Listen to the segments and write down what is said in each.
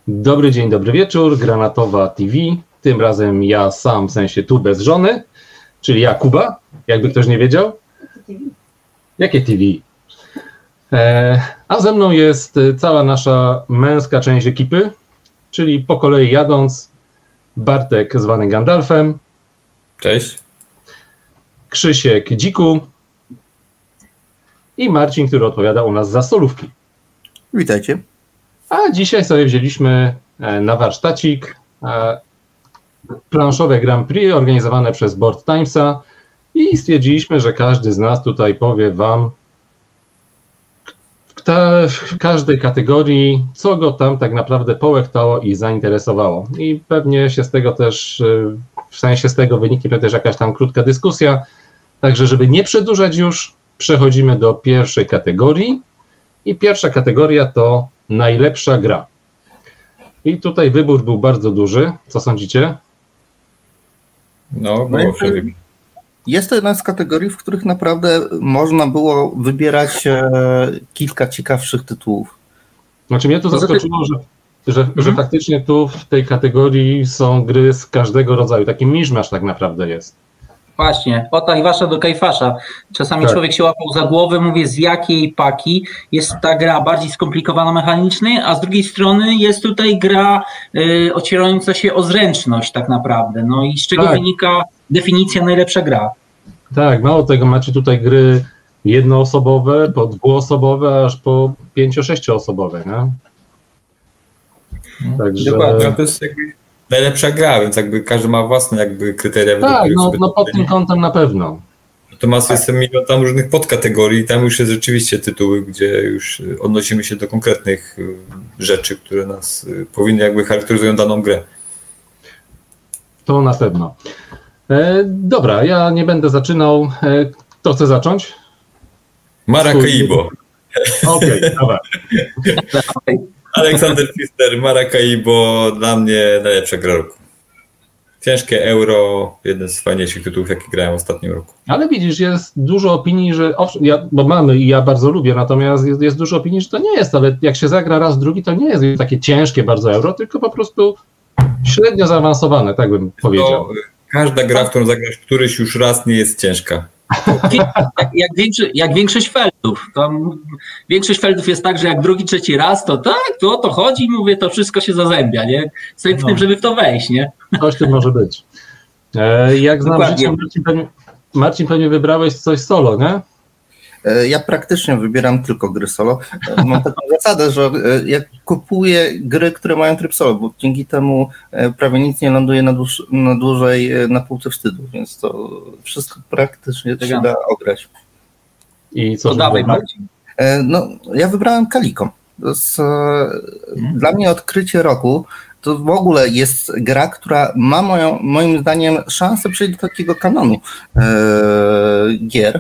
Dobry dzień, dobry wieczór, Granatowa TV. Tym razem ja sam, w sensie tu bez żony, czyli ja, Kuba, jakby ktoś nie wiedział. Jakie TV? A ze mną jest cała nasza męska część ekipy, czyli po kolei jadąc, Bartek zwany Gandalfem. Cześć. Krzysiek Dziku i Marcin, który odpowiada u nas za solówki. Witajcie. A dzisiaj sobie wzięliśmy na warsztacik planszowe Grand Prix organizowane przez Board Timesa i stwierdziliśmy, że każdy z nas tutaj powie wam w każdej kategorii, co go tam tak naprawdę połektało i zainteresowało. I pewnie się z tego też, w sensie z tego wyniknie też jakaś tam krótka dyskusja. Także żeby nie przedłużać już, przechodzimy do pierwszej kategorii. I pierwsza kategoria to najlepsza gra. I tutaj wybór był bardzo duży. Co sądzicie? No, było przebieg. Jest to jedna z kategorii, w których naprawdę można było wybierać kilka ciekawszych tytułów. Znaczy mnie to zaskoczyło, że faktycznie tu w tej kategorii są gry z każdego rodzaju. Taki miszmasz tak naprawdę jest. Właśnie, od Ajwasza do Kajfasza. Czasami człowiek się łapał za głowę, mówię, z jakiej paki jest ta gra bardziej skomplikowana mechanicznie, a z drugiej strony jest tutaj gra ocierająca się o zręczność tak naprawdę. No i z czego wynika definicja najlepsza gra. Tak, mało tego, macie tutaj gry jednoosobowe, po dwuosobowe, aż po 5-6-osobowe, nie? Także... Dokładnie, to jest jakby najlepsza gra, więc jakby każdy ma własne jakby kryteria. Tak, no pod tym kątem na pewno. Natomiast jest milion tam różnych podkategorii, tam już jest rzeczywiście tytuły, gdzie już odnosimy się do konkretnych rzeczy, które nas powinny jakby charakteryzują daną grę. To na pewno. Dobra, ja nie będę zaczynał. Kto chce zacząć? Maracaibo. Okej, dobra. Aleksander Pfister, Maracaibo, dla mnie najlepsza gra roku. Ciężkie euro, jeden z fajniejszych tytułów, jaki grałem w ostatnim roku. Ale widzisz, jest dużo opinii, że bo mamy i ja bardzo lubię, natomiast jest dużo opinii, że to nie jest, ale jak się zagra raz, drugi, to nie jest takie ciężkie bardzo euro, tylko po prostu średnio zaawansowane, tak bym powiedział. Każda gra, w którą zagrasz któryś już raz, nie jest ciężka. Jak większość feldów. Większość feldów jest tak, że jak drugi, trzeci raz, to tak, to o to chodzi, mówię, to wszystko się zazębia, nie? Sobie w tym, żeby w to wejść, nie? Coś tym może być. Jak znam życie, Marcin, pewnie wybrałeś coś solo, nie? Ja praktycznie wybieram tylko gry solo. Mam taką zasadę, że ja kupuję gry, które mają tryb solo, bo dzięki temu prawie nic nie ląduje na dłużej na półce wstydu, więc to wszystko praktycznie się da ograć. I co? To dawaj, Marcin. No, ja wybrałem Calico. To jest dla mnie odkrycie roku. To w ogóle jest gra, która ma moim zdaniem szansę przejść do takiego kanonu gier.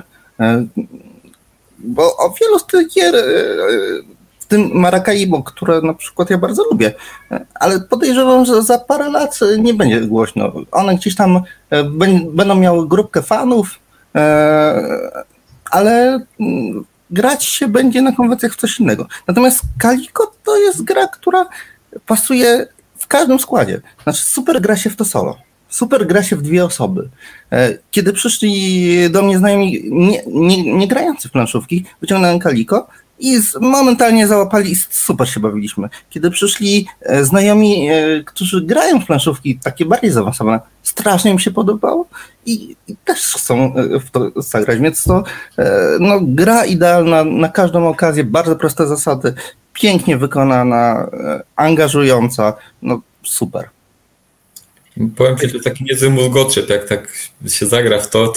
Bo o wielu z tych gier, w tym Maracaibo, które na przykład ja bardzo lubię, ale podejrzewam, że za parę lat nie będzie głośno. One gdzieś tam będą miały grupkę fanów, ale grać się będzie na konwencjach w coś innego. Natomiast Calico to jest gra, która pasuje w każdym składzie. Znaczy super gra się w to solo. Super gra się w dwie osoby. Kiedy przyszli do mnie znajomi nie grający w planszówki, wyciągnąłem Calico i momentalnie załapali i super się bawiliśmy. Kiedy przyszli znajomi, którzy grają w planszówki, takie bardziej zaawansowane, strasznie im się podobało i też chcą w to zagrać, więc to gra idealna na każdą okazję, bardzo proste zasady, pięknie wykonana, angażująca, no super. Powiem ci, to taki niezły mózgotrzep, jak tak się zagra w to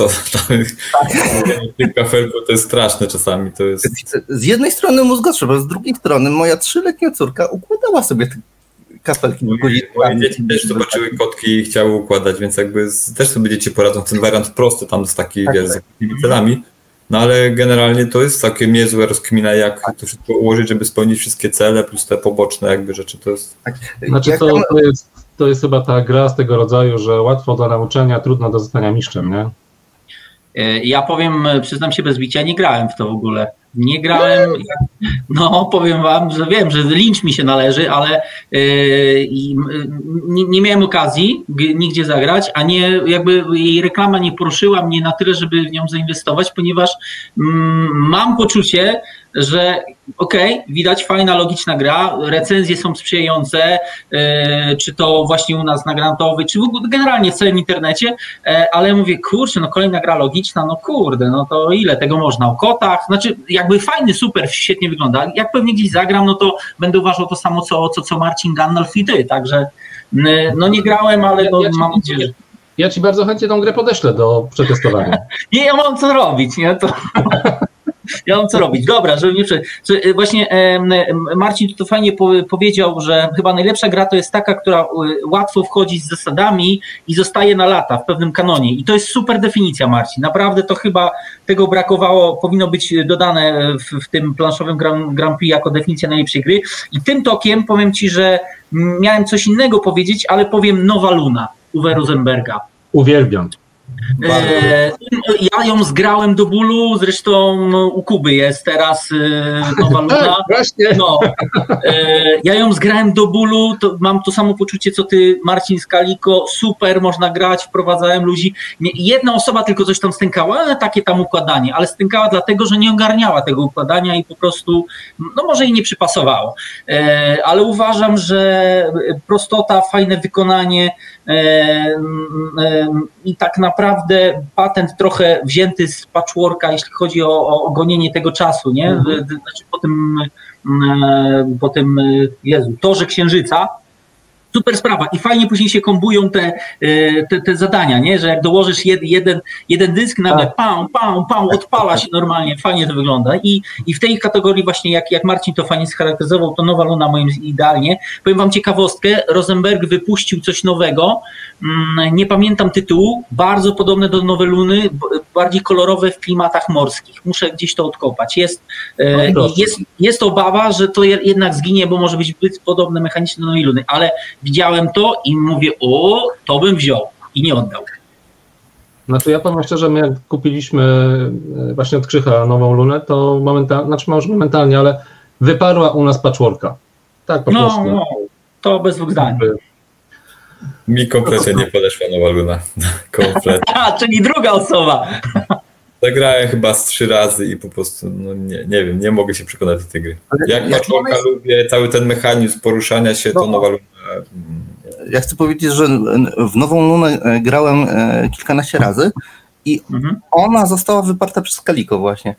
kafelku to jest straszne czasami. To jest... Z jednej strony mózgotrzep, a z drugiej strony moja 3-letnia córka układała sobie te kafelki. Moje dzieci też zobaczyły kotki i chciały układać, więc jakby też sobie dzieci poradzą. Ten wariant prosty tam z takimi celami, no ale generalnie to jest całkiem niezłe rozkmina, jak to wszystko ułożyć, żeby spełnić wszystkie cele, plus te poboczne jakby rzeczy. To jest... Znaczy to jest chyba ta gra z tego rodzaju, że łatwo do nauczenia, trudno do zostania mistrzem, nie? Ja powiem, przyznam się bez bicia, nie grałem w to w ogóle. Nie grałem, no powiem wam, że wiem, że lincz mi się należy, ale nie miałem okazji nigdzie zagrać, a nie jakby jej reklama nie poruszyła mnie na tyle, żeby w nią zainwestować, ponieważ mam poczucie, że widać fajna, logiczna gra, recenzje są sprzyjające, czy to właśnie u nas na Grantowej, czy w ogóle generalnie w całym internecie, ale mówię, kurczę, no kolejna gra logiczna, no kurde, no to ile tego można? O kotach? Znaczy jakby fajny, super, świetnie wygląda. Jak pewnie gdzieś zagram, no to będę uważał to samo, co Marcin Gandalf i ty, także no nie grałem, ale no, mam nadzieję, że... Ja ci bardzo chętnie tą grę podeślę do przetestowania. Nie, ja mam co robić, nie? To... Ja mam co robić. Dobra, żeby nie właśnie Marcin tu fajnie powiedział, że chyba najlepsza gra to jest taka, która łatwo wchodzi z zasadami i zostaje na lata w pewnym kanonie. I to jest super definicja, Marcin. Naprawdę to chyba tego brakowało, powinno być dodane w tym planszowym Grand Prix jako definicja najlepszej gry. I tym tokiem powiem ci, że miałem coś innego powiedzieć, ale powiem Nowa Luna Uwe Rosenberga. Uwielbiam. Ja ją zgrałem do bólu, zresztą u Kuby jest teraz Nowa Luna. Tak, właśnie. No, ja ją zgrałem do bólu, to mam to samo poczucie co ty, Marcin z Kaliko, super, można grać, wprowadzałem ludzi. Jedna osoba tylko coś tam stękała, takie tam układanie, ale stękała dlatego, że nie ogarniała tego układania i po prostu, no może jej nie przypasowało. Ale uważam, że prostota, fajne wykonanie i tak naprawdę patent trochę wzięty z patchworka, jeśli chodzi o gonienie tego czasu, nie? Znaczy po tym Torze Księżyca. Super sprawa i fajnie później się kombują te zadania, nie? Że jak dołożysz jeden dysk, nagle pam, odpala się normalnie, fajnie to wygląda i w tej kategorii właśnie jak Marcin to fajnie scharakteryzował, to Nowa Luna moim idealnie. Powiem wam ciekawostkę, Rosenberg wypuścił coś nowego, nie pamiętam tytułu, bardzo podobne do Nowej Luny, bardziej kolorowe w klimatach morskich. Muszę gdzieś to odkopać. Jest obawa, że to jednak zginie, bo może być zbyt podobne mechanicznie do Nowej Luny, ale widziałem to i mówię, to bym wziął i nie oddał. Znaczy ja powiem szczerze, my jak kupiliśmy właśnie od Krzycha Nową Lunę, to może momentalnie, ale wyparła u nas patchworka. Tak po prostu. No, to bez dwóch zdań. Mi kompletnie nie podeszła Nowa Luna. Kompletnie. Czyli druga osoba. Zagrałem chyba z 3 razy i po prostu, no nie wiem, nie mogę się przekonać do tej gry. Jak patchworka lubię, cały ten mechanizm poruszania się, to Nowa Luna... Ja chcę powiedzieć, że w Nową Lunę grałem kilkanaście razy i ona została wyparta przez Kaliko właśnie.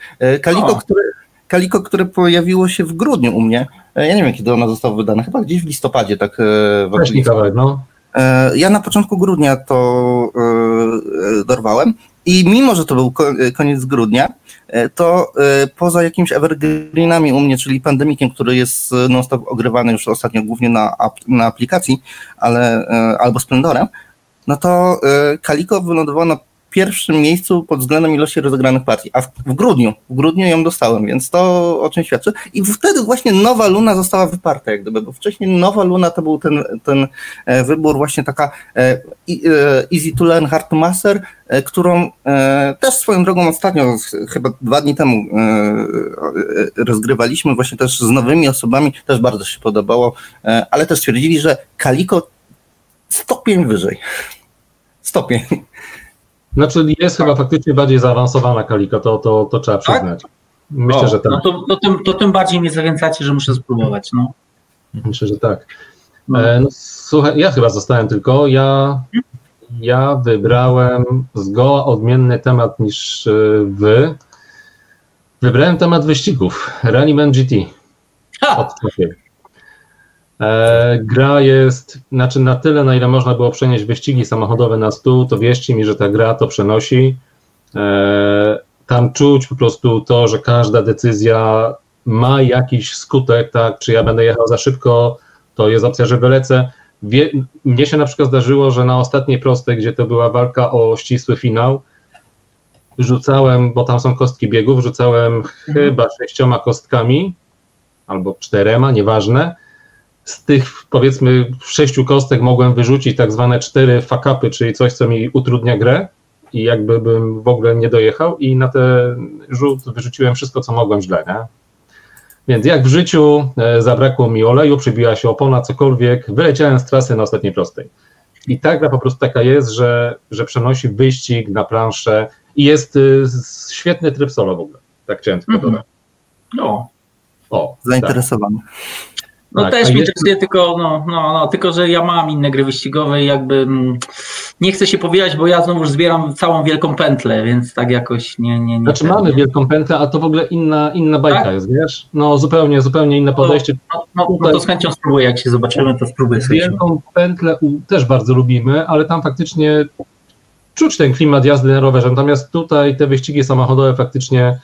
Kaliko, które pojawiło się w grudniu u mnie. Ja nie wiem, kiedy ona została wydana, chyba gdzieś w listopadzie. Tak. Wcześniej kawałek, no. Ja na początku grudnia to dorwałem i mimo, że to był koniec grudnia, to poza jakimiś evergreenami u mnie, czyli Pandemikiem, który jest non-stop ogrywany już ostatnio głównie na aplikacji, albo Splendorem, no to Kaliko wylądowało na pierwszym miejscu pod względem ilości rozegranych partii, a w grudniu ją dostałem, więc to o czym świadczy. I wtedy właśnie Nowa Luna została wyparta, jak gdyby, bo wcześniej Nowa Luna to był ten wybór właśnie taka easy to learn, hard to master, którą też swoją drogą ostatnio, chyba 2 dni temu rozgrywaliśmy właśnie też z nowymi osobami, też bardzo się podobało, ale też stwierdzili, że Kaliko stopień wyżej. Stopień. Znaczy jest chyba faktycznie bardziej zaawansowana Kaliko, to trzeba przyznać. Myślę, że tak. No to tym bardziej mnie zachęcacie, że muszę spróbować. No. Myślę, że tak. No, słuchaj, ja chyba zostałem tylko. Ja wybrałem zgoła odmienny temat niż wy. Wybrałem temat wyścigów. Rallyman GT. Gra jest, znaczy na tyle, na ile można było przenieść wyścigi samochodowe na stół, to wierzcie mi, że ta gra to przenosi. Tam czuć po prostu to, że każda decyzja ma jakiś skutek, tak, czy ja będę jechał za szybko, to jest opcja, że wylecę. Mnie się na przykład zdarzyło, że na ostatniej prostej, gdzie to była walka o ścisły finał, rzucałem, bo tam są kostki biegów, rzucałem chyba 6 kostkami, albo 4, nieważne. Z tych, powiedzmy, 6 kostek mogłem wyrzucić tak zwane 4 fuck-upy, czyli coś, co mi utrudnia grę. i jakby bym w ogóle nie dojechał i na ten rzut wyrzuciłem wszystko, co mogłem źle, nie? Więc jak w życiu zabrakło mi oleju, przybiła się opona, cokolwiek, wyleciałem z trasy na ostatniej prostej. I ta gra po prostu taka jest, że przenosi wyścig na planszę i jest świetny tryb solo w ogóle. Tak chciałem tylko dodać. Zainteresowany. No tak, też mnie interesuje, tylko że ja mam inne gry wyścigowe i jakby nie chcę się powijać, bo ja znowu zbieram całą wielką pętlę, więc tak jakoś nie. Znaczy mamy wielką pętlę, a to w ogóle inna bajka tak? jest, wiesz? No zupełnie inne podejście. No to z chęcią spróbuję, jak się zobaczymy, to spróbuję. Wielką pętlę też bardzo lubimy, ale tam faktycznie czuć ten klimat jazdy na rowerze, natomiast tutaj te wyścigi samochodowe faktycznie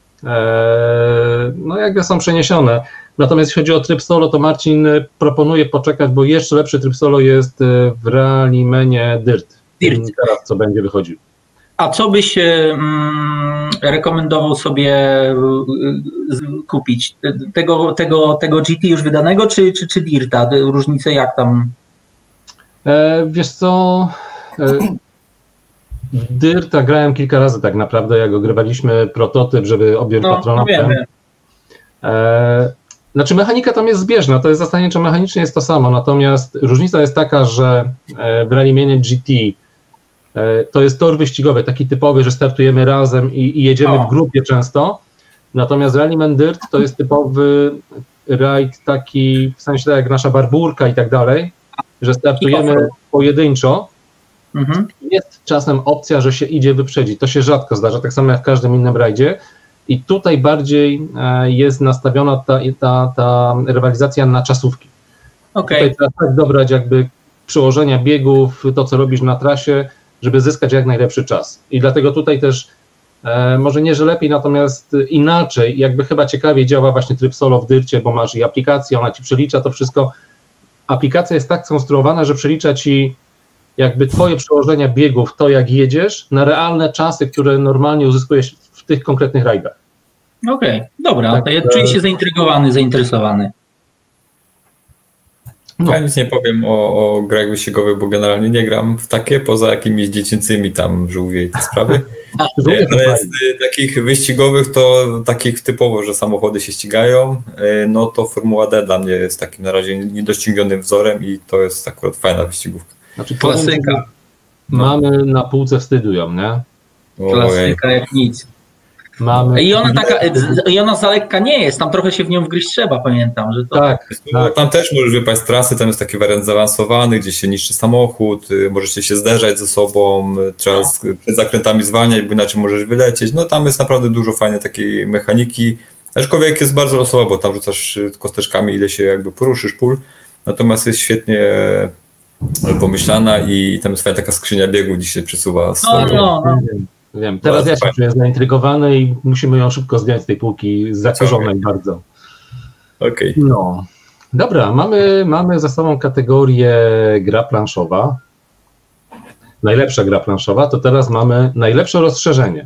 no jakby są przeniesione. Natomiast jeśli chodzi o tryb solo, to Marcin proponuje poczekać, bo jeszcze lepszy tryb solo jest w Rallymanie Dirt. Teraz co będzie wychodził. A co byś rekomendował sobie kupić? Tego GT już wydanego, czy Dirta? Różnice jak tam? Wiesz co... Dirta grałem kilka razy tak naprawdę, jak ogrywaliśmy prototyp, żeby objąć patronatem. Znaczy mechanika tam jest zbieżna, to jest zasadniczo mechanicznie jest to samo, natomiast różnica jest taka, że w Rallymanie GT to jest tor wyścigowy, taki typowy, że startujemy razem i jedziemy w grupie często, natomiast Rallyman Dirt to jest typowy rajd taki, w sensie tak jak nasza barburka i tak dalej, że startujemy pojedynczo. Jest czasem opcja, że się idzie wyprzedzić, to się rzadko zdarza, tak samo jak w każdym innym rajdzie. I tutaj bardziej jest nastawiona ta rywalizacja na czasówki. Tutaj trzeba tak dobrać jakby przyłożenia biegów, to co robisz na trasie, żeby zyskać jak najlepszy czas. I dlatego tutaj też, może nie, że lepiej, natomiast inaczej, jakby chyba ciekawiej działa właśnie tryb solo w Dyrcie, bo masz i aplikację, ona ci przelicza to wszystko. Aplikacja jest tak skonstruowana, że przelicza ci jakby twoje przełożenia biegów, to jak jedziesz, na realne czasy, które normalnie uzyskujesz w tych konkretnych rajdach. Okej, dobra, tak, to ja czuję się zainteresowany. Ja nic nie powiem o grach wyścigowych, bo generalnie nie gram w takie, poza jakimiś dziecięcymi tam żółwie i te sprawy. Ale z takich wyścigowych to takich typowo, że samochody się ścigają, no to Formuła D dla mnie jest takim na razie niedoścignionym wzorem i to jest akurat fajna wyścigówka. Znaczy, klasyka. Mamy na półce wstydu ją, nie? Klasyka jak nic. I ona za lekka nie jest, tam trochę się w nią wgryźć trzeba, pamiętam. Że to... Tak. Tam też możesz wypaść z trasy, tam jest taki wariant zaawansowany, gdzie się niszczy samochód, możecie się zderzać ze sobą, trzeba przed zakrętami zwalniać, bo inaczej możesz wylecieć. No tam jest naprawdę dużo fajnej takiej mechaniki, aczkolwiek jest bardzo losowo, bo tam rzucasz kosteczkami, ile się jakby poruszysz pól, natomiast jest świetnie pomyślana i tam jest fajna taka skrzynia biegu, gdzie się przesuwa. Wiem. Teraz ja się czuję zaintrygowany i musimy ją szybko zdjąć z tej półki zakorzonej bardzo. Okej. No. Dobra, mamy za sobą kategorię gra planszowa. Najlepsza gra planszowa, to teraz mamy najlepsze rozszerzenie.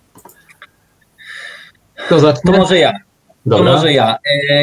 Kto zacznie? To może ja. Dobra. To może ja.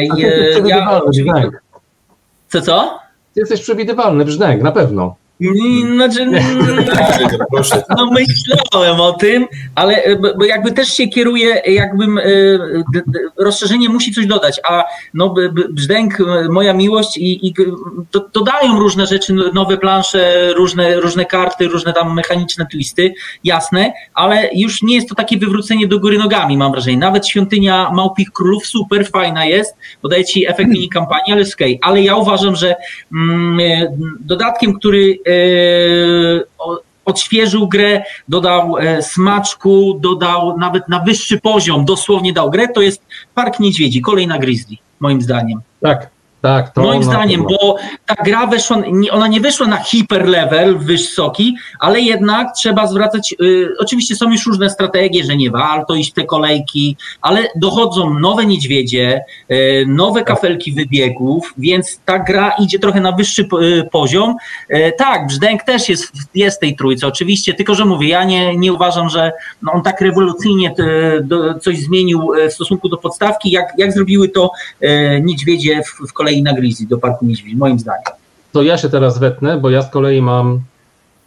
Co? Ty jesteś przewidywalny, Brzdęk, na pewno. Znaczy, no myślałem o tym, ale bo jakby też się kieruję, jakbym rozszerzenie musi coś dodać, a no Brzdęk, moja miłość i dodają różne rzeczy, nowe plansze, różne karty, różne tam mechaniczne twisty, jasne, ale już nie jest to takie wywrócenie do góry nogami, mam wrażenie. Nawet Świątynia Małpich Królów super fajna jest, bo daje ci efekt mini kampanii, ale jest okej. Ale ja uważam, że dodatkiem, który odświeżył grę, dodał smaczku, dodał nawet na wyższy poziom, dosłownie dał grę, to jest Park Niedźwiedzi, kolejna Grizzly, moim zdaniem. Tak. To moim zdaniem, bo ta gra weszła, ona nie wyszła na hiperlevel wysoki, ale jednak trzeba zwracać, oczywiście są już różne strategie, że nie warto iść w te kolejki, ale dochodzą nowe niedźwiedzie, nowe kafelki wybiegów, więc ta gra idzie trochę na wyższy poziom. Tak, Brzdęk też jest w tej trójce, oczywiście, tylko że mówię, ja nie uważam, że on tak rewolucyjnie coś zmienił w stosunku do podstawki, jak zrobiły to niedźwiedzie w kolei na Grizzly do Parku Niedźwiedzi, moim zdaniem. To ja się teraz wetnę, bo ja z kolei mam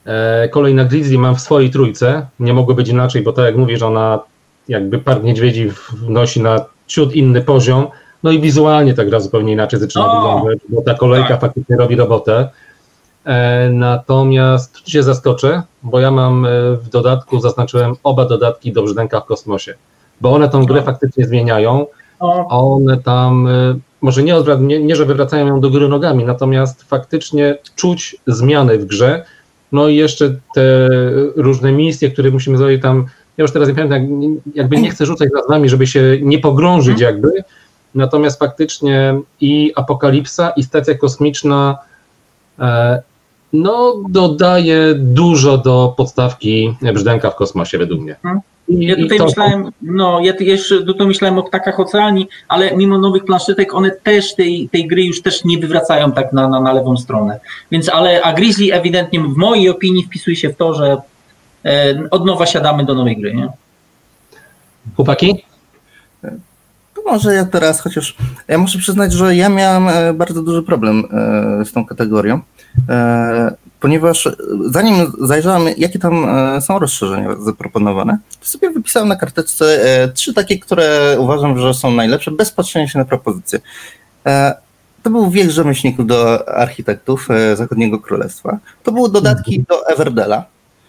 Kolej na Grizzly mam w swojej trójce. Nie mogło być inaczej, bo tak jak mówisz, ona jakby Park Niedźwiedzi wnosi na ciut inny poziom. No i wizualnie ta gra zupełnie inaczej zaczyna wyglądać, bo ta kolejka faktycznie robi robotę. Natomiast tu cię zaskoczę, bo ja mam w dodatku, zaznaczyłem oba dodatki do Brzdęka w kosmosie, bo one tą grę faktycznie zmieniają. One tam, może nie, że wywracają ją do góry nogami, natomiast faktycznie czuć zmiany w grze. No i jeszcze te różne misje, które musimy zrobić tam, ja już teraz nie pamiętam, jakby nie chcę rzucać nazwami, żeby się nie pogrążyć jakby, natomiast faktycznie i Apokalipsa, i Stacja Kosmiczna no dodaje dużo do podstawki Brzdęka w kosmosie według mnie. Ja tutaj myślałem, ja jeszcze tutaj myślałem o Ptakach Oceanii, ale mimo nowych planszetek one też tej gry już też nie wywracają tak na lewą stronę. Więc a Grizzly ewidentnie w mojej opinii wpisuje się w to, że od nowa siadamy do nowej gry, nie? Chłopaki? To może ja teraz, chociaż ja muszę przyznać, że ja miałem bardzo duży problem z tą kategorią, ponieważ zanim zajrzałem, jakie tam są rozszerzenia zaproponowane, to sobie wypisałem na karteczce 3 takie, które uważam, że są najlepsze, bez patrzenia się na propozycje. To był Wiek Rzemieślników do Architektów Zachodniego Królestwa. To były dodatki do Everdela,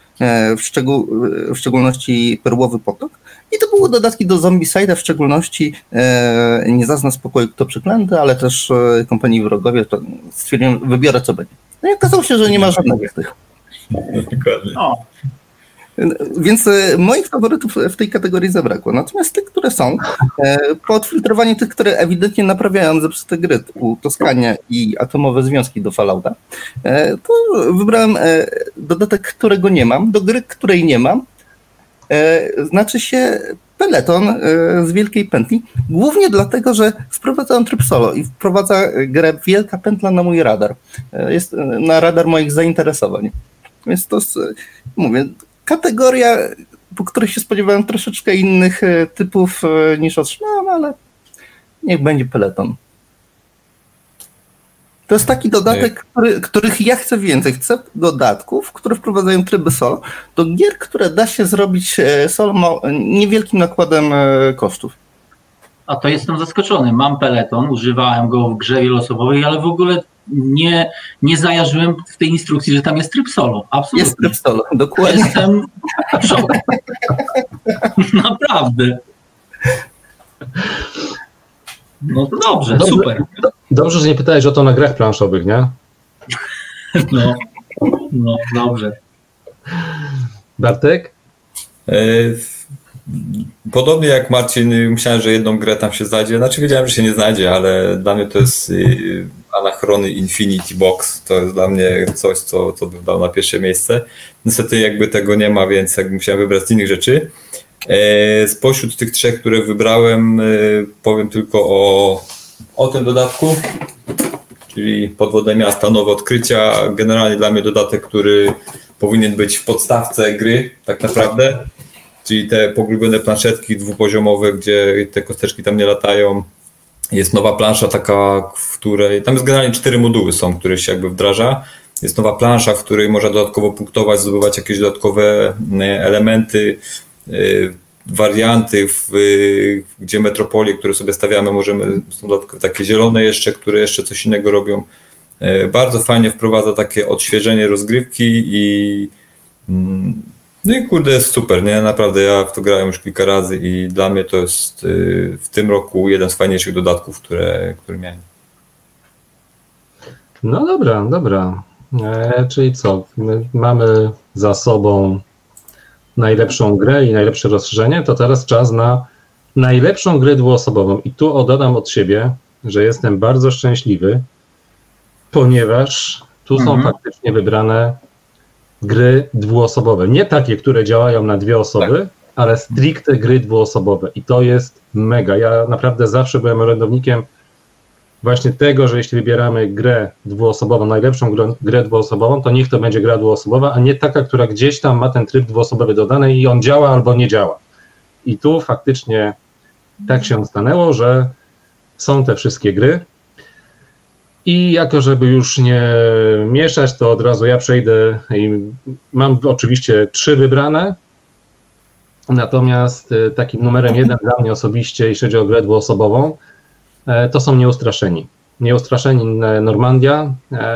w szczególności Perłowy Potok. I to były dodatki do Zombicide'a, w szczególności Nie zazna spokoju kto przeklęty, ale też Kompanii Wrogowie. To stwierdziłem, wybiorę co będzie. No i okazało się, że nie ma żadnego z tych. Dokładnie. Więc moich faworytów w tej kategorii zabrakło. Natomiast tych, które są, po odfiltrowaniu tych, które ewidentnie naprawiają zepsute gry, typu Toskania i Atomowe Związki do Fallouta, to wybrałem dodatek, którego nie mam, do gry, której nie mam. Znaczy się Peleton z Wielkiej Pętli, głównie dlatego, że wprowadzałem tryb solo i wprowadza grę Wielka Pętla na mój radar. Jest na radar moich zainteresowań. Więc to jest, mówię, kategoria, po której się spodziewałem troszeczkę innych typów niż otrzymałem, ale niech będzie Peleton. To jest taki dodatek, których ja chcę więcej. Chcę dodatków, które wprowadzają tryby solo, do gier, które da się zrobić solo niewielkim nakładem kosztów. A to jestem zaskoczony. Mam Peleton, używałem go w grze wieloosobowej, ale w ogóle nie zajarzyłem w tej instrukcji, że tam jest tryb solo. Absolutnie. Jest tryb solo, dokładnie. Jestem w szoku. Naprawdę. No to dobrze, super. Dobrze, że nie pytałeś o to na grach planszowych, nie? No dobrze. Bartek? Podobnie jak Marcin, myślałem, że jedną grę tam się znajdzie. Znaczy wiedziałem, że się nie znajdzie, ale dla mnie to jest Anachrony Infinity Box. To jest dla mnie coś, co bym dał na pierwsze miejsce. Niestety jakby tego nie ma, więc jakby musiałem wybrać z innych rzeczy. Spośród tych 3, które wybrałem, powiem tylko o tym dodatku, czyli Podwodne Miasta, Nowe Odkrycia. Generalnie dla mnie dodatek, który powinien być w podstawce gry tak naprawdę, czyli te pogrubione planszetki dwupoziomowe, gdzie te kosteczki tam nie latają. Jest nowa plansza taka, w której, tam jest generalnie 4 moduły są, które się jakby wdraża. Jest nowa plansza, w której można dodatkowo punktować, zdobywać jakieś dodatkowe elementy, warianty, gdzie metropolie, które sobie stawiamy, możemy, są takie zielone jeszcze, które jeszcze coś innego robią. Bardzo fajnie wprowadza takie odświeżenie rozgrywki no i kurde, jest super, nie? Naprawdę ja w to grałem już kilka razy i dla mnie to jest w tym roku jeden z fajniejszych dodatków, które miałem. No dobra. Czyli co? My mamy za sobą najlepszą grę i najlepsze rozszerzenie, to teraz czas na najlepszą grę dwuosobową. I tu dodam od siebie, że jestem bardzo szczęśliwy, ponieważ tu są faktycznie wybrane gry dwuosobowe. Nie takie, które działają na 2 osoby, ale stricte gry dwuosobowe. I to jest mega. Ja naprawdę zawsze byłem orędownikiem właśnie tego, że jeśli wybieramy grę dwuosobową, najlepszą grę dwuosobową, to niech to będzie gra dwuosobowa, a nie taka, która gdzieś tam ma ten tryb dwuosobowy dodany i on działa albo nie działa. I tu faktycznie tak się stanęło, że są te wszystkie gry. I jako żeby już nie mieszać, to od razu ja przejdę i mam oczywiście 3 wybrane, natomiast takim numerem 1 dla mnie osobiście, jeśli chodzi o grę dwuosobową, to są Nieustraszeni. Nieustraszeni Normandia.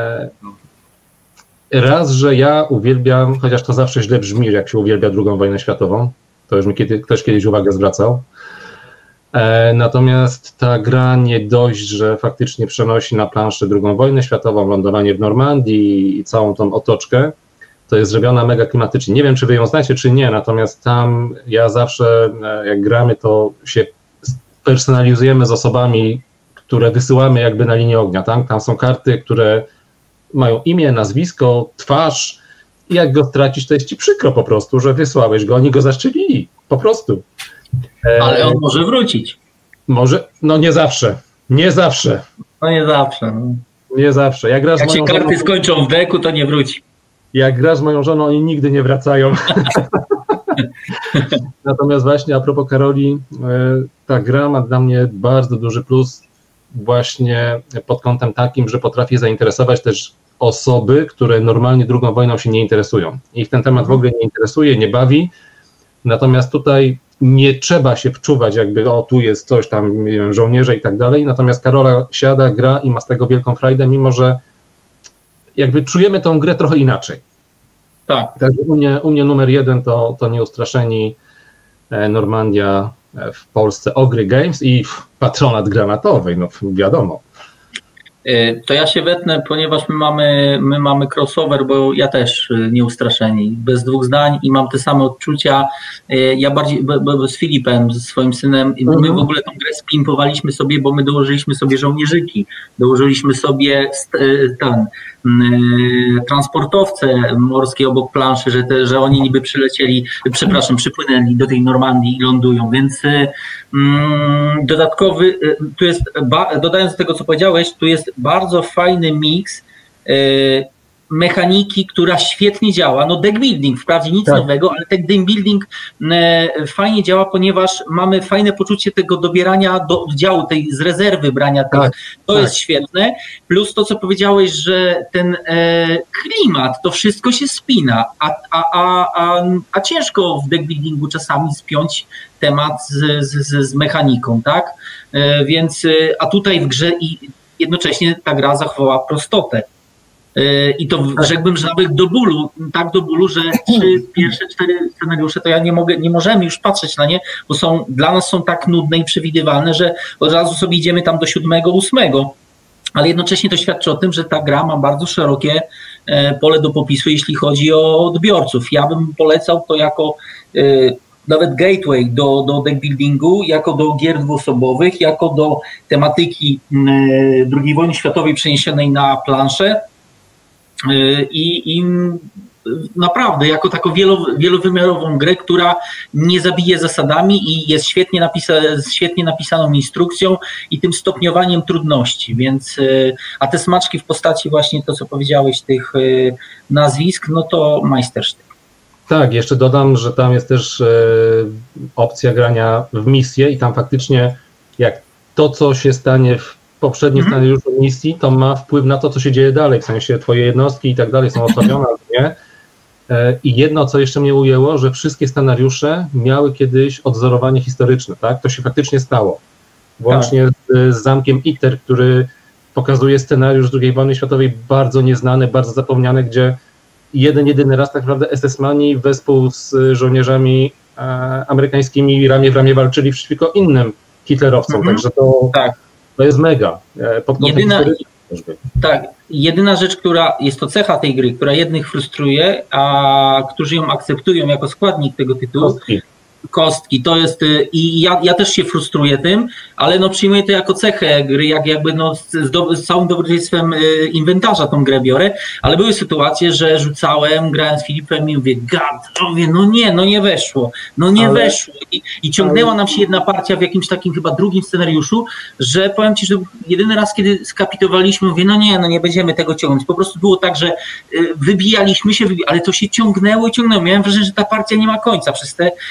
Raz, że ja uwielbiam, chociaż to zawsze źle brzmi, jak się uwielbia II wojnę światową, to już mi ktoś kiedyś uwagę zwracał. Natomiast ta gra nie dość, że faktycznie przenosi na planszę II wojnę światową, lądowanie w Normandii i całą tą otoczkę, to jest zrobiona mega klimatycznie. Nie wiem, czy wy ją znacie, czy nie, natomiast tam ja zawsze, jak gramy, to się personalizujemy z osobami, które wysyłamy jakby na linię ognia. Tam są karty, które mają imię, nazwisko, twarz i jak go stracisz, to jest ci przykro po prostu, że wysłałeś go, oni go zaszczepili, po prostu. Ale on może wrócić. Może, no nie zawsze. Nie zawsze. No nie zawsze. No. Nie zawsze. Jak się karty skończą w deku, to nie wróci. Jak grasz z moją żoną, oni nigdy nie wracają. Natomiast właśnie a propos Karoli, ta gra ma dla mnie bardzo duży plus właśnie pod kątem takim, że potrafi zainteresować też osoby, które normalnie II wojną się nie interesują. Ich ten temat w ogóle nie interesuje, nie bawi. Natomiast tutaj nie trzeba się wczuwać jakby, o tu jest coś tam, nie wiem, żołnierze i tak dalej, natomiast Karola siada, gra i ma z tego wielką frajdę, mimo że jakby czujemy tą grę trochę inaczej. Tak. Także u mnie numer 1 to Nieustraszeni Normandia w Polsce Ogry Games i Patronat Granatowej, no wiadomo. To ja się wetnę, ponieważ my mamy crossover, bo ja też Nieustraszeni, bez 2 zdań i mam te same odczucia. Ja bardziej z Filipem, ze swoim synem, my w ogóle tą grę spimpowaliśmy sobie, bo my dołożyliśmy sobie żołnierzyki, dołożyliśmy sobie transportowce morskie obok planszy, że oni niby przypłynęli do tej Normandii i lądują, więc dodatkowy, tu jest, dodając do tego, co powiedziałeś, tu jest bardzo fajny miks mechaniki, która świetnie działa. No deck building, wprawdzie nic nowego, ale deck building fajnie działa, ponieważ mamy fajne poczucie tego dobierania do oddziału, tej z rezerwy brania tych. To jest świetne. Plus to, co powiedziałeś, że ten klimat, to wszystko się spina, a ciężko w deck buildingu czasami spiąć temat z mechaniką, tak? Więc, a tutaj w grze i jednocześnie ta gra zachowała prostotę. I to rzekłbym, że nawet do bólu, że pierwsze 4 scenariusze to nie możemy już patrzeć na nie, bo dla nas są tak nudne i przewidywalne, że od razu sobie idziemy tam do 7., 8. Ale jednocześnie to świadczy o tym, że ta gra ma bardzo szerokie pole do popisu, jeśli chodzi o odbiorców. Ja bym polecał to jako nawet gateway do deck buildingu, jako do gier dwuosobowych, jako do tematyki II wojny światowej przeniesionej na planszę. I naprawdę jako taką wielowymiarową grę, która nie zabije zasadami i jest świetnie napisaną instrukcją i tym stopniowaniem trudności, więc a te smaczki w postaci właśnie to, co powiedziałeś, tych nazwisk, no to majstersztyk. Tak, jeszcze dodam, że tam jest też opcja grania w misję i tam faktycznie jak to, co się stanie w poprzednim scenariuszu misji, to ma wpływ na to, co się dzieje dalej, w sensie twoje jednostki i tak dalej są osłabione albo nie. I jedno, co jeszcze mnie ujęło, że wszystkie scenariusze miały kiedyś odzorowanie historyczne, tak? To się faktycznie stało. Włącznie z Zamkiem Iter, który pokazuje scenariusz II wojny światowej bardzo nieznany, bardzo zapomniany, gdzie jedyny raz tak naprawdę SS-mani wespół z żołnierzami amerykańskimi ramię w ramię walczyli przeciwko innym hitlerowcom, także to jest mega. Jedyna rzecz, która jest to cecha tej gry, która jednych frustruje, a którzy ją akceptują jako składnik tego tytułu, kostki. To jest i ja też się frustruję tym, ale no przyjmuję to jako cechę gry, jakby no z całym dobrodziejstwem inwentarza tą grę biorę, ale były sytuacje, że rzucałem, grając z Filipem i mówię, nie weszło, weszło i ciągnęła nam się jedna partia w jakimś takim chyba drugim scenariuszu, że powiem ci, że jedyny raz, kiedy skapitowaliśmy, mówię, nie będziemy tego ciągnąć, po prostu było tak, że wybijaliśmy się, ale to się ciągnęło. Miałem wrażenie, że ta partia nie ma końca przez te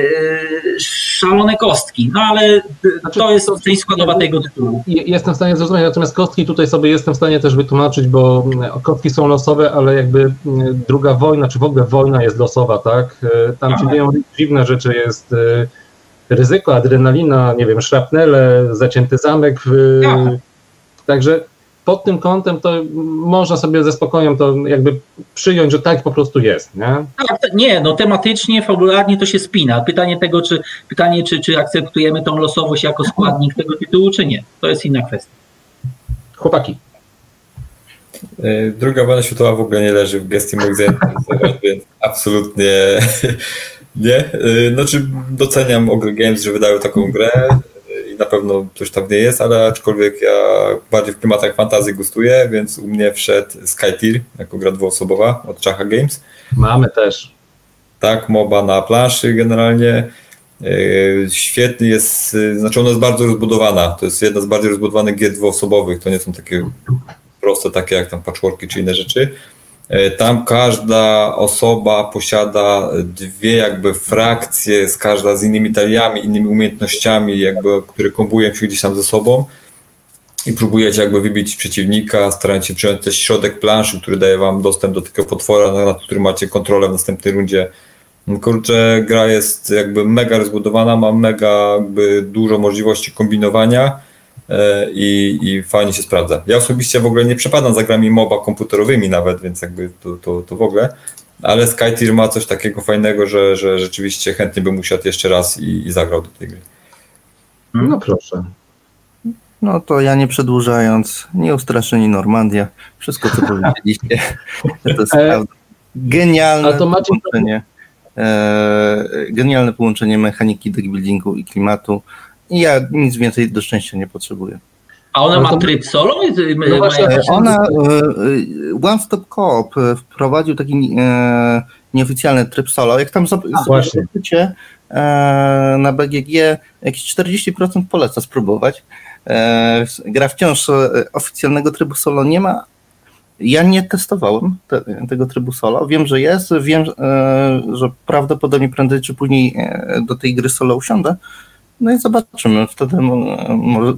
szalone kostki, no ale to jest część składowa tego tytułu. Jestem w stanie zrozumieć, natomiast kostki tutaj sobie jestem w stanie też wytłumaczyć, bo kostki są losowe, ale jakby druga wojna, czy w ogóle wojna jest losowa, tak? Tam się dzieją dziwne rzeczy, jest ryzyko, adrenalina, nie wiem, szrapnele, zacięty zamek, także pod tym kątem to można sobie ze spokojem to jakby przyjąć, że tak po prostu jest, nie? Tak, nie, no tematycznie, fabularnie to się spina. Pytanie, czy akceptujemy tą losowość jako składnik tego tytułu, czy nie. To jest inna kwestia. Chłopaki. Druga wojna światowa w ogóle nie leży w gestii moich zainteresowań, więc absolutnie nie. Znaczy doceniam Ogre Games, że wydają taką grę i na pewno coś tam nie jest, ale aczkolwiek ja bardziej w klimatach fantazji gustuję, więc u mnie wszedł Skytear jako gra dwuosobowa od Chacha Games. Mamy też. Tak, MOBA na planszy generalnie. Świetny jest, znaczy ona jest bardzo rozbudowana. To jest jedna z bardziej rozbudowanych gier dwuosobowych. To nie są takie proste, takie jak tam patchworki czy inne rzeczy. Tam każda osoba posiada dwie jakby frakcje, każda z innymi taliami, innymi umiejętnościami, jakby, które kombują się gdzieś tam ze sobą i próbujecie jakby wybić przeciwnika, starając się przyjąć też środek planszy, który daje wam dostęp do takiego potwora, nad którym macie kontrolę w następnej rundzie. Kurczę, gra jest jakby mega rozbudowana, ma mega jakby dużo możliwości kombinowania i fajnie się sprawdza. Ja osobiście w ogóle nie przepadam za grami MOBA komputerowymi nawet, więc jakby to w ogóle, ale Skytear ma coś takiego fajnego, że rzeczywiście chętnie bym usiadł jeszcze raz i zagrał do tej gry. No proszę. No to ja nie przedłużając, Nieustraszeni Normandia, wszystko co powiedzieliście, to jest prawda. Genialne połączenie mechaniki deckbuildingu i klimatu i ja nic więcej do szczęścia nie potrzebuję. A ona ma tryb solo? No właśnie, ona One Stop Coop wprowadził taki nieoficjalny tryb solo. Jak tam zobaczycie na BGG, jakieś 40% poleca spróbować. Gra wciąż oficjalnego trybu solo nie ma. Ja nie testowałem tego trybu solo. Wiem, że jest. Wiem, że prawdopodobnie prędzej czy później do tej gry solo usiądę. No i zobaczymy. Wtedy może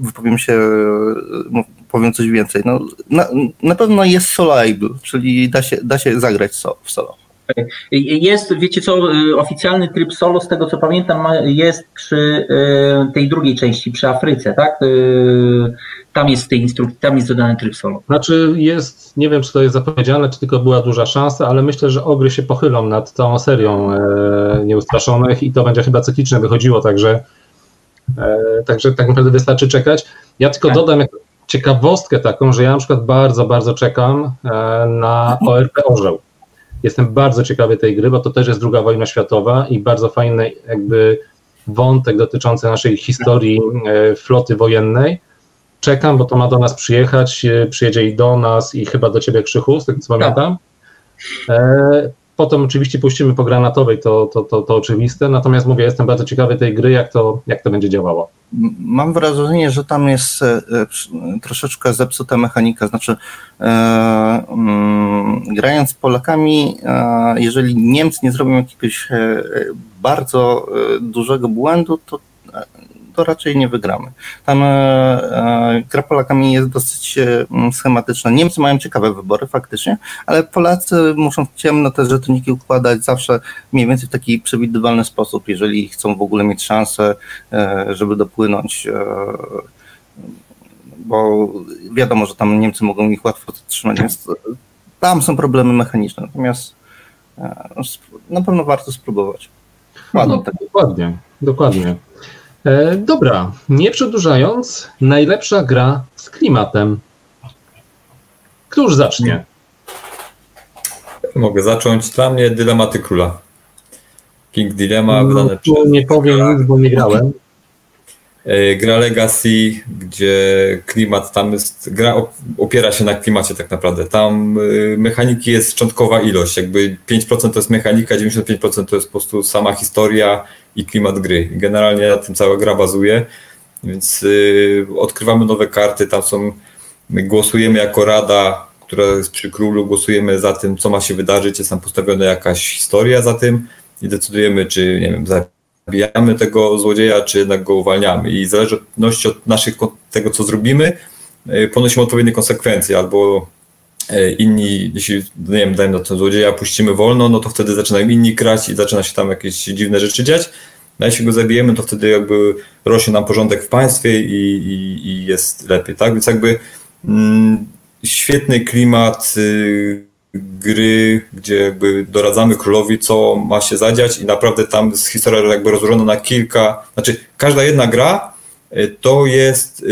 powiem coś więcej. No, na pewno jest soloable, czyli da się zagrać w solo. Jest, wiecie co, oficjalny tryb solo, z tego co pamiętam, jest przy tej drugiej części, przy Afryce, tak? Tam jest w tej instrukcji, tam jest dodany tryb solo. Znaczy jest, nie wiem czy to jest zapowiedziane, czy tylko była duża szansa, ale myślę, że Ogry się pochylą nad całą serią Nieustraszonych i to będzie chyba cyklicznie wychodziło, także tak naprawdę wystarczy czekać. Ja tylko dodam ciekawostkę taką, że ja na przykład bardzo, bardzo czekam na ORP Orzeł. Jestem bardzo ciekawy tej gry, bo to też jest II wojna światowa i bardzo fajny jakby wątek dotyczący naszej historii floty wojennej. Czekam, bo to ma do nas przyjechać, przyjedzie i do nas i chyba do ciebie, Krzychu, z tego co pamiętam. Potem oczywiście puścimy po granatowej, to oczywiste, natomiast mówię, jestem bardzo ciekawy tej gry, jak to będzie działało. Mam wrażenie, że tam jest troszeczkę zepsuta mechanika, znaczy grając z Polakami, jeżeli Niemcy nie zrobią jakiegoś bardzo dużego błędu, to raczej nie wygramy. Tam gra Polakami jest dosyć schematyczna. Niemcy mają ciekawe wybory faktycznie, ale Polacy muszą w ciemno te żetoniki układać zawsze mniej więcej w taki przewidywalny sposób, jeżeli chcą w ogóle mieć szansę, żeby dopłynąć, bo wiadomo, że tam Niemcy mogą ich łatwo zatrzymać, więc tam są problemy mechaniczne, natomiast na pewno warto spróbować. No, dokładnie. Dobra, nie przedłużając, najlepsza gra z klimatem. Któż zacznie? Mogę zacząć. Dla mnie Dylematy Króla. King Dilemma, wydane przez... Nie powiem nic, bo nie grałem. Gra Legacy, gdzie klimat tam jest, gra opiera się na klimacie tak naprawdę. Tam mechaniki jest szczątkowa ilość, jakby 5% to jest mechanika, 95% to jest po prostu sama historia i klimat gry. Generalnie na tym cała gra bazuje, więc odkrywamy nowe karty, tam głosujemy jako rada, która jest przy królu, głosujemy za tym, co ma się wydarzyć, jest tam postawiona jakaś historia za tym i decydujemy, czy nie wiem, zabijamy tego złodzieja, czy jednak go uwalniamy. I w zależności od tego, co zrobimy, ponosimy odpowiednie konsekwencje, albo inni, jeśli, nie wiem, dajmy na to złodzieja, puścimy wolno, no to wtedy zaczynają inni kraść i zaczyna się tam jakieś dziwne rzeczy dziać. A jeśli go zabijemy, to wtedy jakby rośnie nam porządek w państwie i jest lepiej, tak? Więc jakby świetny klimat gry, gdzie jakby doradzamy królowi, co ma się zadziać i naprawdę tam jest historia jakby rozłożona na kilka, znaczy każda jedna gra to jest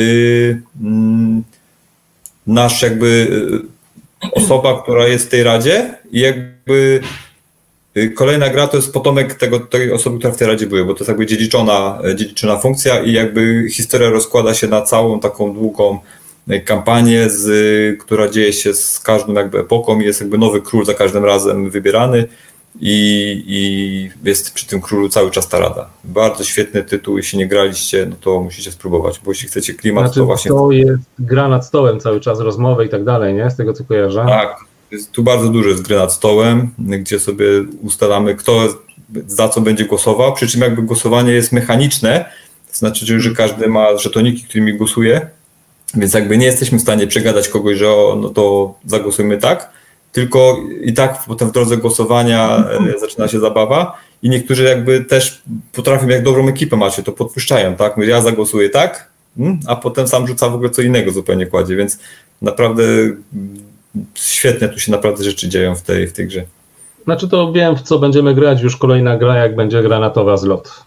nasz jakby osoba, która jest w tej radzie i jakby kolejna gra to jest potomek tej osoby, która w tej radzie była, bo to jest jakby dziedziczona funkcja i jakby historia rozkłada się na całą taką długą kampanię, która dzieje się z każdą jakby epoką i jest jakby nowy król za każdym razem wybierany i jest przy tym królu cały czas ta rada. Bardzo świetny tytuł, jeśli nie graliście, no to musicie spróbować, bo jeśli chcecie klimat, znaczy, to właśnie... To jest gra nad stołem cały czas, rozmowy i tak dalej, nie? Z tego co kojarzę. Tak, tu bardzo dużo jest gry nad stołem, gdzie sobie ustalamy, kto za co będzie głosował, przy czym jakby głosowanie jest mechaniczne, to znaczy, że każdy ma żetoniki, którymi głosuje, więc jakby nie jesteśmy w stanie przegadać kogoś, że no to zagłosujmy tak, tylko i tak potem w drodze głosowania zaczyna się zabawa i niektórzy jakby też potrafią, jak dobrą ekipę macie, to podpuszczają, tak? Mówię, ja zagłosuję tak, a potem sam rzuca w ogóle co innego zupełnie kładzie, więc naprawdę świetne tu się naprawdę rzeczy dzieją w tej grze. Znaczy to wiem, w co będziemy grać, już kolejna gra, jak będzie granatowa zlot.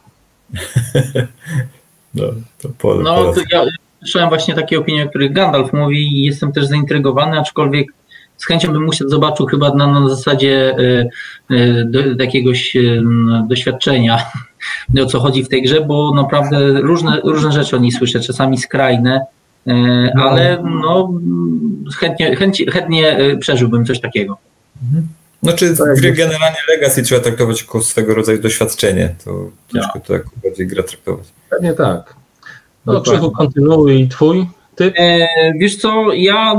To ja słyszałem właśnie takie opinie, o których Gandalf mówi i jestem też zaintrygowany, aczkolwiek z chęcią bym musiał zobaczył chyba na zasadzie jakiegoś doświadczenia, o co chodzi w tej grze, bo naprawdę różne rzeczy o niej słyszę, czasami skrajne, ale no chętnie przeżyłbym coś takiego. Znaczy w gry generalnie Legacy trzeba traktować jako swego rodzaju doświadczenie, to ciężko to jako bardziej gra traktować. Pewnie tak. No Krzychu, kontynuuj twój typ. Wiesz co, ja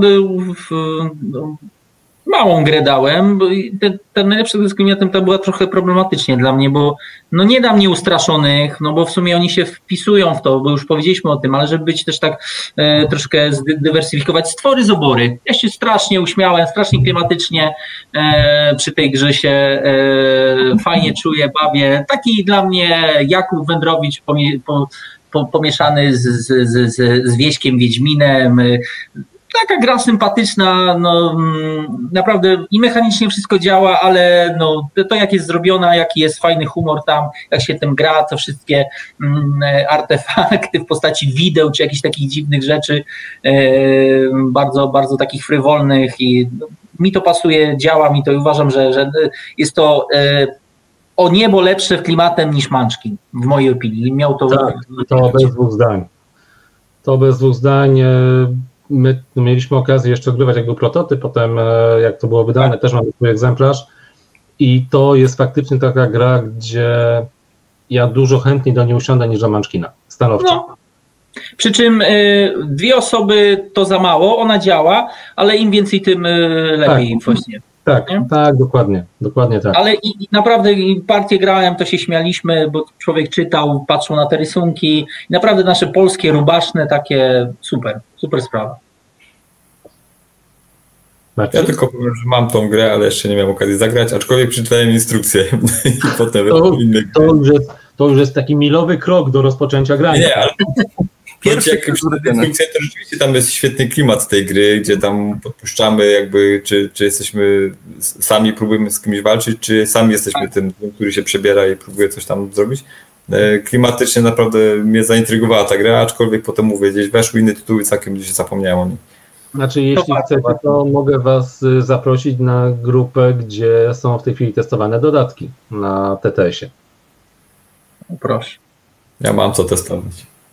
małą grę dałem, bo ten najlepszy z klimatem to była trochę problematycznie dla mnie, bo no nie dam nieustraszonych, no bo w sumie oni się wpisują w to, bo już powiedzieliśmy o tym, ale żeby być też tak troszkę zdywersyfikować, Stwory z obory. Ja się strasznie uśmiałem, strasznie klimatycznie przy tej grze się fajnie czuję, bawię. Taki dla mnie Jakub Wędrowicz pomieszany z Wieśkiem Wiedźminem. Taka gra sympatyczna, no naprawdę i mechanicznie wszystko działa, ale no, to jak jest zrobiona, jaki jest fajny humor tam, jak się tym gra, to wszystkie artefakty w postaci wideł czy jakichś takich dziwnych rzeczy, bardzo, bardzo takich frywolnych i mi to pasuje, działa mi to i uważam, że jest to o niebo lepsze klimatem niż Munchkin, w mojej opinii. Miał to... Tak, to bez dwóch zdań. To bez dwóch zdań. My mieliśmy okazję jeszcze odgrywać, jak był prototyp, potem jak to było wydane, też mamy swój egzemplarz i to jest faktycznie taka gra, gdzie ja dużo chętniej do niej usiądę niż do Munchkina, stanowczo. No. Przy czym 2 osoby to za mało, ona działa, ale im więcej, tym lepiej tak. właśnie. Tak, nie? Tak, dokładnie tak. Ale i naprawdę partię grałem, to się śmialiśmy, bo człowiek czytał, patrzył na te rysunki i naprawdę nasze polskie, rubaszne, takie super sprawa. Ja tylko powiem, że mam tą grę, ale jeszcze nie miałem okazji zagrać, aczkolwiek przeczytałem instrukcję i potem to już jest taki milowy krok do rozpoczęcia grania. Nie, ale jak instrukcja, to rzeczywiście tam jest świetny klimat tej gry, gdzie tam podpuszczamy jakby, czy jesteśmy sami, próbujemy z kimś walczyć, czy sami jesteśmy tym, który się przebiera i próbuje coś tam zrobić. Klimatycznie naprawdę mnie zaintrygowała ta gra, aczkolwiek potem mówię, gdzieś weszły inne tytuły, całkiem gdzieś zapomniałem o nich. Znaczy, jeśli chcecie, to mogę was zaprosić na grupę, gdzie są w tej chwili testowane dodatki na TTS-ie. Proszę. Ja mam co testować.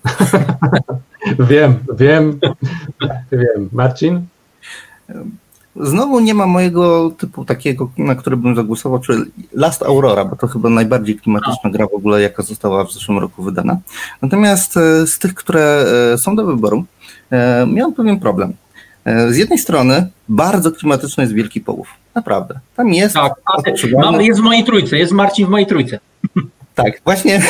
Wiem. Marcin? Znowu nie ma mojego typu takiego, na który bym zagłosował, czyli Last Aurora, bo to chyba najbardziej klimatyczna gra w ogóle, jaka została w zeszłym roku wydana. Natomiast z tych, które są do wyboru, miałem pewien problem. Z jednej strony bardzo klimatyczny jest Wielki Połów. Naprawdę. Tam jest. Tak, jest w mojej trójce, jest Marcin w mojej trójce. Tak, właśnie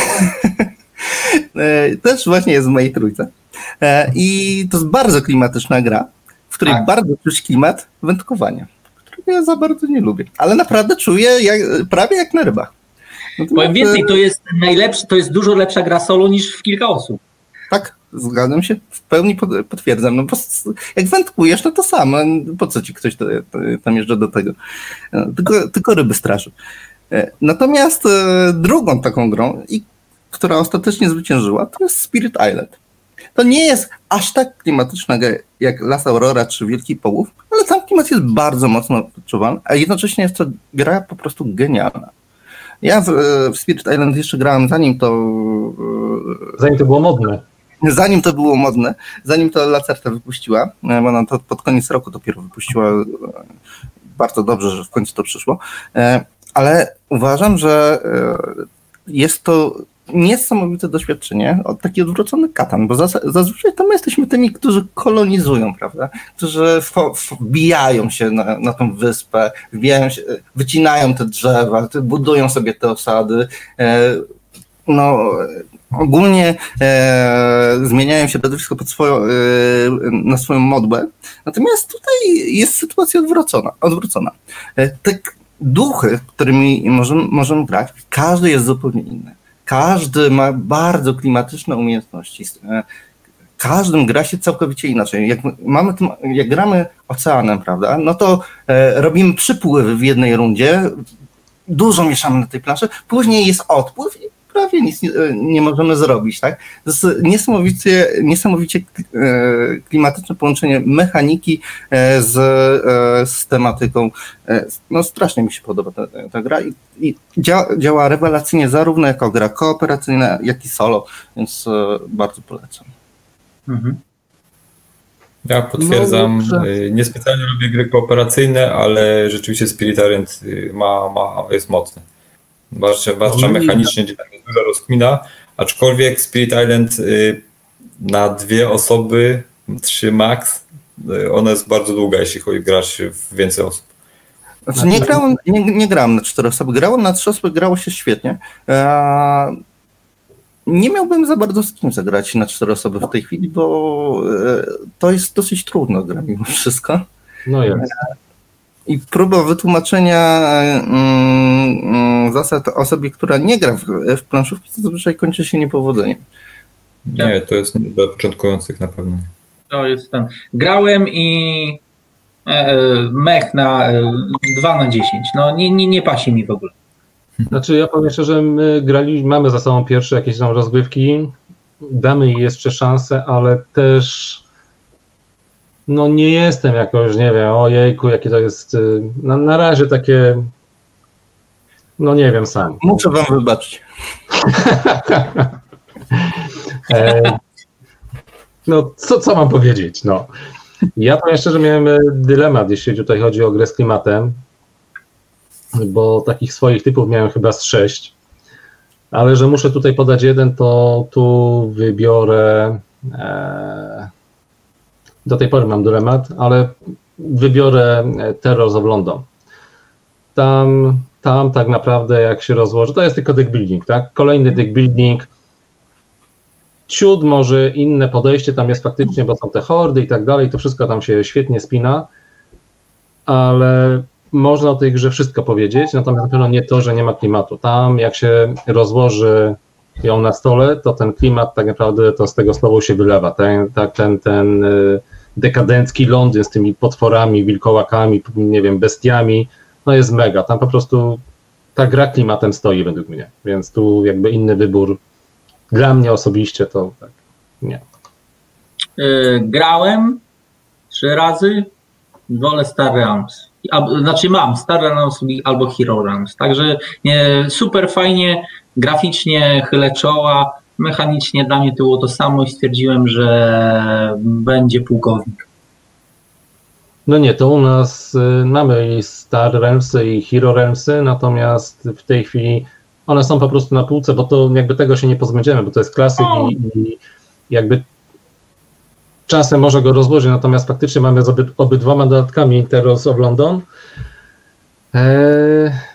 też właśnie jest w mojej trójce. I to jest bardzo klimatyczna gra, w której bardzo czuć klimat wędkowania, którego ja za bardzo nie lubię, ale naprawdę czuję prawie jak na rybach. Powiem więcej, to jest najlepszy, to jest dużo lepsza gra solo niż w kilka osób. Tak, zgadzam się, w pełni potwierdzam. No bo jak wędkujesz, to samo. Po co ci ktoś tam jeżdża do tego? Tylko ryby straszy. Natomiast drugą taką grą, która ostatecznie zwyciężyła, to jest Spirit Island. To nie jest aż tak klimatyczna gra jak Las Aurora czy Wielki Połów, ale tam klimat jest bardzo mocno odczuwalny, a jednocześnie jest to gra po prostu genialna. Ja w Spirit Island jeszcze grałem zanim to było modne. Zanim to było modne, zanim to Lacerta wypuściła, bo ona to pod koniec roku dopiero wypuściła, bardzo dobrze, że w końcu to przyszło, ale uważam, że jest to niesamowite doświadczenie, taki odwrócony Katan, bo zazwyczaj to my jesteśmy tymi, którzy kolonizują, prawda? Którzy wbijają się na tą wyspę, wycinają te drzewa, budują sobie te osady, ogólnie zmieniają się środowisko na swoją modłę, natomiast tutaj jest sytuacja odwrócona. Te duchy, którymi możemy grać, każdy jest zupełnie inny. Każdy ma bardzo klimatyczne umiejętności. Każdym gra się całkowicie inaczej. Jak gramy oceanem, prawda, no to robimy przypływy w jednej rundzie, dużo mieszamy na tej planszy, później jest odpływ i prawie nic nie możemy zrobić, tak? To jest niesamowicie klimatyczne połączenie mechaniki z tematyką. No strasznie mi się podoba ta gra i działa rewelacyjnie zarówno jako gra kooperacyjna, jak i solo, więc bardzo polecam. Mhm. Ja potwierdzam, niespecjalnie lubię gry kooperacyjne, ale rzeczywiście Spirit Island jest mocny. Zwłaszcza mechanicznie, gdzie tam jest duża rozkmina, aczkolwiek Spirit Island na 2 osoby, 3 max, ona jest bardzo długa, jeśli chodzi grasz w więcej osób. Znaczy nie grałem na 4 osoby, grałem na 3 osoby, grało się świetnie. Nie miałbym za bardzo z kim zagrać na 4 osoby w tej chwili, bo to jest dosyć trudno gra mimo wszystko. No jest. I próba wytłumaczenia zasad osobie, która nie gra w planszówki, to zazwyczaj kończy się niepowodzeniem. Nie, to jest dla początkujących na pewno. To jest ten. Grałem i mech na 2/10. No nie pasi mi w ogóle. Znaczy ja powiem szczerze, my mamy za sobą pierwsze jakieś tam rozgrywki, damy jej jeszcze szansę, ale też nie jestem jakoś, nie wiem, ojejku, jakie to jest, na razie takie, nie wiem sam. Muszę wam wybaczyć. Co mam powiedzieć, Ja powiem szczerze, miałem dylemat, jeśli tutaj chodzi o grę z klimatem, bo takich swoich typów miałem chyba z 6, ale że muszę tutaj podać jeden, to tu wybiorę, do tej pory mam dylemat, ale wybiorę Terrors of London. Tam tak naprawdę jak się rozłoży, to jest tylko deck building, tak? Kolejny deck building, ciut może inne podejście tam jest faktycznie, bo są te hordy i tak dalej, to wszystko tam się świetnie spina, ale można o tej grze wszystko powiedzieć, natomiast na pewno nie to, że nie ma klimatu. Tam jak się rozłoży ją na stole, to ten klimat tak naprawdę to z tego stołu się wylewa. Ten dekadencki Londyn z tymi potworami, wilkołakami, nie wiem, bestiami, jest mega. Tam po prostu ta gra klimatem stoi według mnie, więc tu jakby inny wybór dla mnie osobiście to tak, nie. Grałem 3 razy, wolę Star Realms. Znaczy mam Star Realms albo Hero Realms, także super fajnie, graficznie chylę czoła, mechanicznie dla mnie to było to samo i stwierdziłem, że będzie pułkownik. No nie, to u nas mamy i Star Realmsy i Hero Realmsy, natomiast w tej chwili one są po prostu na półce, bo to jakby tego się nie pozbędziemy, bo to jest klasyk i jakby czasem może go rozłożyć, natomiast faktycznie mamy z obydwoma dodatkami Terrors of London.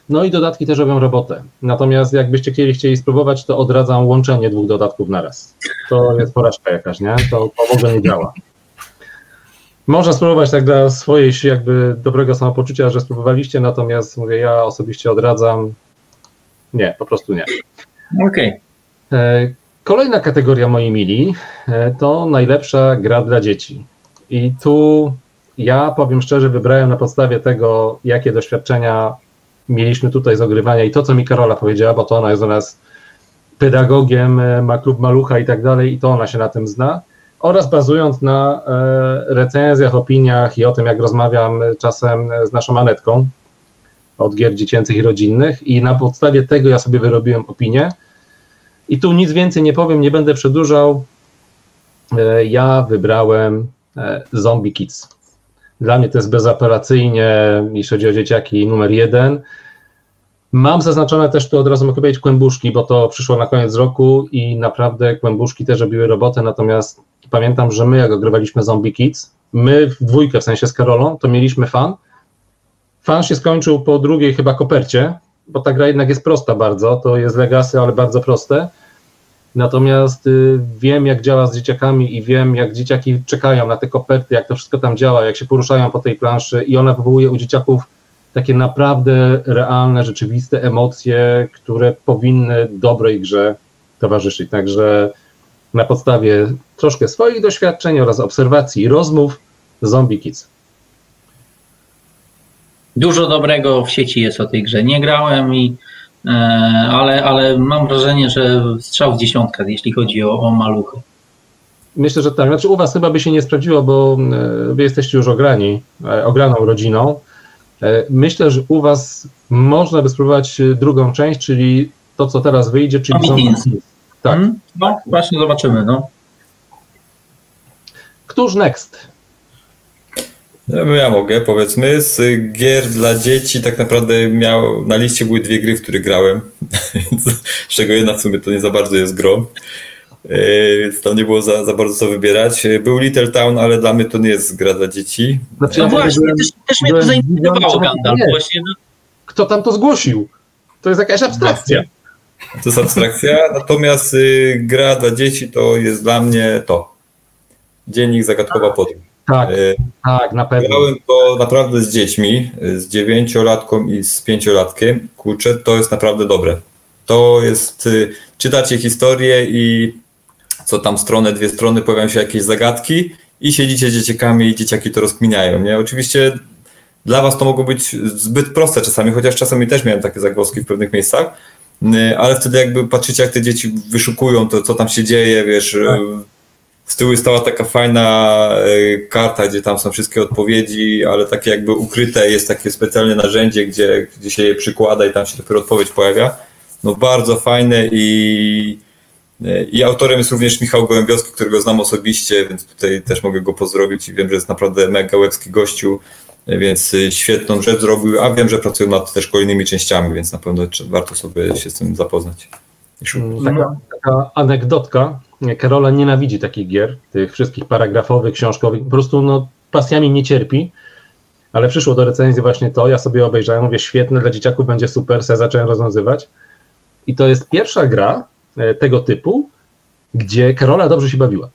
No i dodatki też robią robotę. Natomiast jakbyście chcieli spróbować, to odradzam łączenie 2 dodatków na raz. To jest porażka jakaś, nie? To w ogóle nie działa. Można spróbować tak dla swojej jakby dobrego samopoczucia, że spróbowaliście, natomiast mówię, ja osobiście odradzam. Nie, po prostu nie. Okej. Kolejna kategoria, moi mili, to najlepsza gra dla dzieci. I tu ja powiem szczerze, wybrałem na podstawie tego, jakie doświadczenia mieliśmy tutaj z ogrywania i to, co mi Karola powiedziała, bo to ona jest u nas pedagogiem, ma klub Malucha i tak dalej, i to ona się na tym zna, oraz bazując na recenzjach, opiniach i o tym, jak rozmawiam czasem z naszą Anetką od gier dziecięcych i rodzinnych, i na podstawie tego ja sobie wyrobiłem opinię. I tu nic więcej nie powiem, nie będę przedłużał. Ja wybrałem Zombie Kids. Dla mnie to jest bezapelacyjnie, jeśli chodzi o dzieciaki, numer 1. Mam zaznaczone też tu, od razu mogę powiedzieć, Kłębuszki, bo to przyszło na koniec roku i naprawdę Kłębuszki też robiły robotę, natomiast pamiętam, że my jak ogrywaliśmy Zombie Kids, my w dwójkę, w sensie z Karolą, to mieliśmy fan. Fan się skończył po drugiej chyba kopercie, bo ta gra jednak jest prosta bardzo, to jest Legacy, ale bardzo proste. Natomiast wiem, jak działa z dzieciakami i wiem, jak dzieciaki czekają na te koperty, jak to wszystko tam działa, jak się poruszają po tej planszy, i ona wywołuje u dzieciaków takie naprawdę realne, rzeczywiste emocje, które powinny dobrej grze towarzyszyć. Także na podstawie troszkę swoich doświadczeń oraz obserwacji i rozmów, Zombie Kids. Dużo dobrego w sieci jest o tej grze. Nie grałem, ale mam wrażenie, że strzał w dziesiątkę, jeśli chodzi o maluchy. Myślę, że tak. Znaczy u was chyba by się nie sprawdziło, bo wy jesteście już ograną rodziną. Myślę, że u was można by spróbować drugą część, czyli to, co teraz wyjdzie, czyli Zombie Kids. Tak. No, właśnie zobaczymy. No. Któż next? Ja mogę, powiedzmy, z gier dla dzieci tak naprawdę na liście były 2 gry, w których grałem, z czego jedna w sumie to nie za bardzo jest grą, więc tam nie było za bardzo co wybierać. Był Little Town, ale dla mnie to nie jest gra dla dzieci. Znaczy, No właśnie, też mnie to zainteresowało, Gandalf. Właśnie, no. Kto tam to zgłosił? To jest jakaś abstrakcja. To jest abstrakcja, natomiast gra dla dzieci to jest dla mnie to. Dziennik Zagadkowa Podróż. Tak, na pewno. Grałem to naprawdę z dziećmi, z 9-latką i z 5-latkiem. Kurczę, to jest naprawdę dobre. To jest, czytacie historię i co tam 2 strony pojawiają się jakieś zagadki i siedzicie z dzieciakami i dzieciaki to rozkminiają, nie? Oczywiście dla was to mogło być zbyt proste czasami, chociaż czasami też miałem takie zagwozdki w pewnych miejscach, ale wtedy jakby patrzycie, jak te dzieci wyszukują to, co tam się dzieje, wiesz, z tyłu stała taka fajna karta, gdzie tam są wszystkie odpowiedzi, ale takie jakby ukryte jest takie specjalne narzędzie, gdzie się je przykłada i tam się dopiero odpowiedź pojawia. No bardzo fajne i autorem jest również Michał Gołębiowski, którego znam osobiście, więc tutaj też mogę go pozdrowić i wiem, że jest naprawdę mega łebski gościu, więc świetną rzecz zrobił, a wiem, że pracują nad też kolejnymi częściami, więc na pewno warto sobie się z tym zapoznać. Taka anegdotka. Karola nienawidzi takich gier, tych wszystkich paragrafowych, książkowych, po prostu pasjami nie cierpi, ale przyszło do recenzji właśnie to, ja sobie obejrzałem, mówię, świetne, dla dzieciaków będzie super, sobie zacząłem rozwiązywać i to jest pierwsza gra tego typu, gdzie Karola dobrze się bawiła.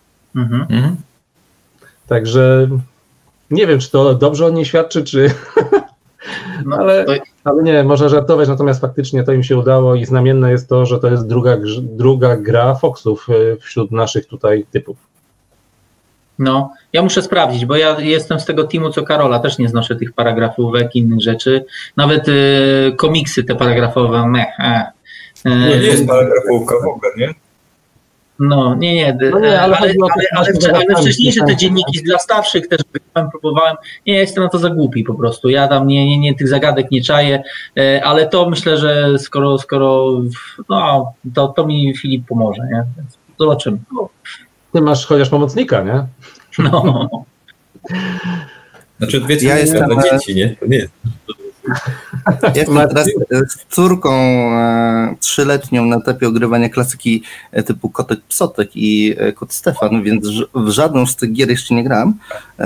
Także nie wiem, czy to dobrze o niej świadczy, czy... No, ale nie, można żartować, natomiast faktycznie to im się udało i znamienne jest to, że to jest druga gra Foxów wśród naszych tutaj typów. No, ja muszę sprawdzić, bo ja jestem z tego teamu co Karola, też nie znoszę tych paragrafówek, innych rzeczy. Nawet komiksy te paragrafowe, nie jest paragrafówka w ogóle, nie? No, nie, ale wcześniejsze te dzienniki dla starszych też próbowałem. Nie, jestem na to za głupi po prostu. Ja tam nie tych zagadek nie czaję, ale to myślę, że skoro no, to mi Filip pomoże, nie? Więc zobaczymy. Ty masz chociaż pomocnika, nie? No. Znaczy, wiecie, ja jestem dla dzieci, nie? To nie jest. Jestem teraz z córką 3-letnią na etapie ogrywania klasyki typu Kotek Psotek i Kot Stefan, więc w żadną z tych gier jeszcze nie grałem,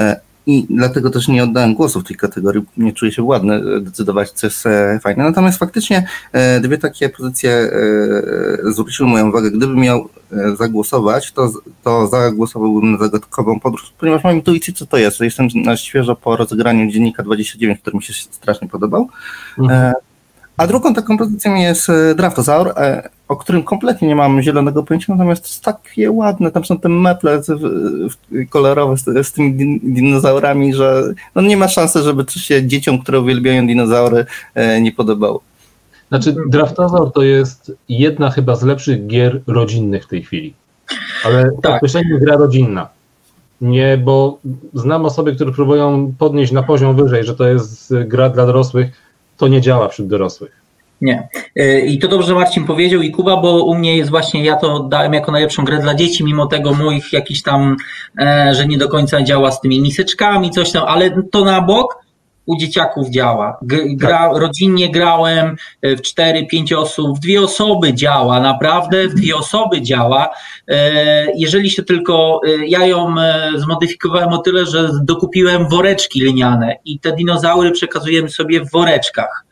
i dlatego też nie oddałem głosu w tej kategorii, nie czuję się władny decydować, co jest fajne. Natomiast faktycznie dwie takie pozycje zwróciły moją uwagę. Gdybym miał zagłosować, to zagłosowałbym na Zagadkową Podróż, ponieważ mam intuicję, co to jest. Jestem na świeżo po rozegraniu Dziennika 29, który mi się strasznie podobał. A drugą taką pozycją jest Draftozaur, o którym kompletnie nie mam zielonego pojęcia, natomiast to jest takie ładne, tam są te meple kolorowe z tymi dinozaurami, że no nie ma szansy, żeby to się dzieciom, które uwielbiają dinozaury, nie podobało. Znaczy Draftozaur to jest jedna chyba z lepszych gier rodzinnych w tej chwili, ale tak, określenie gra rodzinna. Nie, bo znam osoby, które próbują podnieść na poziom wyżej, że to jest gra dla dorosłych. To nie działa wśród dorosłych. Nie. I to dobrze Marcin powiedział i Kuba, bo u mnie jest właśnie, ja to dałem jako najlepszą grę dla dzieci, mimo tego moich jakiś tam, że nie do końca działa z tymi miseczkami, coś tam, ale to na bok u dzieciaków działa. Rodzinnie grałem w 4-5 osób, w 2 osoby działa, naprawdę w 2 osoby działa. Jeżeli się tylko, ja ją zmodyfikowałem o tyle, że dokupiłem woreczki liniane i te dinozaury przekazujemy sobie w woreczkach.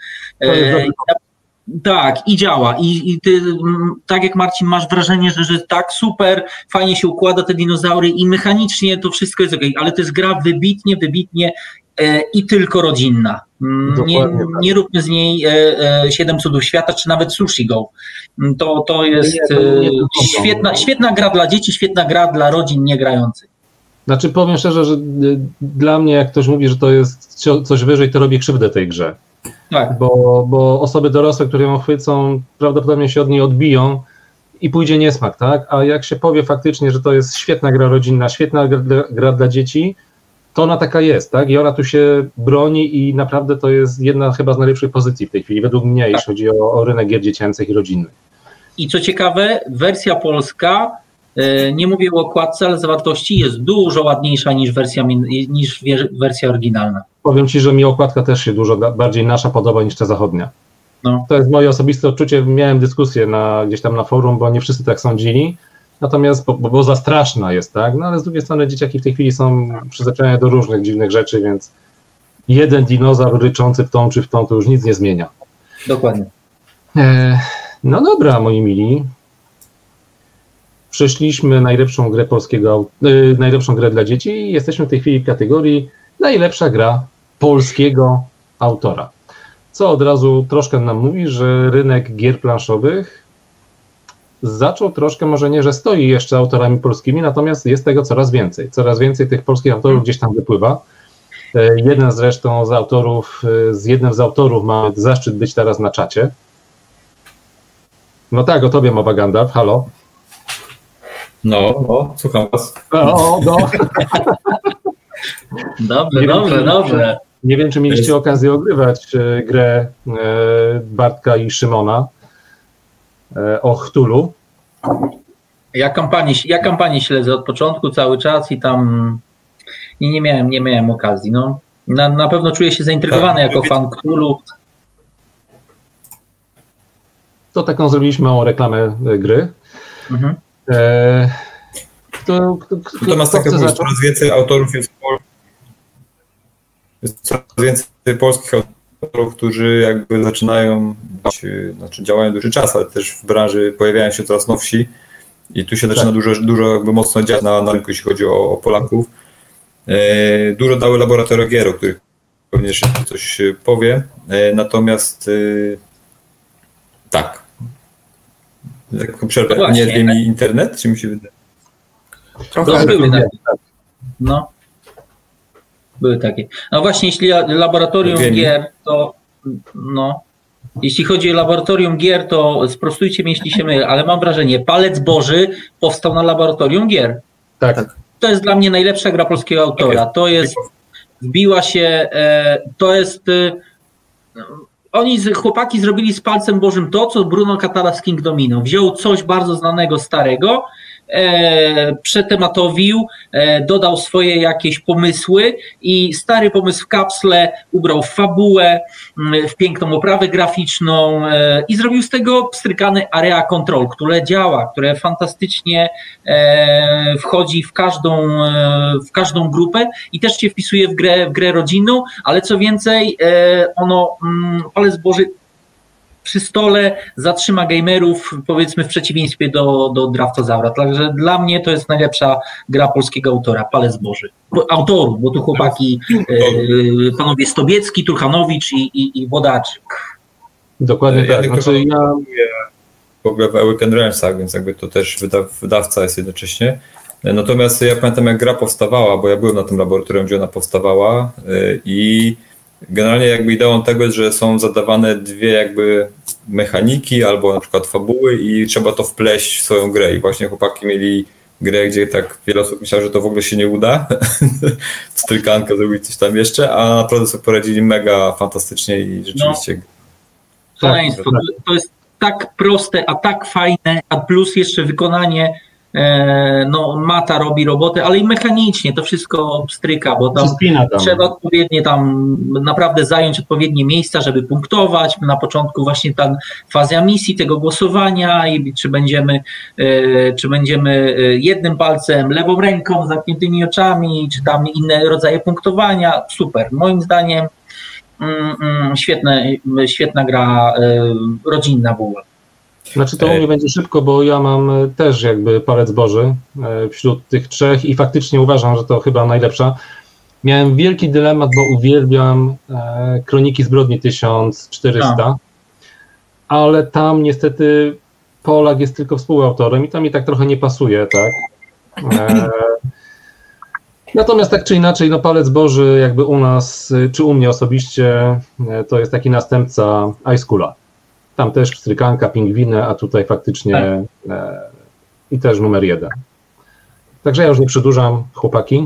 Tak, i działa. I ty, tak jak Marcin, masz wrażenie, że tak super, fajnie się układa te dinozaury i mechanicznie to wszystko jest okej, ale to jest gra wybitnie i tylko rodzinna. Nie róbmy z niej 7 cudów świata, czy nawet Sushi Go. To jest świetna gra dla dzieci, świetna gra dla rodzin niegrających. Znaczy powiem szczerze, że dla mnie jak ktoś mówi, że to jest coś wyżej, to robi krzywdę tej grze. Tak. Bo osoby dorosłe, które ją chwycą, prawdopodobnie się od niej odbiją i pójdzie niesmak, tak? A jak się powie faktycznie, że to jest świetna gra rodzinna, świetna gra dla dzieci, to ona taka jest, tak? I ona tu się broni i naprawdę to jest jedna chyba z najlepszych pozycji w tej chwili, według mnie, jeśli chodzi o rynek gier dziecięcych i rodzinnych. I co ciekawe, wersja polska, nie mówię o okładce, ale zawartości jest dużo ładniejsza niż wersja oryginalna. Powiem Ci, że mi okładka też się dużo bardziej nasza podoba niż ta zachodnia. No. To jest moje osobiste odczucie. Miałem dyskusję gdzieś tam na forum, bo nie wszyscy tak sądzili. Natomiast, bo za straszna jest, tak? No ale z drugiej strony dzieciaki w tej chwili są przyzwyczajone do różnych dziwnych rzeczy, więc jeden dinozaur ryczący w tą czy w tą to już nic nie zmienia. Dokładnie. No dobra, moi mili. Przeszliśmy najlepszą grę dla dzieci i jesteśmy w tej chwili w kategorii najlepsza gra polskiego autora. Co od razu troszkę nam mówi, że rynek gier planszowych zaczął troszkę, może nie, że stoi jeszcze autorami polskimi, natomiast jest tego coraz więcej. Coraz więcej tych polskich autorów gdzieś tam wypływa. Z jednym z autorów mamy zaszczyt być teraz na czacie. No tak, o tobie mowa, Gandalf, halo. No, słucham was. Dobrze. Nie wiem, czy mieliście okazję ogrywać grę Bartka i Szymona o Cthulhu. Ja kampanię śledzę od początku cały czas i tam nie miałem okazji. No. Na pewno czuję się zaintrygowany jako fan Cthulhu. To taką zrobiliśmy małą reklamę gry. Mhm. Natomiast tak jak mówisz, coraz więcej autorów jest coraz więcej polskich autorów, którzy jakby zaczynają, działają duży czas, ale też w branży pojawiają się coraz nowsi i tu się zaczyna dużo jakby mocno dziać na rynku, jeśli chodzi o Polaków. Dużo dały laboratoria gier, o których pewnie jeszcze coś powie, natomiast tak. Taką przerwę, no nie wie mi internet, czy mi się wydaje? Były takie. No. Były takie. No właśnie, jeśli laboratorium gier, to jeśli chodzi o laboratorium gier, to sprostujcie mnie, jeśli się mylę, ale mam wrażenie, Palec Boży powstał na laboratorium gier. Tak. To jest dla mnie najlepsza gra polskiego autora. To jest, wbiła się, to jest... Chłopaki zrobili z Palcem Bożym to, co Bruno Catala z King Domino. Wziął coś bardzo znanego, starego przetematowił, dodał swoje jakieś pomysły i stary pomysł w kapsle ubrał w fabułę, w piękną oprawę graficzną i zrobił z tego pstrykany Area Control, które działa, które fantastycznie wchodzi w każdą grupę i też się wpisuje w grę rodzinną, ale co więcej, palec Boży przy stole zatrzyma gamerów, powiedzmy w przeciwieństwie do Draftozaura. Także dla mnie to jest najlepsza gra polskiego autora, Palec Boży. Autorów, bo tu chłopaki, panowie Stobiecki, Turchanowicz i Wodaczyk. Dokładnie tak. Znaczy w ogóle w Awaken Realmsach, więc jakby to też wydawca jest jednocześnie. Natomiast ja pamiętam, jak gra powstawała, bo ja byłem na tym laboratorium, gdzie ona powstawała i generalnie jakby ideą tego jest, że są zadawane dwie jakby mechaniki albo na przykład fabuły i trzeba to wpleść w swoją grę. I właśnie chłopaki mieli grę, gdzie tak wiele osób myślało, że to w ogóle się nie uda. Strykanka zrobić coś tam jeszcze, a naprawdę sobie poradzili mega fantastycznie i rzeczywiście... Szaleństwo. To jest tak proste, a tak fajne, a plus jeszcze wykonanie Mata robi robotę, ale i mechanicznie to wszystko pstryka, bo tam trzeba odpowiednie tam naprawdę zająć odpowiednie miejsca, żeby punktować. Na początku właśnie ta faza misji, tego głosowania i czy będziemy jednym palcem, lewą ręką, zamkniętymi oczami, czy tam inne rodzaje punktowania. Super. Moim zdaniem świetna gra rodzinna w ogóle. Znaczy to u mnie będzie szybko, bo ja mam też jakby Palec Boży wśród tych trzech i faktycznie uważam, że to chyba najlepsza. Miałem wielki dylemat, bo uwielbiam Kroniki Zbrodni 1400, ale tam niestety Polak jest tylko współautorem i to mi tak trochę nie pasuje, tak? Natomiast tak czy inaczej, Palec Boży jakby u nas, czy u mnie osobiście, to jest taki następca iSchoola. Tam też pstrykanka, pingwiny, a tutaj faktycznie i też numer 1. Także ja już nie przedłużam, chłopaki.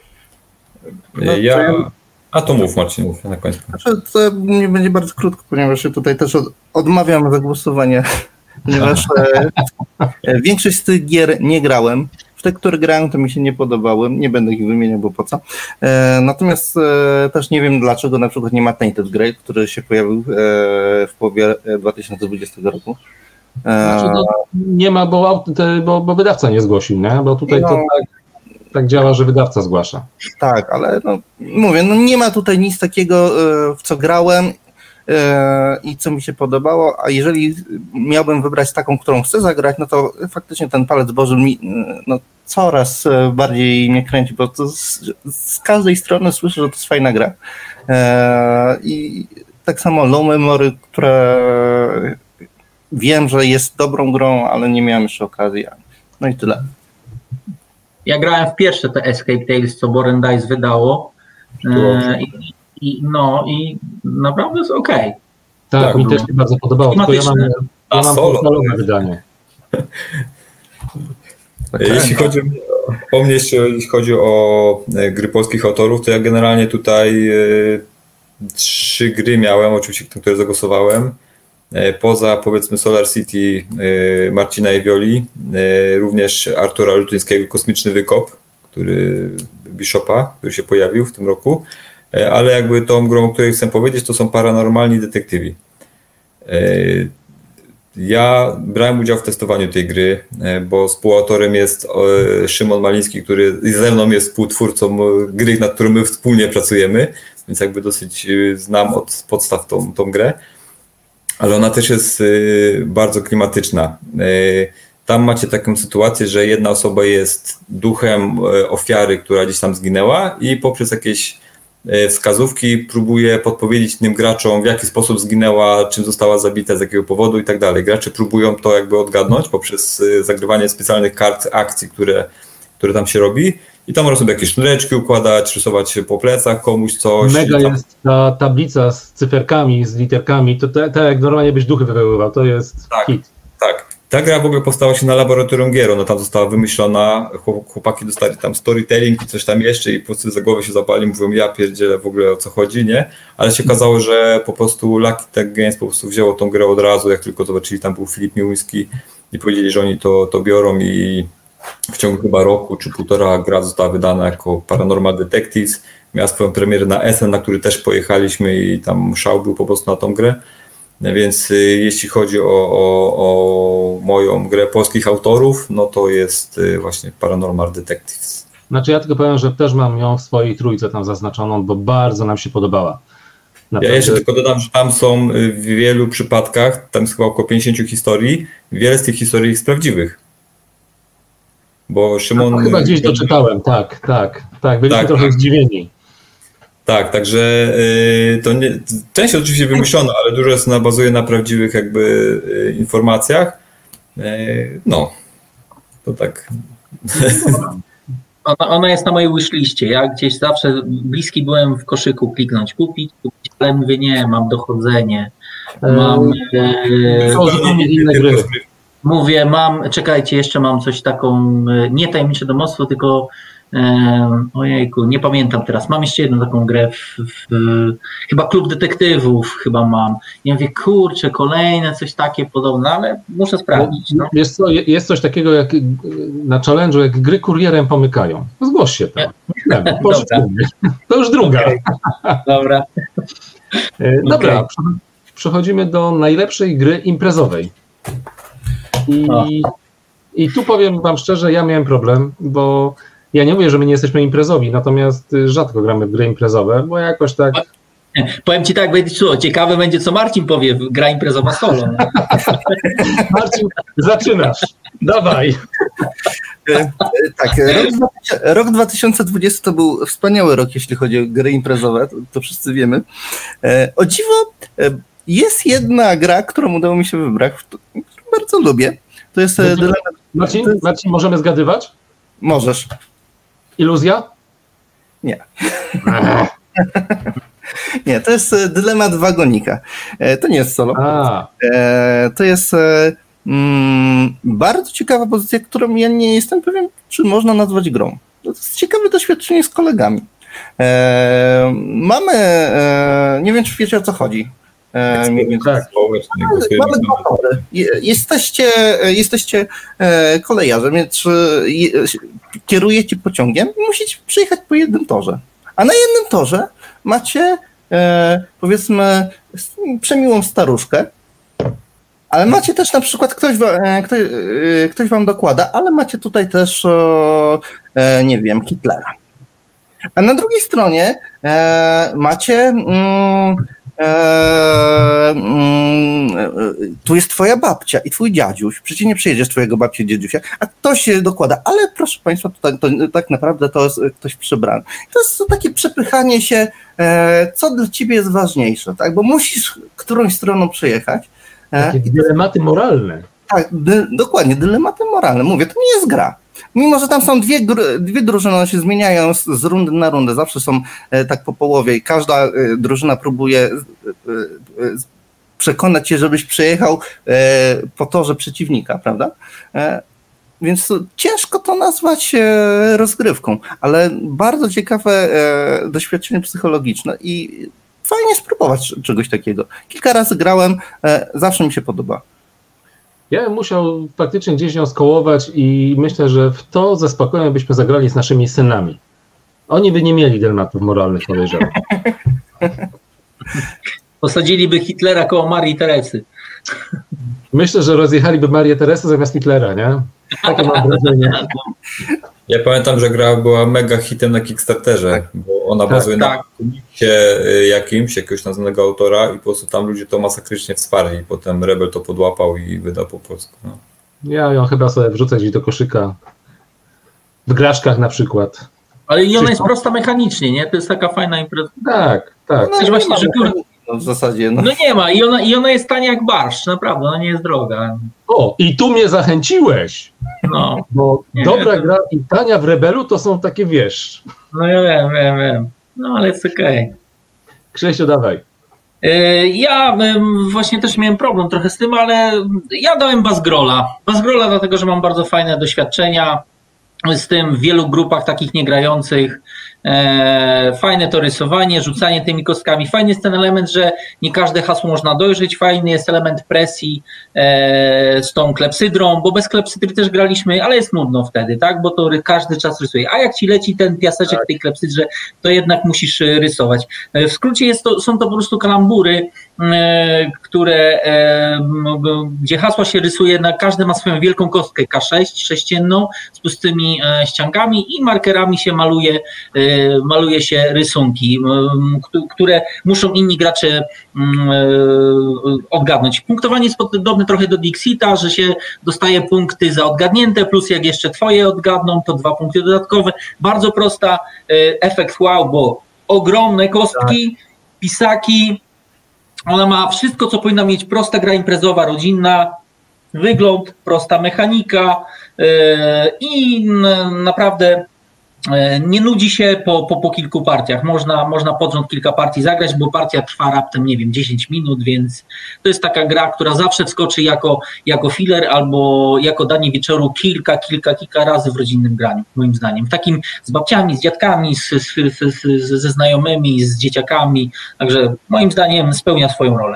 To mów, Marcin, mów na końcu. To nie będzie bardzo krótko, ponieważ ja tutaj też odmawiam za głosowanie, ponieważ większość z tych gier nie grałem. W te, które grałem, to mi się nie podobały. Nie będę ich wymieniał, bo po co. Natomiast też nie wiem, dlaczego na przykład nie ma Tainted Grail, który się pojawił w połowie 2020 roku. Znaczy, nie ma, bo wydawca nie zgłosił, nie? Bo tutaj to tak działa, że wydawca zgłasza. Tak, ale mówię, nie ma tutaj nic takiego, w co grałem i co mi się podobało, a jeżeli miałbym wybrać taką, którą chcę zagrać, no to faktycznie ten Palec Boży mi coraz bardziej mnie kręci, bo to z każdej strony słyszę, że to jest fajna gra. I tak samo Low Memory, które wiem, że jest dobrą grą, ale nie miałem jeszcze okazji. No i tyle. Ja grałem w pierwsze te Escape Tales, co Boren Dice wydało. I naprawdę jest okej. Tak, mi też się bardzo podobało, tylko ja mam portalowe wydanie. Jeśli chodzi o mnie, jeśli chodzi o gry polskich autorów, to ja generalnie tutaj 3 gry miałem, oczywiście które zagłosowałem. Poza powiedzmy Solar City Marcina Ewioli, również Artura Lutyńskiego Kosmiczny Wykop, Bishopa, który się pojawił w tym roku. Ale jakby tą grą, o której chcę powiedzieć, to są Paranormalni Detektywi. Ja brałem udział w testowaniu tej gry, bo współautorem jest Szymon Maliński, który ze mną jest współtwórcą gry, nad którą my wspólnie pracujemy, więc jakby dosyć znam od podstaw tą grę, ale ona też jest bardzo klimatyczna. Tam macie taką sytuację, że jedna osoba jest duchem ofiary, która gdzieś tam zginęła i poprzez jakieś wskazówki próbuje podpowiedzieć innym graczom, w jaki sposób zginęła, czym została zabita, z jakiego powodu i tak dalej. Gracze próbują to jakby odgadnąć poprzez zagrywanie specjalnych kart akcji, które tam się robi i tam można sobie jakieś sznureczki układać, rysować po plecach komuś coś. Mega jest ta tablica z cyferkami, z literkami, to tak jak normalnie byś duchy wywoływał, to jest hit. Tak. Ta gra w ogóle powstała się na laboratorium gier, ona tam została wymyślona, chłopaki dostali tam storytelling i coś tam jeszcze i po prostu za głowę się zapali, mówią, ja pierdzielę w ogóle o co chodzi, nie? Ale się okazało, że po prostu Lucky Tech Games po prostu wzięło tą grę od razu, jak tylko zobaczyli, tam był Filip Miłuński i powiedzieli, że oni to biorą i w ciągu chyba roku czy półtora gra została wydana jako Paranormal Detectives. Miała swoją premierę na Essen, na który też pojechaliśmy i tam szał był po prostu na tą grę. Więc jeśli chodzi o moją grę polskich autorów, no to jest właśnie Paranormal Detectives. Znaczy ja tylko powiem, że też mam ją w swojej trójce tam zaznaczoną, bo bardzo nam się podobała. Naprawdę. Ja jeszcze tylko dodam, że tam są w wielu przypadkach, tam jest chyba około 50 historii, wiele z tych historii jest prawdziwych. Bo Szymon... chyba gdzieś doczytałem, tak. Byliśmy trochę zdziwieni. Tak, także to nie, część oczywiście wymyślona, ale dużo jest bazuje na prawdziwych jakby informacjach. No, to tak. Ona jest na mojej wishliście. Ja gdzieś zawsze bliski byłem w koszyku kupić, ale mówię nie, mam dochodzenie. Mam zupełnie inne gry. Mówię, czekajcie, jeszcze mam coś taką, nie Tajemnicze Domostwo, tylko ojejku, nie pamiętam teraz. Mam jeszcze jedną taką grę chyba Klub Detektywów chyba mam. Ja mówię, kurczę, kolejne coś takie podobne, ale muszę sprawdzić. No. Wiesz co, jest coś takiego jak na challenge'u, jak gry kurierem pomykają. Zgłoś się tam. To już druga. Okay. Dobra. Dobra, przechodzimy do najlepszej gry imprezowej. I tu powiem wam szczerze, ja miałem problem, bo ja nie mówię, że my nie jesteśmy imprezowi, natomiast rzadko gramy w gry imprezowe, bo jakoś tak... Powiem ci tak, ciekawe będzie, co Marcin powie, gra imprezowa solo. Marcin, zaczynasz. Dawaj. Tak, rok 2020 to był wspaniały rok, jeśli chodzi o gry imprezowe, to wszyscy wiemy. O dziwo, jest jedna gra, którą udało mi się wybrać, którą bardzo lubię. To jest dylemat. Marcin, możemy zgadywać? Możesz. Iluzja? Nie. Nie, to jest dylemat wagonika. To nie jest solo. To jest bardzo ciekawa pozycja, którą ja nie jestem pewien, czy można nazwać grą. To jest ciekawe doświadczenie z kolegami. Mamy, nie wiem, czy wiecie, o co chodzi. Mamy dwa tory. Jesteście kolejarzem, czy kierujecie pociągiem i musicie przyjechać po jednym torze. A na jednym torze macie, powiedzmy, przemiłą staruszkę, ale macie też na przykład ktoś wam dokłada, ale macie tutaj też, nie wiem, Hitlera. A na drugiej stronie macie... tu jest twoja babcia i twój dziadziuś, przecież nie przyjedziesz twojego babci i dziadziusia, a ktoś się dokłada, ale proszę państwa, to tak naprawdę to jest ktoś przybrany. To jest takie przepychanie się, co dla ciebie jest ważniejsze, tak? Bo musisz którąś stroną przejechać. Takie dylematy moralne. Tak, dokładnie, dylematy moralne. Mówię, to nie jest gra. Mimo że tam są dwie drużyny, one się zmieniają z rundy na rundę, zawsze są tak po połowie i każda drużyna próbuje przekonać cię, żebyś przejechał po torze przeciwnika, prawda? Więc ciężko to nazwać rozgrywką, ale bardzo ciekawe doświadczenie psychologiczne i fajnie spróbować czegoś takiego. Kilka razy grałem, zawsze mi się podoba. Ja bym musiał faktycznie gdzieś ją skołować i myślę, że w to ze spokojem byśmy zagrali z naszymi synami. Oni by nie mieli dylematów moralnych, podejrzewam. Posadziliby Hitlera koło Marii Teresy. Myślę, że rozjechaliby Marię Teresę zamiast Hitlera, nie? Takie mam wrażenie. Ja pamiętam, że gra była mega hitem na Kickstarterze, bo ona bazuje na komiksie jakiegoś nazwanego autora i po prostu tam ludzie to masakrycznie wsparli. Potem Rebel to podłapał i wydał po polsku. No. Ja ją chyba sobie wrzucę gdzieś do koszyka. W graszkach na przykład. Ale i ona jest prosta mechanicznie, nie? To jest taka fajna impreza. Tak. No, właśnie, że w zasadzie. No nie ma i ona jest tania jak barszcz, naprawdę, ona nie jest droga. O, i tu mnie zachęciłeś. No. Bo dobra gra i tania w Rebelu to są takie, wiesz. No ja wiem. No ale jest okej. Krzysiu, dawaj. Ja właśnie też miałem problem trochę z tym, ale ja dałem Basgrola. Basgrola dlatego, że mam bardzo fajne doświadczenia z tym w wielu grupach takich niegrających. Fajne to rysowanie, rzucanie tymi kostkami. Fajny jest ten element, że nie każde hasło można dojrzeć. Fajny jest element presji z tą klepsydrą, bo bez klepsydry też graliśmy, ale jest nudno wtedy, tak? Bo to każdy czas rysuje. A jak ci leci ten piaseczek w tej klepsydrze, to jednak musisz rysować. W skrócie są to po prostu kalambury, gdzie hasła się rysuje, każdy ma swoją wielką kostkę K6, sześcienną, z pustymi ściankami i markerami się maluje się rysunki, które muszą inni gracze odgadnąć. Punktowanie jest podobne trochę do Dixita, że się dostaje punkty za odgadnięte, plus jak jeszcze twoje odgadną, to 2 punkty dodatkowe. Bardzo prosta, efekt wow, bo ogromne kostki, pisaki, ona ma wszystko, co powinna mieć prosta gra imprezowa, rodzinna, wygląd, prosta mechanika i naprawdę nie nudzi się po kilku partiach. Można pod rząd kilka partii zagrać, bo partia trwa raptem, 10 minut, więc to jest taka gra, która zawsze wskoczy jako filler albo jako danie wieczoru kilka razy w rodzinnym graniu, moim zdaniem. Takim z babciami, z dziadkami, ze znajomymi, z dzieciakami. Także moim zdaniem spełnia swoją rolę.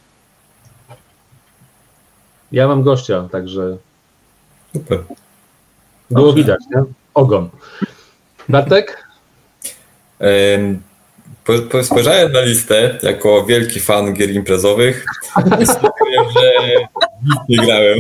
Ja mam gościa, także Super. było widać, nie? Ogon. Bartek? Spojrzałem na listę jako wielki fan gier imprezowych i stwierdziłem, że nic nie grałem.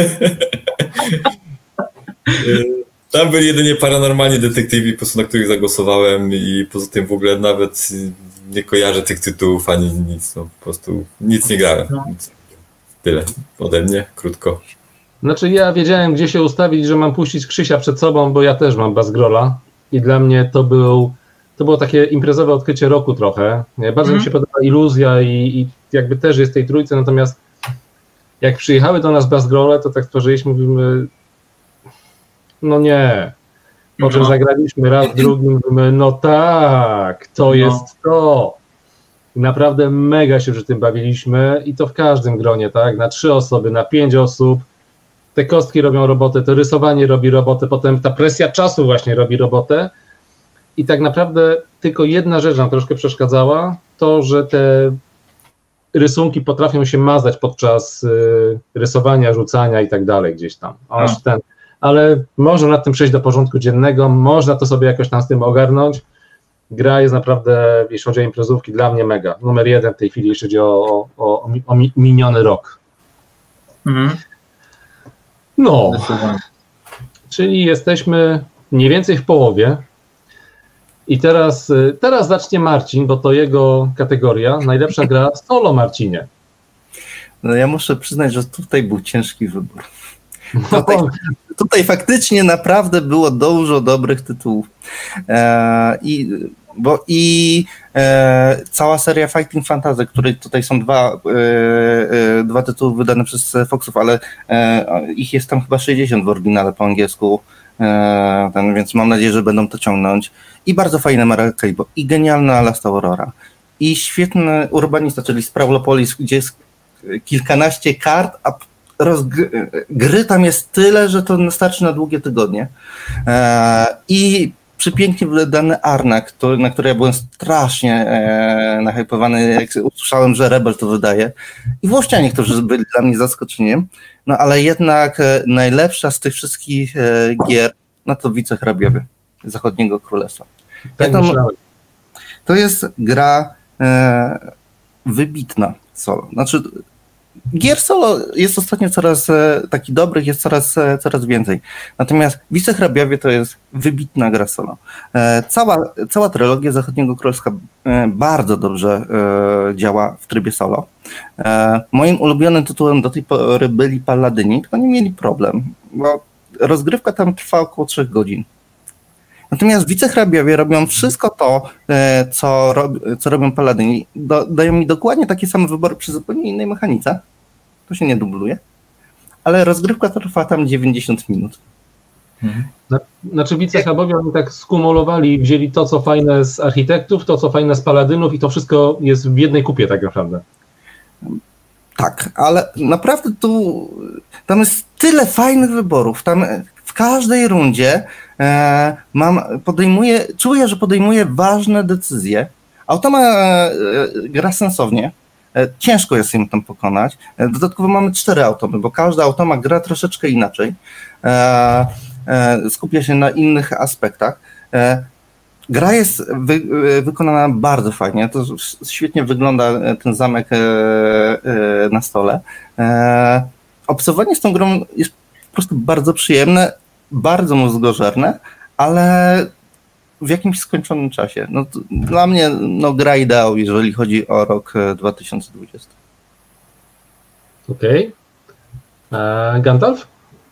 Tam byli jedynie Paranormalni Detektywi, po prostu na których zagłosowałem i poza tym w ogóle nawet nie kojarzę tych tytułów ani nic. No, po prostu nic nie grałem. Tyle ode mnie, krótko. Znaczy ja wiedziałem, gdzie się ustawić, że mam puścić Krzysia przed sobą, bo ja też mam Basgrola i dla mnie to było takie imprezowe odkrycie roku trochę. Bardzo mi się podoba iluzja i jakby też jest tej trójce, natomiast jak przyjechały do nas Basgrole, to tak stworzyliśmy, mówimy, no nie. Po czym zagraliśmy raz, drugim, mówimy, no tak, to jest to. I naprawdę mega się przy tym bawiliśmy i to w każdym gronie, tak? Na 3 osoby, na 5 osób. Te kostki robią robotę, to rysowanie robi robotę, potem ta presja czasu właśnie robi robotę. I tak naprawdę tylko jedna rzecz nam troszkę przeszkadzała, to, że te rysunki potrafią się mazać podczas rysowania, rzucania i tak dalej gdzieś tam. Ale można nad tym przejść do porządku dziennego, można to sobie jakoś tam z tym ogarnąć. Gra jest naprawdę, jeśli chodzi o imprezówki, dla mnie mega. Numer 1 w tej chwili, jeśli chodzi o miniony rok. No, czyli jesteśmy mniej więcej w połowie. I teraz zacznie Marcin, bo to jego kategoria. Najlepsza gra solo, Marcinie. No ja muszę przyznać, że tutaj był ciężki wybór. Tutaj faktycznie naprawdę było dużo dobrych tytułów. Cała seria Fighting Fantasy, której tutaj są dwa tytuły wydane przez Foxów, ale ich jest tam chyba 60 w oryginale po angielsku, więc mam nadzieję, że będą to ciągnąć. I bardzo fajne Maracaibo, i genialna Alasta Aurora, i świetny Urbanista, czyli Sprawlopolis, gdzie jest kilkanaście kart, a gry tam jest tyle, że to starczy na długie tygodnie. I przepięknie wydany Arnak, na który ja byłem strasznie nahypowany, jak usłyszałem, że Rebel to wydaje. I Włościanie, którzy byli dla mnie zaskoczeniem. No ale jednak najlepsza z tych wszystkich gier, no to Wicehrabiowie Zachodniego Królestwa. To jest gra wybitna solo. Znaczy gier solo jest ostatnio coraz takich dobrych, jest coraz więcej. Natomiast Wicehrabiowie to jest wybitna gra solo. Cała trylogia Zachodniego Królestwa bardzo dobrze działa w trybie solo. Moim ulubionym tytułem do tej pory byli Paladyni, tylko nie mieli problem, bo rozgrywka tam trwa około 3 godzin. Natomiast Wicehrabiowie robią wszystko to, co robią Paladyni. Dają mi dokładnie takie same wybory przy zupełnie innej mechanice. To się nie dubluje. Ale rozgrywka trwa tam 90 minut. Znaczy Wicehrabowie oni tak skumulowali, wzięli to, co fajne z architektów, to, co fajne z paladynów i to wszystko jest w jednej kupie tak naprawdę. Tak, ale naprawdę tam jest tyle fajnych wyborów. Tam w każdej rundzie czuję, że podejmuję ważne decyzje. Automa gra sensownie. Ciężko jest im tam pokonać. Dodatkowo mamy 4 automy, bo każda automa gra troszeczkę inaczej. Skupia się na innych aspektach. Gra jest wykonana bardzo fajnie. To świetnie wygląda ten zamek na stole. Obcowanie z tą grą jest po prostu bardzo przyjemne, bardzo mózgożerne, ale w jakimś skończonym czasie. No, dla mnie gra ideał, jeżeli chodzi o rok 2020. Okej. Gandalf?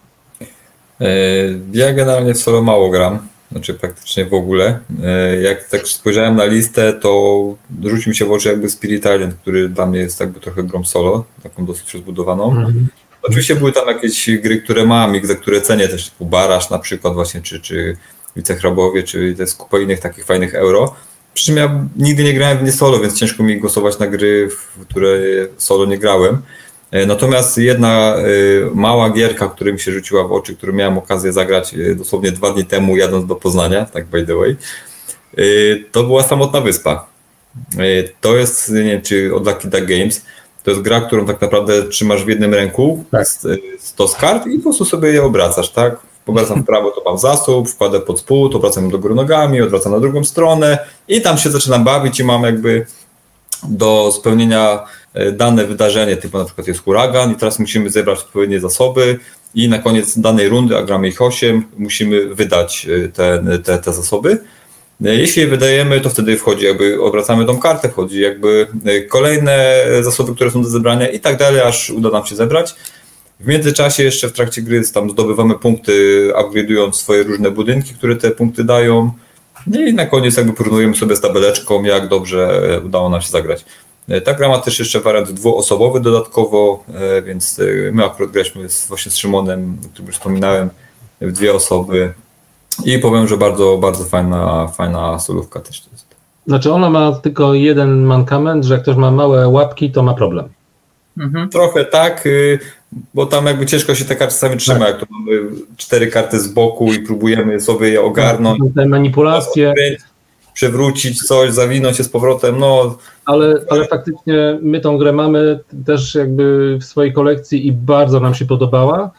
Ja generalnie w solo mało gram, znaczy praktycznie w ogóle. Jak tak spojrzałem na listę, to rzucił mi się w oczy jakby Spirit Island, który dla mnie jest jakby trochę grą solo, taką dosyć rozbudowaną. Oczywiście były tam jakieś gry, które mam i za które cenię też, typu Baraż na przykład właśnie, czy Wicehrabowie, czy to jest kupa innych takich fajnych euro. Przy czym ja nigdy nie grałem w nie solo, więc ciężko mi głosować na gry, w które solo nie grałem. Natomiast jedna mała gierka, która mi się rzuciła w oczy, którą miałem okazję zagrać dosłownie 2 dni temu, jadąc do Poznania, tak by the way, to była Samotna Wyspa. To jest, nie wiem, czy od Lucky Duck Games, to jest gra, którą tak naprawdę trzymasz w jednym ręku, tak. 100 kart i po prostu sobie je obracasz, tak? Obracam w prawo, to mam zasób, wkładę pod spód, obracam do góry nogami, odwracam na drugą stronę i tam się zaczynam bawić i mam jakby do spełnienia dane wydarzenie, typu na przykład jest huragan i teraz musimy zebrać odpowiednie zasoby i na koniec danej rundy, a gramy ich 8, musimy wydać te zasoby. Jeśli je wydajemy, to wtedy wchodzi jakby, odwracamy tą kartę, wchodzi jakby kolejne zasoby, które są do zebrania i tak dalej, aż uda nam się zebrać. W międzyczasie jeszcze w trakcie gry tam zdobywamy punkty, upgrade'ując swoje różne budynki, które te punkty dają. I na koniec jakby porównujemy sobie z tabeleczką, jak dobrze udało nam się zagrać. Ta gra ma też jeszcze wariant 2-osobowy dodatkowo, więc my akurat graliśmy właśnie z Szymonem, o którym już wspominałem, w 2 osoby. I powiem, że bardzo, bardzo fajna solówka też to jest. Znaczy ona ma tylko jeden mankament, że jak ktoś ma małe łapki, to ma problem. Trochę tak, bo tam jakby ciężko się te karty czasami trzyma, tak. Jak to mamy 4 karty z boku i próbujemy sobie je ogarnąć. Te manipulacje. Przewrócić coś, zawinąć się z powrotem, no. Ale faktycznie my tą grę mamy też jakby w swojej kolekcji i bardzo nam się podobała.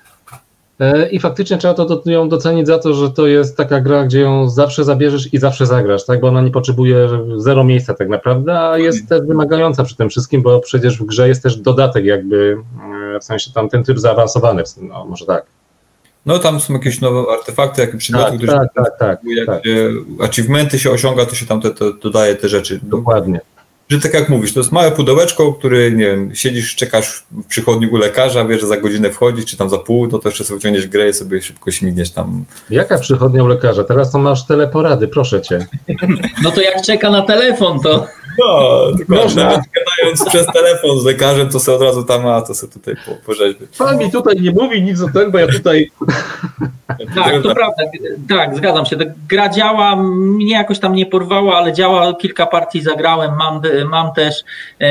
I faktycznie trzeba ją docenić za to, że to jest taka gra, gdzie ją zawsze zabierzesz i zawsze zagrasz, tak? Bo ona nie potrzebuje 0 miejsca tak naprawdę, a jest też wymagająca przy tym wszystkim, bo przecież w grze jest też dodatek jakby, w sensie tam ten tryb zaawansowany, no może tak. No tam są jakieś nowe artefakty, jakie przedmioty, które achievementy się osiąga, to się tam dodaje te rzeczy. Dokładnie. Że tak jak mówisz, to jest małe pudełeczko, który, nie wiem, siedzisz, czekasz w przychodni u lekarza, wiesz, że za godzinę wchodzisz, czy tam za pół, to jeszcze sobie wyciągniesz grę i sobie szybko śmigniesz tam. Jaka przychodnia u lekarza? Teraz to masz teleporady, proszę cię. No to jak czeka na telefon, to... No, tylko nawet gadając przez telefon z lekarzem, to sobie od razu tam, to sobie tutaj porzeźby. Pan mi tutaj nie mówi nic o tym, bo ja tutaj... Tak, to prawda, tak, zgadzam się. Gra działa, mnie jakoś tam nie porwała, ale działa, kilka partii zagrałem, mam też,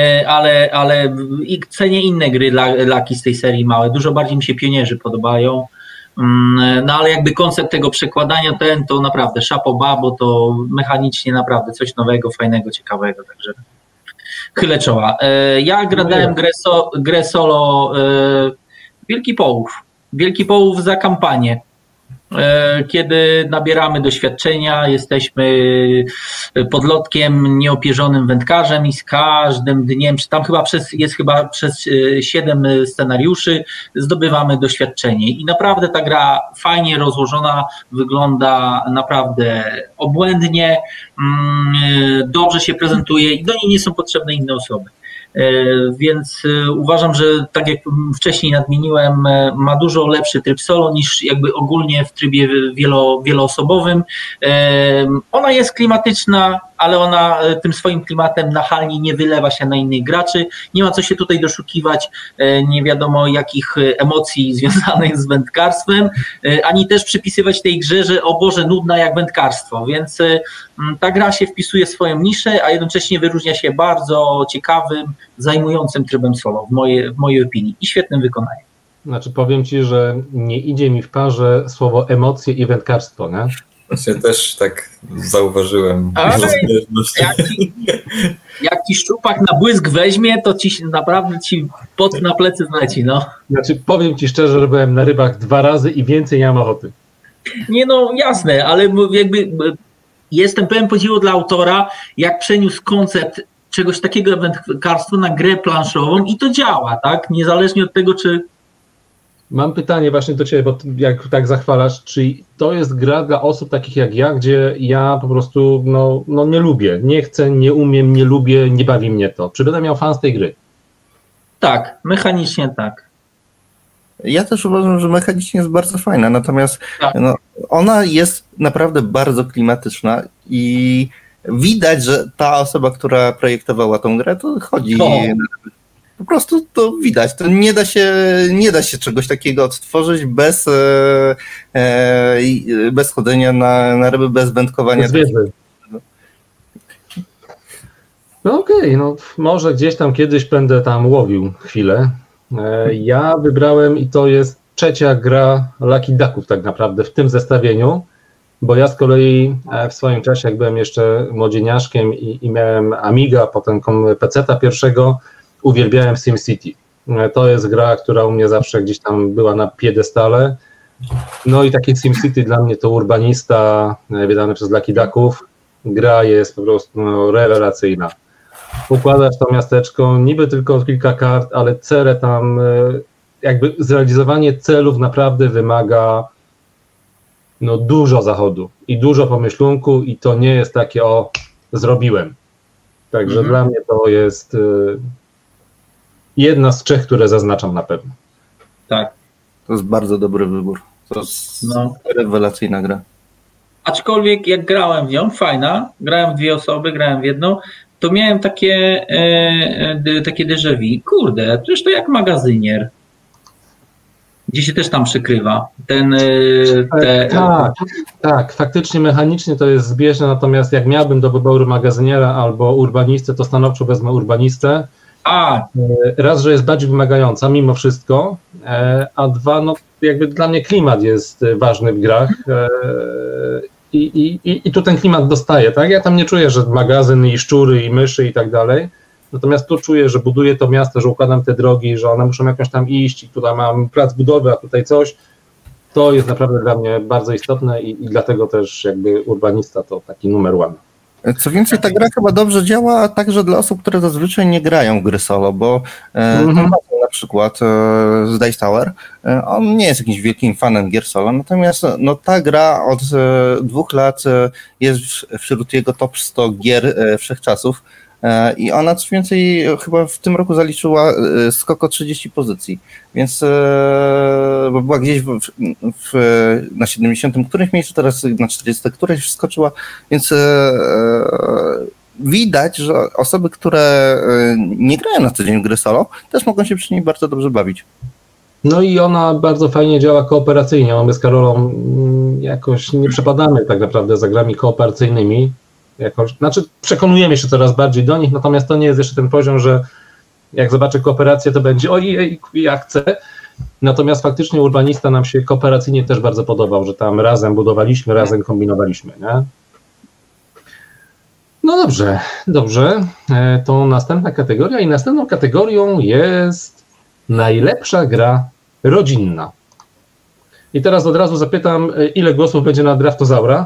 ale cenię inne gry Lucky z tej serii małe. Dużo bardziej mi się Pionierzy podobają. No ale jakby koncept tego przekładania to naprawdę chapeau bas, bo to mechanicznie naprawdę coś nowego, fajnego, ciekawego, także chylę czoła. Ja dałem grę solo Wielki Połów za kampanię. Kiedy nabieramy doświadczenia, jesteśmy podlotkiem, nieopierzonym wędkarzem i z każdym dniem, tam jest chyba przez 7 scenariuszy, zdobywamy doświadczenie. I naprawdę ta gra fajnie rozłożona, wygląda naprawdę obłędnie, dobrze się prezentuje i do niej nie są potrzebne inne osoby. Więc uważam, że tak jak wcześniej nadmieniłem, ma dużo lepszy tryb solo niż jakby ogólnie w trybie wieloosobowym. Ona jest klimatyczna, ale ona tym swoim klimatem nachalnie nie wylewa się na innych graczy. Nie ma co się tutaj doszukiwać nie wiadomo jakich emocji związanych z wędkarstwem, ani też przypisywać tej grze, że o Boże, nudna jak wędkarstwo, więc ta gra się wpisuje w swoją niszę, a jednocześnie wyróżnia się bardzo ciekawym, zajmującym trybem solo w mojej opinii i świetnym wykonaniem. Znaczy powiem ci, że nie idzie mi w parze słowo emocje i wędkarstwo, nie? Właśnie też tak zauważyłem. Ale jak ci szczupak na błysk weźmie, to naprawdę ci pot na plecy zleci, no. Znaczy powiem ci szczerze, że byłem na rybach 2 razy i więcej nie mam ochoty. Nie no, jasne, ale jakby jestem pełen podziwu dla autora, jak przeniósł koncept czegoś takiego jak wędkarstwo na grę planszową i to działa, tak? Niezależnie od tego, czy... Mam pytanie właśnie do ciebie, bo jak tak zachwalasz, czy to jest gra dla osób takich jak ja, gdzie ja po prostu no nie lubię, nie chcę, nie umiem, nie lubię, nie bawi mnie to. Czy będę miał fan z tej gry? Tak, mechanicznie tak. Ja też uważam, że mechanicznie jest bardzo fajna, natomiast no, ona jest naprawdę bardzo klimatyczna i widać, że ta osoba, która projektowała tą grę, to chodzi... Po prostu to widać. To nie da się czegoś takiego odtworzyć bez chodzenia na ryby, bez wędkowania. Bez wiedzy. No okej, no może gdzieś tam kiedyś będę tam łowił chwilę. Ja wybrałem i to jest 3. gra Lucky Ducków tak naprawdę w tym zestawieniu, bo ja z kolei w swoim czasie, jak byłem jeszcze młodzieniaszkiem i miałem Amiga, potem PC-ta pierwszego, uwielbiałem SimCity. To jest gra, która u mnie zawsze gdzieś tam była na piedestale. No i taki SimCity dla mnie to urbanista wydany przez Lucky Ducków. Gra jest po prostu rewelacyjna. Układasz to miasteczko, niby tylko kilka kart, ale cele tam, jakby zrealizowanie celów naprawdę wymaga dużo zachodu i dużo pomyślunku i to nie jest takie zrobiłem. Także dla mnie to jest jedna z 3, które zaznaczam na pewno. Tak. To jest bardzo dobry wybór. To jest rewelacyjna gra. Aczkolwiek jak grałem w nią, fajna, grałem w 2 osoby, grałem w jedną, to miałem takie déjà vu. Kurde, przecież to jak magazynier. Gdzie się też tam przykrywa. Tak, faktycznie mechanicznie to jest zbieżne, natomiast jak miałbym do wyboru magazyniera albo urbanistę, to stanowczo wezmę urbanistę. Raz, że jest bardziej wymagająca mimo wszystko, a 2, no jakby dla mnie klimat jest ważny w grach i tu ten klimat dostaję, tak? Ja tam nie czuję, że magazyn i szczury i myszy i tak dalej, natomiast tu czuję, że buduję to miasto, że układam te drogi, że one muszą jakoś tam iść i tutaj mam plac budowy, a tutaj coś. To jest naprawdę dla mnie bardzo istotne i dlatego też jakby urbanista to taki numer 1. Co więcej, ta gra chyba dobrze działa także dla osób, które zazwyczaj nie grają w gry solo, bo na przykład z Dice Tower, on nie jest jakimś wielkim fanem gier solo, natomiast ta gra od 2 lat jest wśród jego top 100 gier wszechczasów i ona co więcej chyba w tym roku zaliczyła skok o 30 pozycji, więc bo była gdzieś na 70 którymś miejscu, teraz na 40 któreś wskoczyła, więc widać, że osoby, które nie grają na co dzień w gry solo, też mogą się przy niej bardzo dobrze bawić. No i ona bardzo fajnie działa kooperacyjnie. My z Karolą jakoś nie przepadamy tak naprawdę za grami kooperacyjnymi. Znaczy przekonujemy się coraz bardziej do nich, natomiast to nie jest jeszcze ten poziom, że jak zobaczę kooperację, to będzie ojej, ja chcę. Natomiast faktycznie urbanista nam się kooperacyjnie też bardzo podobał, że tam razem budowaliśmy, razem kombinowaliśmy, nie? No dobrze. To następna kategoria i następną kategorią jest najlepsza gra rodzinna. I teraz od razu zapytam, ile głosów będzie na Draftozaura?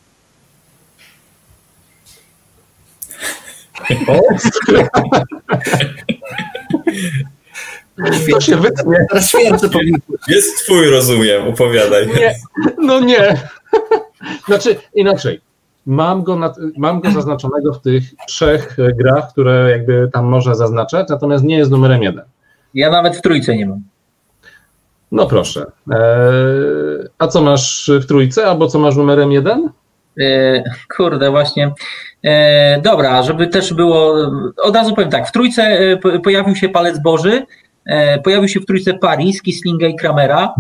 To się wytnie. Jest twój, rozumiem, opowiadaj. Nie. Znaczy inaczej. Mam go zaznaczonego w tych 3 grach, które jakby tam można zaznaczać, natomiast nie jest numerem 1. Ja nawet w 3 nie mam. No proszę. A co masz w 3, albo co masz numerem 1? Kurde, właśnie. Dobra, żeby też było, od razu powiem tak, w 3 pojawił się Palec Boży, pojawił się w 3 Paris, Kislinga i Kramera,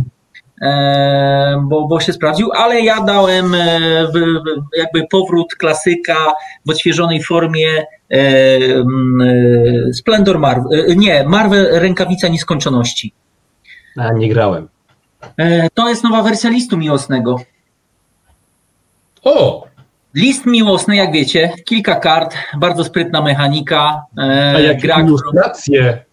bo się sprawdził, ale ja dałem jakby powrót klasyka w odświeżonej formie Splendor Marvel, Marvel Rękawica Nieskończoności. A, nie grałem. To jest nowa wersja listu miłosnego. O! List miłosny, jak wiecie, kilka kart, bardzo sprytna mechanika. A jakie ilustracje!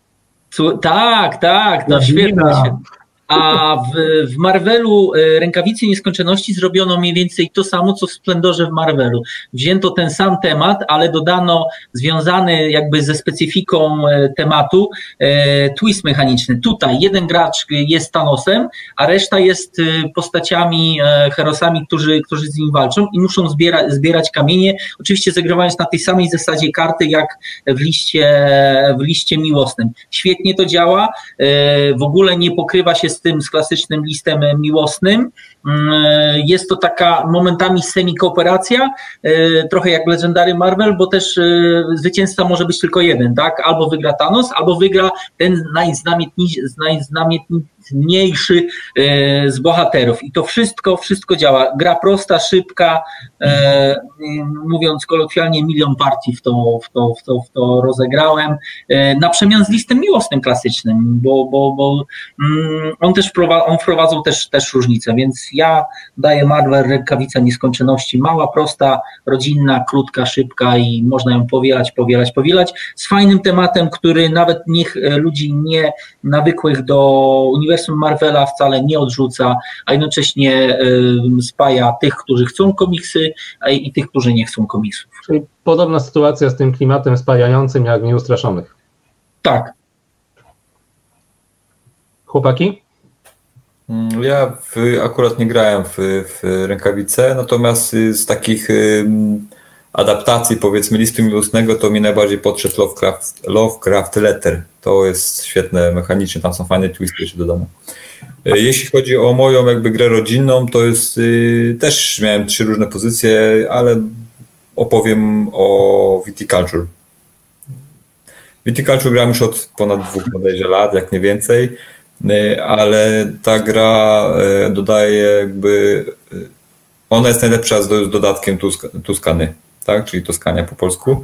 Tak, to świetnie. A w Marvelu Rękawicy Nieskończoności zrobiono mniej więcej to samo, co w Splendorze w Marvelu. Wzięto ten sam temat, ale dodano związany jakby ze specyfiką tematu twist mechaniczny. Tutaj jeden gracz jest Thanosem, a reszta jest postaciami, herosami, którzy z nim walczą i muszą zbierać kamienie, oczywiście zagrywając na tej samej zasadzie karty, jak w liście miłosnym. Świetnie to działa, w ogóle nie pokrywa się z klasycznym listem miłosnym. Jest to taka momentami semi-kooperacja, trochę jak Legendary Marvel, bo też zwycięzca może być tylko jeden, tak? Albo wygra Thanos, albo wygra ten najznamienniejszy z bohaterów. I to wszystko działa. Gra prosta, szybka, mówiąc kolokwialnie, 1 000 000 partii w to rozegrałem. Na przemian z listem miłosnym klasycznym, bo on wprowadzał też różnicę, więc ja daję Marvel Rękawica Nieskończoności. Mała, prosta, rodzinna, krótka, szybka i można ją powielać. Z fajnym tematem, który nawet ludzi nie nawykłych do uniwersum Marvela wcale nie odrzuca, a jednocześnie spaja tych, którzy chcą komiksy i tych, którzy nie chcą komiksów. Czyli podobna sytuacja z tym klimatem spajającym jak w Nieustraszonych. Tak. Chłopaki? Ja akurat nie grałem w Rękawice, natomiast z takich adaptacji, powiedzmy, listu miłosnego, to mi najbardziej podszedł Lovecraft Letter. To jest świetne mechanicznie, tam są fajne twisty jeszcze dodane. Jeśli chodzi o moją jakby grę rodzinną, to jest też miałem 3 różne pozycje, ale opowiem o Viticulture. Viticulture gram już od ponad 2 lat, jak nie więcej, ale ta gra dodaje jakby, ona jest najlepsza z dodatkiem Tuskany, tak? Czyli Toskania po polsku.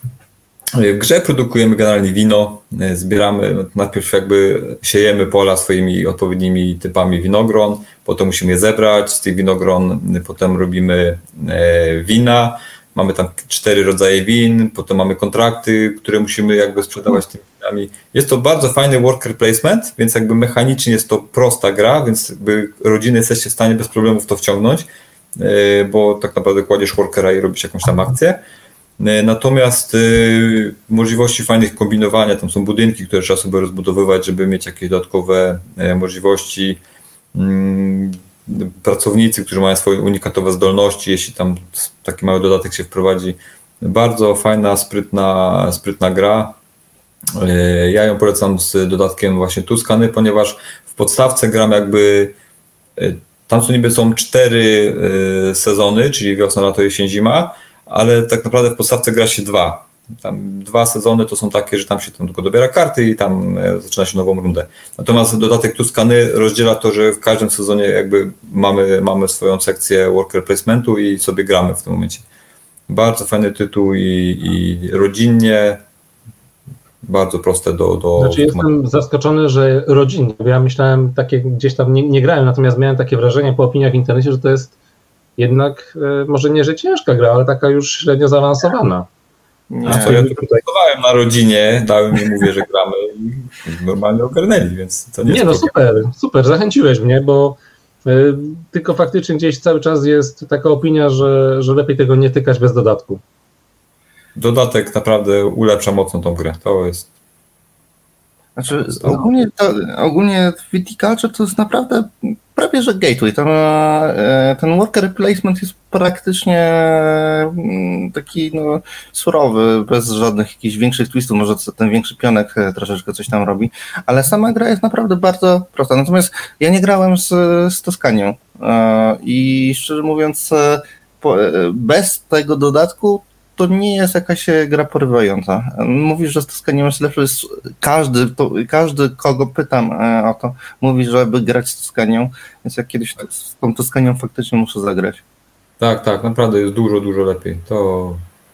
W grze produkujemy generalnie wino, zbieramy, najpierw jakby siejemy pola swoimi odpowiednimi typami winogron, potem musimy je zebrać, z tych winogron potem robimy wina, mamy tam 4 rodzaje win, potem mamy kontrakty, które musimy jakby sprzedawać tymi winami. Jest to bardzo fajny worker placement, więc jakby mechanicznie jest to prosta gra, więc jakby rodziny jesteście w stanie bez problemów to wciągnąć, bo tak naprawdę kładziesz workera i robisz jakąś tam akcję. Natomiast możliwości fajnych kombinowania, tam są budynki, które trzeba sobie rozbudowywać, żeby mieć jakieś dodatkowe możliwości. Pracownicy, którzy mają swoje unikatowe zdolności, jeśli tam taki mały dodatek się wprowadzi. Bardzo fajna, sprytna gra. Ja ją polecam z dodatkiem właśnie Tuskany, ponieważ w podstawce gram jakby, tam są 4 sezony, czyli wiosna, lato, jesień, zima, ale tak naprawdę w podstawce gra się 2. Tam 2 sezony to są takie, że tam się tylko dobiera karty i tam zaczyna się nową rundę. Natomiast dodatek Tuskany rozdziela to, że w każdym sezonie jakby mamy swoją sekcję worker placementu i sobie gramy w tym momencie. Bardzo fajny tytuł i rodzinnie, bardzo proste do Znaczy jestem zaskoczony, że rodzinnie, bo ja myślałem, takie gdzieś tam nie grałem, natomiast miałem takie wrażenie po opiniach w internecie, że to jest jednak może nie, że ciężka gra, ale taka już średnio zaawansowana. Nie, ja tu pracowałem na rodzinie, dałem im, mówię, że gramy i normalnie ogarnęli, więc to nie jest super, zachęciłeś mnie, bo tylko faktycznie gdzieś cały czas jest taka opinia, że lepiej tego nie tykać bez dodatku. Dodatek naprawdę ulepsza mocno tą grę, to jest... Znaczy ogólnie Viticulture to jest naprawdę prawie że gateway. Ten worker placement jest praktycznie taki surowy, bez żadnych jakichś większych twistów, może ten większy pionek troszeczkę coś tam robi, ale sama gra jest naprawdę bardzo prosta. Natomiast ja nie grałem z Toskanią i szczerze mówiąc bez tego dodatku to nie jest jakaś gra porywająca. Mówisz, że z Toskanią jest lepszy. Każdy, kogo pytam o to, mówi, żeby grać z Toskanią, więc jak kiedyś z tą Toskanią faktycznie muszę zagrać. Tak, naprawdę jest dużo lepiej. To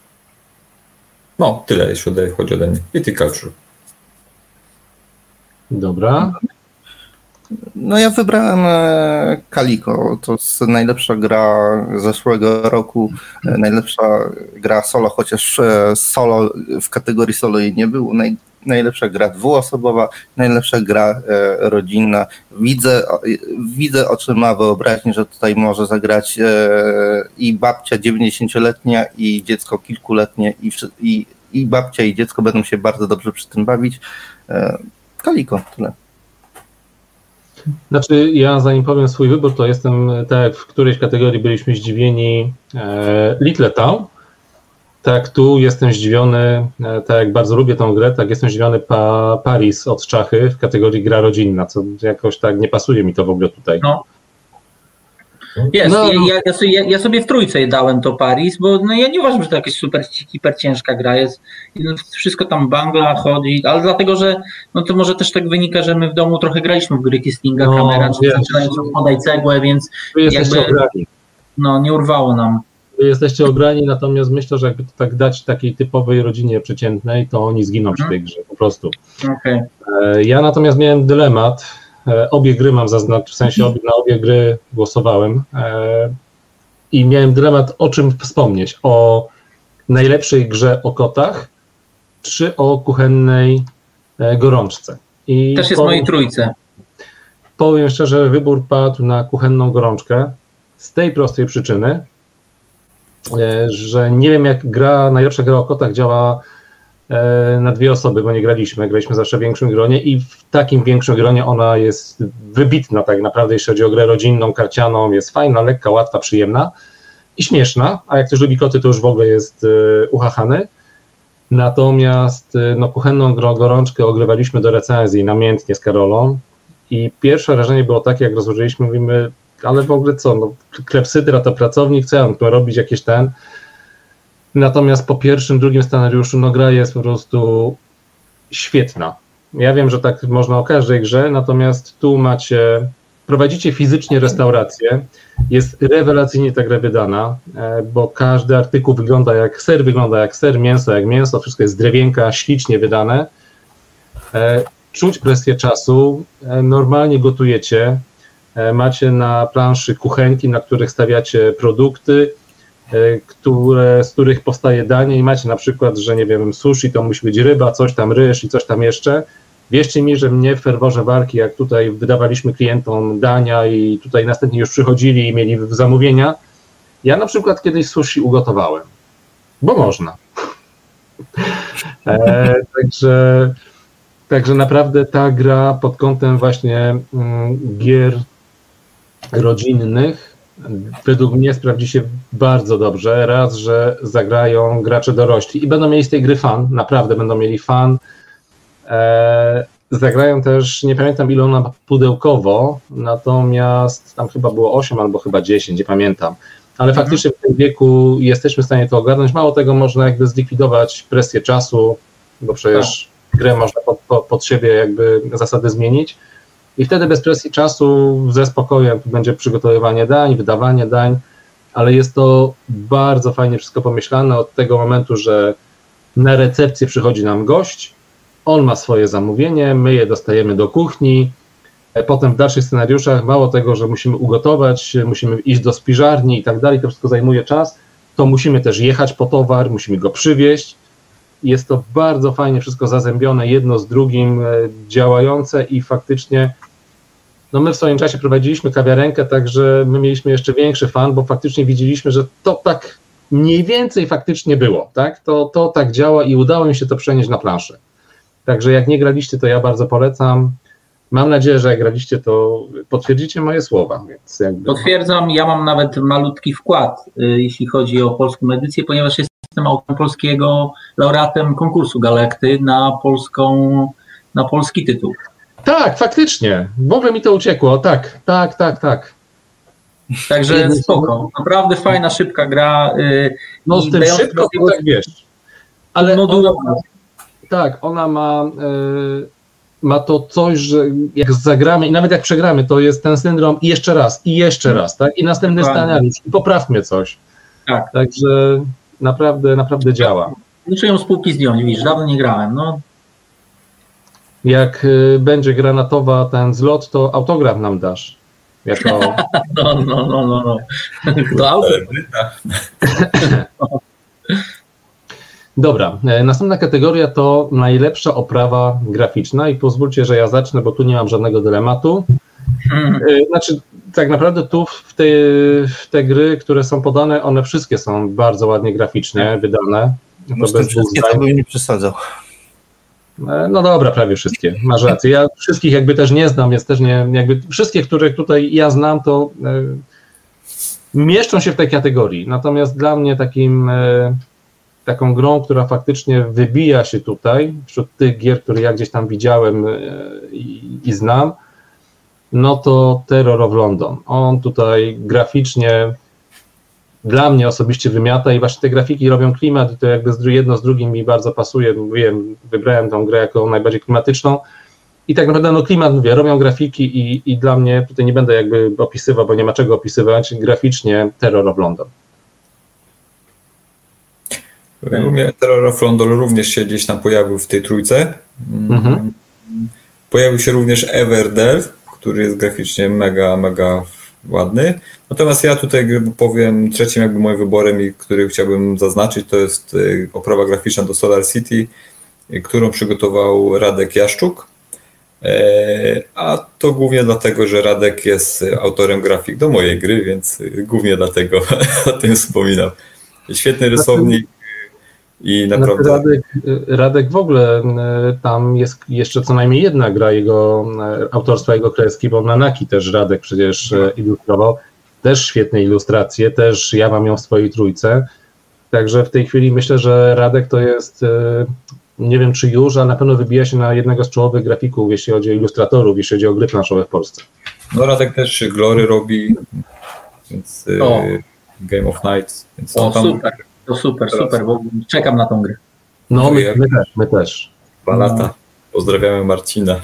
tyle, jeśli chodzi ode mnie. Viticulture. Dobra. No ja wybrałem Calico, to jest najlepsza gra zeszłego roku, najlepsza gra solo, chociaż solo w kategorii solo jej nie było, najlepsza gra dwuosobowa, najlepsza gra rodzinna. Widzę, o czym ma wyobraźnię, że tutaj może zagrać i babcia 90-letnia, i dziecko kilkuletnie, i babcia, i dziecko będą się bardzo dobrze przy tym bawić. Calico, tyle. Znaczy, ja zanim powiem swój wybór, to jestem, tak jak w którejś kategorii byliśmy zdziwieni Little Town, tak tu jestem zdziwiony, tak jak bardzo lubię tą grę, tak jestem zdziwiony Paris od Czachy w kategorii gra rodzinna, co jakoś tak nie pasuje mi to w ogóle tutaj. No. Jest, no. Ja sobie w trójce dałem to Paris, bo no ja nie uważam, że to jakaś super ciężka gra jest. No, wszystko tam bangla chodzi, ale dlatego, że no to może też tak wynika, że my w domu trochę graliśmy w gry Kislinga, Kamera, czy zaczynając od Podaj Cegłę, więc jakby no, nie urwało nam. Wy jesteście ograni, natomiast myślę, że jakby to tak dać takiej typowej rodzinie przeciętnej, to oni zginą przy tej grze po prostu. Okay. Ja natomiast miałem dylemat. Obie gry mam zaznaczyć, w sensie na obie gry głosowałem i miałem dylemat, o czym wspomnieć, o najlepszej grze o kotach, czy o kuchennej gorączce. I też jest w mojej trójce. Powiem szczerze, wybór padł na kuchenną gorączkę z tej prostej przyczyny, że nie wiem, jak najlepsza gra o kotach działa na dwie osoby, bo nie graliśmy zawsze w większym gronie i w takim większym gronie ona jest wybitna tak naprawdę, jeśli chodzi o grę rodzinną, karcianą, jest fajna, lekka, łatwa, przyjemna i śmieszna, a jak ktoś lubi koty, to już w ogóle jest uchachany. Natomiast no, kuchenną gorączkę ogrywaliśmy do recenzji namiętnie z Karolą i pierwsze wrażenie było takie, jak rozłożyliśmy, mówimy, ale w ogóle co, no, klepsydra to pracownik, co ja mam tu robić, jakieś Natomiast po pierwszym, drugim scenariuszu, no gra jest po prostu świetna. Ja wiem, że tak można o każdej grze, natomiast tu prowadzicie fizycznie restaurację, jest rewelacyjnie ta gra wydana, bo każdy artykuł wygląda jak ser, mięso jak mięso, wszystko jest z drewienka, ślicznie wydane. Czuć presję czasu, normalnie gotujecie, macie na planszy kuchenki, na których stawiacie produkty, z których powstaje danie i macie na przykład, że nie wiem, sushi to musi być ryba, coś tam ryż i coś tam jeszcze. Wierzcie mi, że mnie w ferworze walki, jak tutaj wydawaliśmy klientom dania i tutaj następnie już przychodzili i mieli zamówienia, ja na przykład kiedyś sushi ugotowałem, bo można. Także naprawdę ta gra pod kątem właśnie gier rodzinnych według mnie sprawdzi się bardzo dobrze. Raz, że zagrają gracze dorośli i będą mieli z tej gry fan, naprawdę będą mieli fan. Zagrają też, nie pamiętam ile ona pudełkowo, natomiast tam chyba było 8 albo chyba 10, nie pamiętam. Ale faktycznie w tym wieku jesteśmy w stanie to ogarnąć. Mało tego, można jakby zlikwidować presję czasu, bo przecież grę można pod siebie jakby zasady zmienić. I wtedy bez presji czasu, ze spokojem będzie przygotowywanie dań, wydawanie dań, ale jest to bardzo fajnie wszystko pomyślane od tego momentu, że na recepcję przychodzi nam gość, on ma swoje zamówienie, my je dostajemy do kuchni, potem w dalszych scenariuszach mało tego, że musimy ugotować, musimy iść do spiżarni i tak dalej, to wszystko zajmuje czas, to musimy też jechać po towar, musimy go przywieźć. Jest to bardzo fajnie wszystko zazębione, jedno z drugim działające i faktycznie no my w swoim czasie prowadziliśmy kawiarenkę, także my mieliśmy jeszcze większy fan, bo faktycznie widzieliśmy, że to tak mniej więcej faktycznie było, tak? To tak działa i udało mi się to przenieść na planszę. Także jak nie graliście, to ja bardzo polecam. Mam nadzieję, że jak graliście, to potwierdzicie moje słowa. Więc jakby... Potwierdzam, ja mam nawet malutki wkład, jeśli chodzi o polską edycję, ponieważ jestem autorem polskiego, laureatem konkursu Galekty na polski tytuł. Tak, faktycznie. W ogóle mi to uciekło. Tak. Także spoko. Naprawdę fajna, szybka gra. No z tym szybko, to tak wiesz. Ale ona ma to coś, że jak zagramy i nawet jak przegramy, to jest ten syndrom i jeszcze raz, tak? I następny scenariusz i poprawmy coś. Tak. Także naprawdę działa. Muszę ją z półki zdjąć, widzisz, dawno nie grałem. No. Jak będzie granatowa ten zlot, to autograf nam dasz. Jako... No. To autograf. Dobra, następna kategoria to najlepsza oprawa graficzna i pozwólcie, że ja zacznę, bo tu nie mam żadnego dylematu. Znaczy, tak naprawdę tu w te gry, które są podane, one wszystkie są bardzo ładnie graficznie wydane. To bez wszystkie to bym nie przesadzał. No dobra, prawie wszystkie, masz rację. Ja wszystkich jakby też nie znam, jest też nie, jakby wszystkie, które tutaj ja znam, to mieszczą się w tej kategorii. Natomiast dla mnie taką grą, która faktycznie wybija się tutaj, wśród tych gier, które ja gdzieś tam widziałem i znam, no to Terror of London. On tutaj graficznie dla mnie osobiście wymiata i właśnie te grafiki robią klimat i to jakby jedno z drugim mi bardzo pasuje. Mówiłem, wybrałem tą grę jako najbardziej klimatyczną i tak naprawdę no klimat, mówię, robią grafiki i dla mnie, tutaj nie będę jakby opisywał, bo nie ma czego opisywać, graficznie Terror of London. U mnie Terror of London również się gdzieś tam pojawił w tej trójce. Pojawił się również Everdelve, który jest graficznie mega ładny. Natomiast ja tutaj powiem trzecim jakby moim wyborem i który chciałbym zaznaczyć, to jest oprawa graficzna do Solar City, którą przygotował Radek Jaszczuk. A to głównie dlatego, że Radek jest autorem grafik do mojej gry, więc głównie dlatego o tym wspominam. Świetny rysownik i naprawdę... Radek w ogóle, tam jest jeszcze co najmniej jedna gra jego autorstwa, jego kreski, bo Nanaki też Radek przecież ilustrował. Też świetne ilustracje, też ja mam ją w swojej trójce. Także w tej chwili myślę, że Radek to jest, nie wiem czy już, ale na pewno wybija się na jednego z czołowych grafików, jeśli chodzi o ilustratorów, jeśli chodzi o gry planszowe w Polsce. No Radek też Glory robi, więc Game of Nights. Więc Super, bo czekam na tą grę. No my też. 2 lata. Pozdrawiamy Marcina.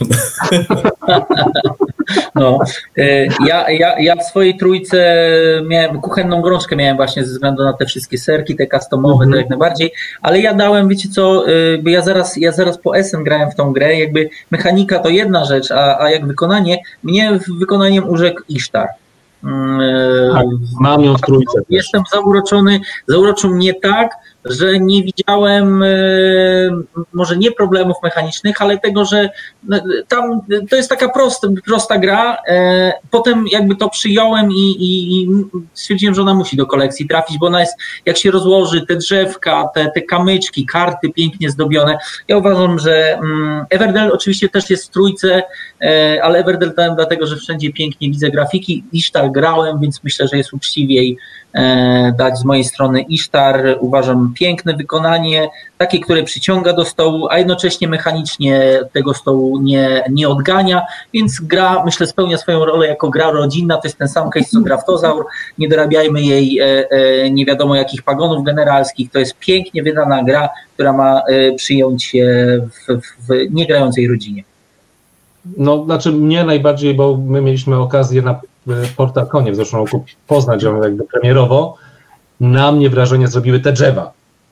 No, ja w swojej trójce miałem kuchenną gorączkę, miałem właśnie ze względu na te wszystkie serki, te customowe, to jak najbardziej, ale ja dałem, wiecie co, bo ja zaraz po SN grałem w tą grę, jakby mechanika to jedna rzecz, a jak wykonanie, mnie wykonaniem urzekł Ishtar. Tak, mam ją w trójce. Jestem zauroczył mnie tak, że nie widziałem może nie problemów mechanicznych, ale tego, że tam to jest taka prosta gra. Potem jakby to przyjąłem i stwierdziłem, że ona musi do kolekcji trafić, bo ona jest, jak się rozłoży, te drzewka, te kamyczki, karty pięknie zdobione. Ja uważam, że Everdell oczywiście też jest w trójce, ale Everdell dałem dlatego, że wszędzie pięknie widzę grafiki. Ishtar grałem, więc myślę, że jest uczciwiej dać z mojej strony Ishtar. Uważam piękne wykonanie, takie, które przyciąga do stołu, a jednocześnie mechanicznie tego stołu nie odgania, więc gra, myślę, spełnia swoją rolę jako gra rodzinna. To jest ten sam case co Graftozaur. Nie dorabiajmy jej nie wiadomo jakich pagonów generalskich. To jest pięknie wydana gra, która ma przyjąć się w niegrającej rodzinie. No, znaczy mnie najbardziej, bo my mieliśmy okazję na PortalConie w zeszłym roku poznać ją jakby premierowo. Na mnie wrażenie zrobiły te drzewa.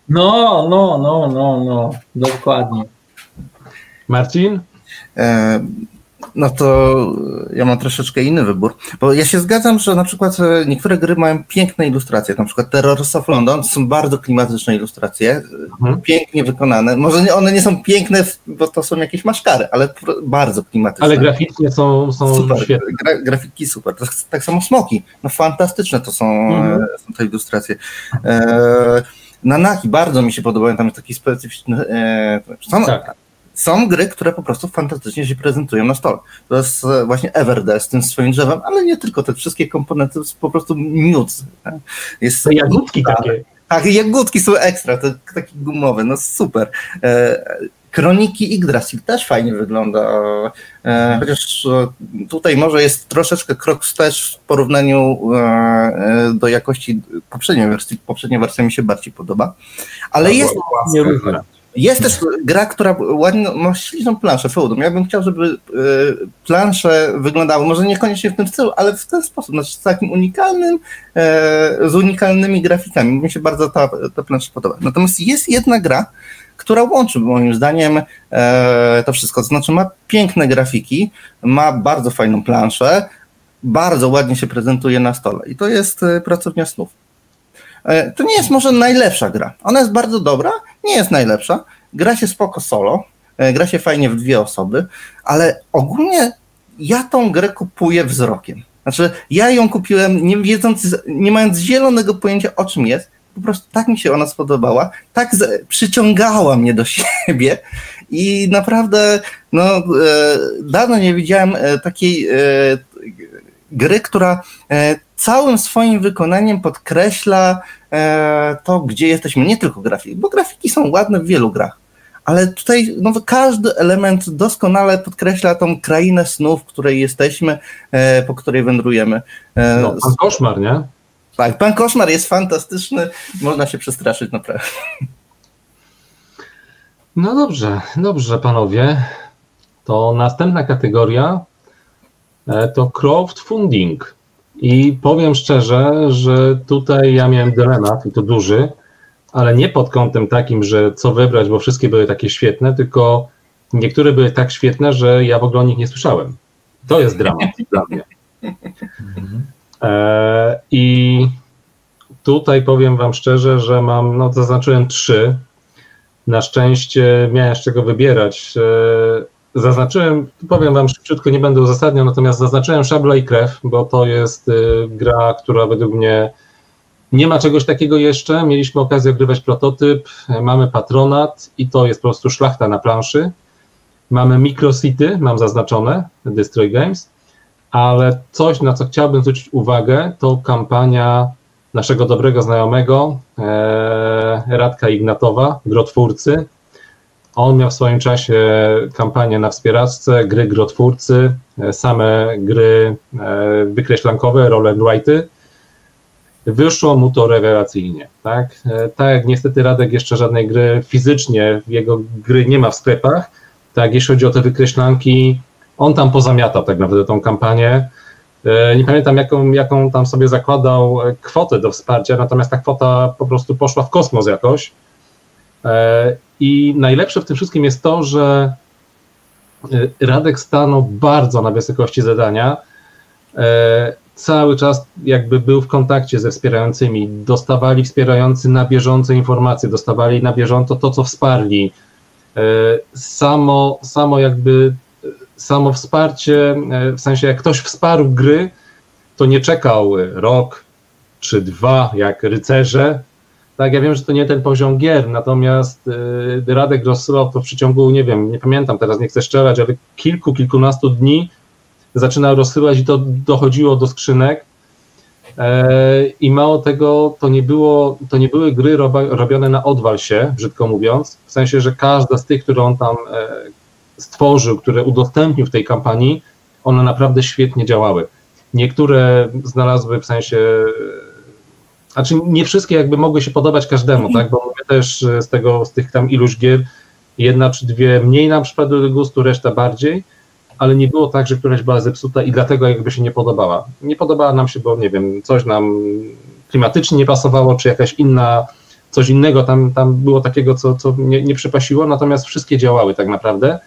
No, dokładnie. Marcin? No to ja mam troszeczkę inny wybór, bo ja się zgadzam, że na przykład niektóre gry mają piękne ilustracje, na przykład Terrors of London, to są bardzo klimatyczne ilustracje, pięknie wykonane, może one nie są piękne, bo to są jakieś maszkary, ale bardzo klimatyczne. Ale graficznie są super, świetne. Grafiki super, tak samo Smoki, no fantastyczne to są te ilustracje. Nanaki bardzo mi się podobają, tam jest taki specyficzny... Są gry, które po prostu fantastycznie się prezentują na stole. To jest właśnie Everdell z tym swoim drzewem, ale nie tylko, te wszystkie komponenty to jest po prostu miód. To jagódki takie. Tak, jagódki są ekstra, to taki gumowy, no super. Kroniki Yggdrasil też fajnie wygląda, chociaż tutaj może jest troszeczkę krok wstecz w porównaniu do jakości poprzedniej wersji. Poprzednia wersja mi się bardziej podoba, ale jest też gra, która ładnie ma śliczną planszę, Feudum. Ja bym chciał, żeby plansze wyglądały, może niekoniecznie w tym stylu, ale w ten sposób, znaczy z takim unikalnym, z unikalnymi grafikami. Mi się bardzo ta plansza podoba. Natomiast jest jedna gra, która łączy moim zdaniem to wszystko. To znaczy ma piękne grafiki, ma bardzo fajną planszę, bardzo ładnie się prezentuje na stole i to jest Pracownia Snów. To nie jest może najlepsza gra. Ona jest bardzo dobra, nie jest najlepsza. Gra się spoko solo, gra się fajnie w 2 osoby, ale ogólnie ja tą grę kupuję wzrokiem. Znaczy, ja ją kupiłem nie mając zielonego pojęcia, o czym jest. Po prostu tak mi się ona spodobała, tak przyciągała mnie do siebie i naprawdę dawno nie widziałem takiej gry, która całym swoim wykonaniem podkreśla to, gdzie jesteśmy, nie tylko grafiki, bo grafiki są ładne w wielu grach, ale tutaj każdy element doskonale podkreśla tą krainę snów, w której jesteśmy, po której wędrujemy. Pan Koszmar, nie? Tak, Pan Koszmar jest fantastyczny, można się przestraszyć naprawdę. No dobrze panowie, to następna kategoria to crowdfunding i powiem szczerze, że tutaj ja miałem dylemat i to duży, ale nie pod kątem takim, że co wybrać, bo wszystkie były takie świetne, tylko niektóre były tak świetne, że ja w ogóle o nich nie słyszałem. To jest dramat dla mnie. I tutaj powiem wam szczerze, że zaznaczyłem 3. Na szczęście miałem z czego wybierać. Zaznaczyłem, powiem wam szybciutko, nie będę uzasadniał, natomiast zaznaczyłem Szabla i Krew, bo to jest gra, która według mnie nie ma czegoś takiego jeszcze. Mieliśmy okazję ogrywać prototyp, mamy Patronat i to jest po prostu szlachta na planszy. Mamy Microcity, mam zaznaczone, Destroy Games, ale coś, na co chciałbym zwrócić uwagę, to kampania naszego dobrego znajomego, Radka Ignatowa, grotwórcy. On miał w swoim czasie kampanię na wspieraczce, gry grotwórcy, same gry wykreślankowe, roll and write'y. Wyszło mu to rewelacyjnie. Tak jak niestety Radek jeszcze żadnej gry fizycznie, jego gry nie ma w sklepach, tak jeśli chodzi o te wykreślanki, on tam pozamiatał tak naprawdę tą kampanię. Nie pamiętam jaką tam sobie zakładał kwotę do wsparcia, natomiast ta kwota po prostu poszła w kosmos jakoś. I najlepsze w tym wszystkim jest to, że Radek stanął bardzo na wysokości zadania. Cały czas jakby był w kontakcie ze wspierającymi, dostawali wspierający na bieżąco informacje, dostawali na bieżąco to, co wsparli. Samo wsparcie, w sensie jak ktoś wsparł gry, to nie czekał rok czy 2 jak rycerze. Tak, ja wiem, że to nie ten poziom gier, natomiast Radek rozsyłał to w przeciągu, nie wiem, nie pamiętam teraz, nie chcę strzelać, ale kilkunastu dni zaczynał rozsyłać i to dochodziło do skrzynek. I mało tego, to nie były gry robione na odwal się, brzydko mówiąc, w sensie, że każda z tych, które on tam stworzył, które udostępnił w tej kampanii, one naprawdę świetnie działały. Niektóre znalazły w sensie, znaczy nie wszystkie jakby mogły się podobać każdemu, tak, bo mówię też z tych tam iluś gier, 1 czy 2 mniej nam przypadły do gustu, reszta bardziej, ale nie było tak, że któraś była zepsuta i dlatego jakby się nie podobała. Nie podobała nam się, bo nie wiem, coś nam klimatycznie nie pasowało, czy jakaś inna, coś innego tam było takiego, co nie przypasiło, natomiast wszystkie działały tak naprawdę.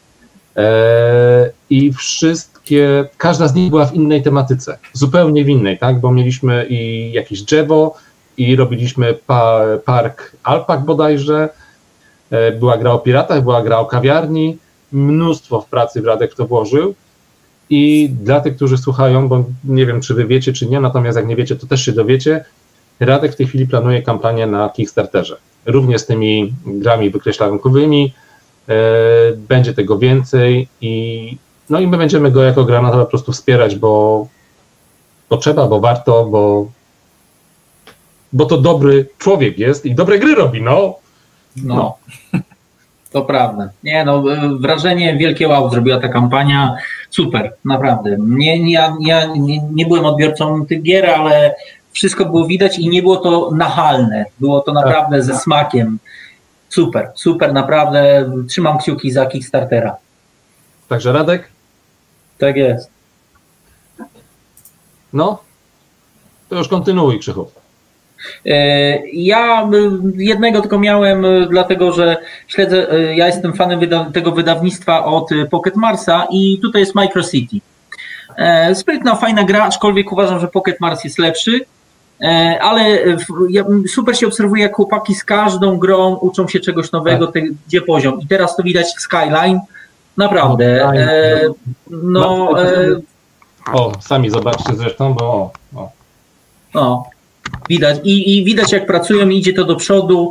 I każda z nich była w innej tematyce, zupełnie w innej, tak, bo mieliśmy i jakieś drzewo i robiliśmy park alpak bodajże, była gra o piratach, była gra o kawiarni, mnóstwo w pracy Radek w to włożył i dla tych, którzy słuchają, bo nie wiem, czy wy wiecie, czy nie, natomiast jak nie wiecie, to też się dowiecie, Radek w tej chwili planuje kampanię na Kickstarterze, również z tymi grami wykreślankowymi, będzie tego więcej i my będziemy go jako Granata po prostu wspierać, bo trzeba, bo warto, bo to dobry człowiek jest i dobre gry robi, no. To prawda. Wrażenie wielkie wow zrobiła ta kampania. Super, naprawdę. Ja nie byłem odbiorcą tych gier, ale wszystko było widać i nie było to nachalne. Było to naprawdę ze smakiem. Super, naprawdę. Trzymam kciuki za Kickstartera. Także Radek? Tak jest. No, to już kontynuuj, Krzychu. Ja jednego tylko miałem, dlatego że śledzę, ja jestem fanem tego wydawnictwa od Pocket Marsa i tutaj jest Microcity. Sprytna, fajna gra, aczkolwiek uważam, że Pocket Mars jest lepszy, ale super się obserwuje, jak chłopaki z każdą grą uczą się czegoś nowego, gdzie poziom. I teraz to widać w Skyline, naprawdę. Sami zobaczcie zresztą, bo widać i widać, jak pracują, idzie to do przodu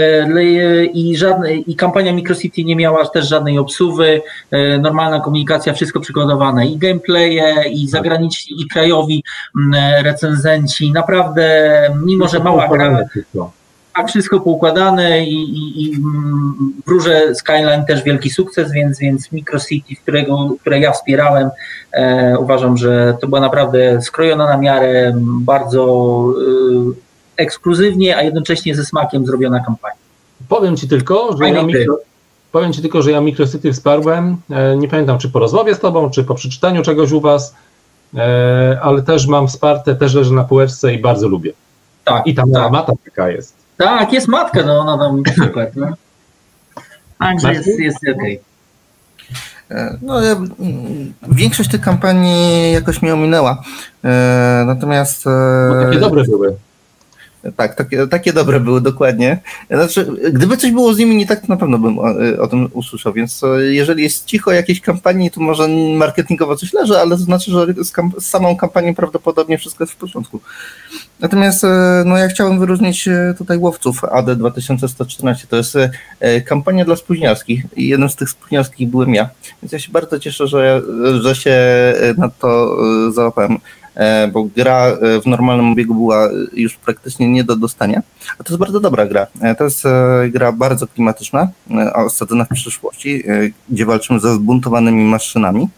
i kampania Microcity nie miała też żadnej obsuwy, normalna komunikacja, wszystko przygotowane, i gameplaye, i zagraniczni, i krajowi recenzenci, naprawdę, mimo że mała gra, tak wszystko poukładane i wróżę Skyline też wielki sukces, więc Microcity, które ja wspierałem, uważam, że to była naprawdę skrojona na miarę, bardzo ekskluzywnie, a jednocześnie ze smakiem zrobiona kampania. Powiem Ci tylko, że ja Microcity wsparłem, nie pamiętam czy po rozmowie z Tobą, czy po przeczytaniu czegoś u Was, ale też mam wsparte, też leży na półeczce i bardzo lubię. Tak, i tam mata taka jest. Tak, jest matka, no ona tam super. No. Także jest okej. No, większość tych kampanii jakoś mnie ominęła. Natomiast. Bo takie dobre były. Tak, takie dobre były, dokładnie. Znaczy, gdyby coś było z nimi nie tak, to na pewno bym o tym usłyszał, więc jeżeli jest cicho o jakiejś kampanii, to może marketingowo coś leży, ale to znaczy, że z samą kampanią prawdopodobnie wszystko jest w porządku. Natomiast ja chciałem wyróżnić tutaj Łowców AD 2114. To jest kampania dla spóźnialskich i jednym z tych spóźnialskich byłem ja. Więc ja się bardzo cieszę, że się na to załapałem, bo gra w normalnym obiegu była już praktycznie nie do dostania. A to jest bardzo dobra gra. To jest gra bardzo klimatyczna, osadzona w przyszłości, gdzie walczymy ze zbuntowanymi maszynami,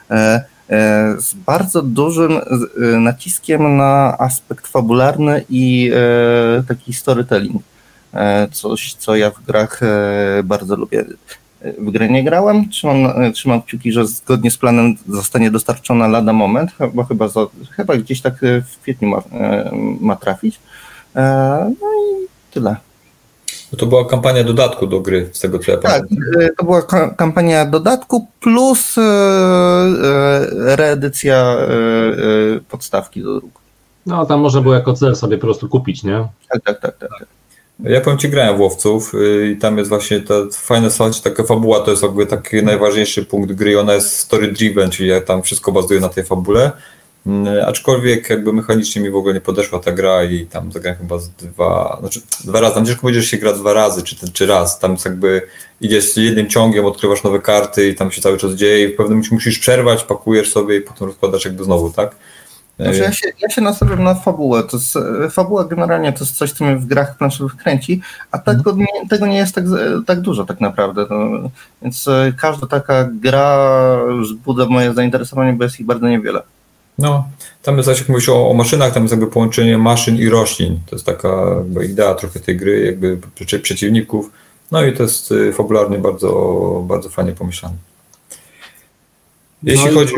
z bardzo dużym naciskiem na aspekt fabularny i taki storytelling. Coś, co ja w grach bardzo lubię. W grę nie grałem, trzymam kciuki, że zgodnie z planem zostanie dostarczona lada moment, bo chyba gdzieś tak w kwietniu ma trafić. No i tyle. To była kampania dodatku do gry, z tego co ja pamiętam. Tak, to była kampania dodatku plus reedycja podstawki do druku. No tam można było jako cel sobie po prostu kupić, nie? Tak. Ja powiem Ci, grałem w Łowców i tam jest właśnie ta fajna taka fabuła, to jest jakby taki najważniejszy punkt gry, ona jest story driven, czyli tam wszystko bazuje na tej fabule, aczkolwiek jakby mechanicznie mi w ogóle nie podeszła ta gra i tam zagrałem chyba dwa razy, tam ciężko powiedzieć, że się gra 2 razy czy raz, tam jest jakby idziesz jednym ciągiem, odkrywasz nowe karty i tam się cały czas dzieje i w pewnym momencie musisz przerwać, pakujesz sobie i potem rozkładasz jakby znowu, tak? Znaczy ja się nastawiam na fabułę. Fabuła generalnie to jest coś, co mnie w grach planszowych kręci, a tego nie jest tak dużo tak naprawdę. No, więc każda taka gra wzbudza moje zainteresowanie, bo jest ich bardzo niewiele. No, tam jest, jak mówisz o maszynach, tam jest jakby połączenie maszyn i roślin. To jest taka jakby idea trochę tej gry, jakby przeciwników. No i to jest fabularnie bardzo, bardzo fajnie pomyślane. Jeśli chodzi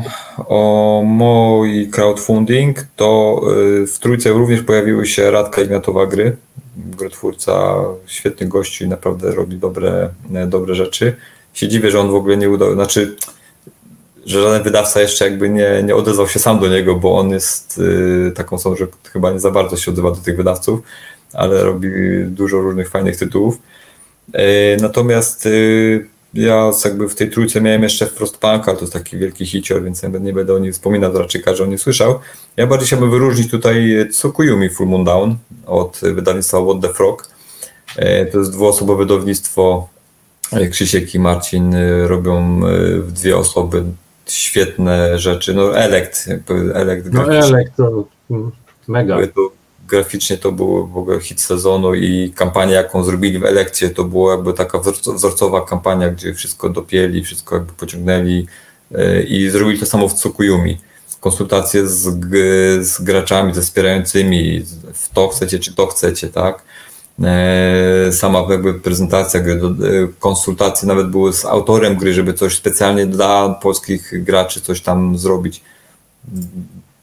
o mój crowdfunding, to w trójce również pojawiły się Radka Ignatowa gry. Grotwórca, świetny gościu i naprawdę robi dobre rzeczy. Się dziwię, że on w ogóle nie udał, znaczy, że żaden wydawca jeszcze jakby nie odezwał się sam do niego, bo on jest taką osobą, że chyba nie za bardzo się odzywa do tych wydawców, ale robi dużo różnych fajnych tytułów. Natomiast ja jakby w tej trójce miałem jeszcze Frostpunka, to jest taki wielki hicior, więc nie będę o nim wspominał, raczej każdy o nim słyszał. Ja bardziej chciałbym wyróżnić tutaj Tsukuyumi Full Moon Down od wydawnictwa What the Frog. To jest dwuosobowe wydawnictwo. Krzysiek i Marcin robią w 2 osoby świetne rzeczy. No Elekt to mega. Graficznie to był w ogóle hit sezonu i kampania, jaką zrobili w Elekcie, to była jakby taka wzorcowa kampania, gdzie wszystko dopięli, wszystko jakby pociągnęli i zrobili to samo w Tsukuyumi. Konsultacje z graczami, ze wspierającymi, w to chcecie, czy to chcecie, tak? Sama jakby prezentacja gry, konsultacje nawet były z autorem gry, żeby coś specjalnie dla polskich graczy coś tam zrobić.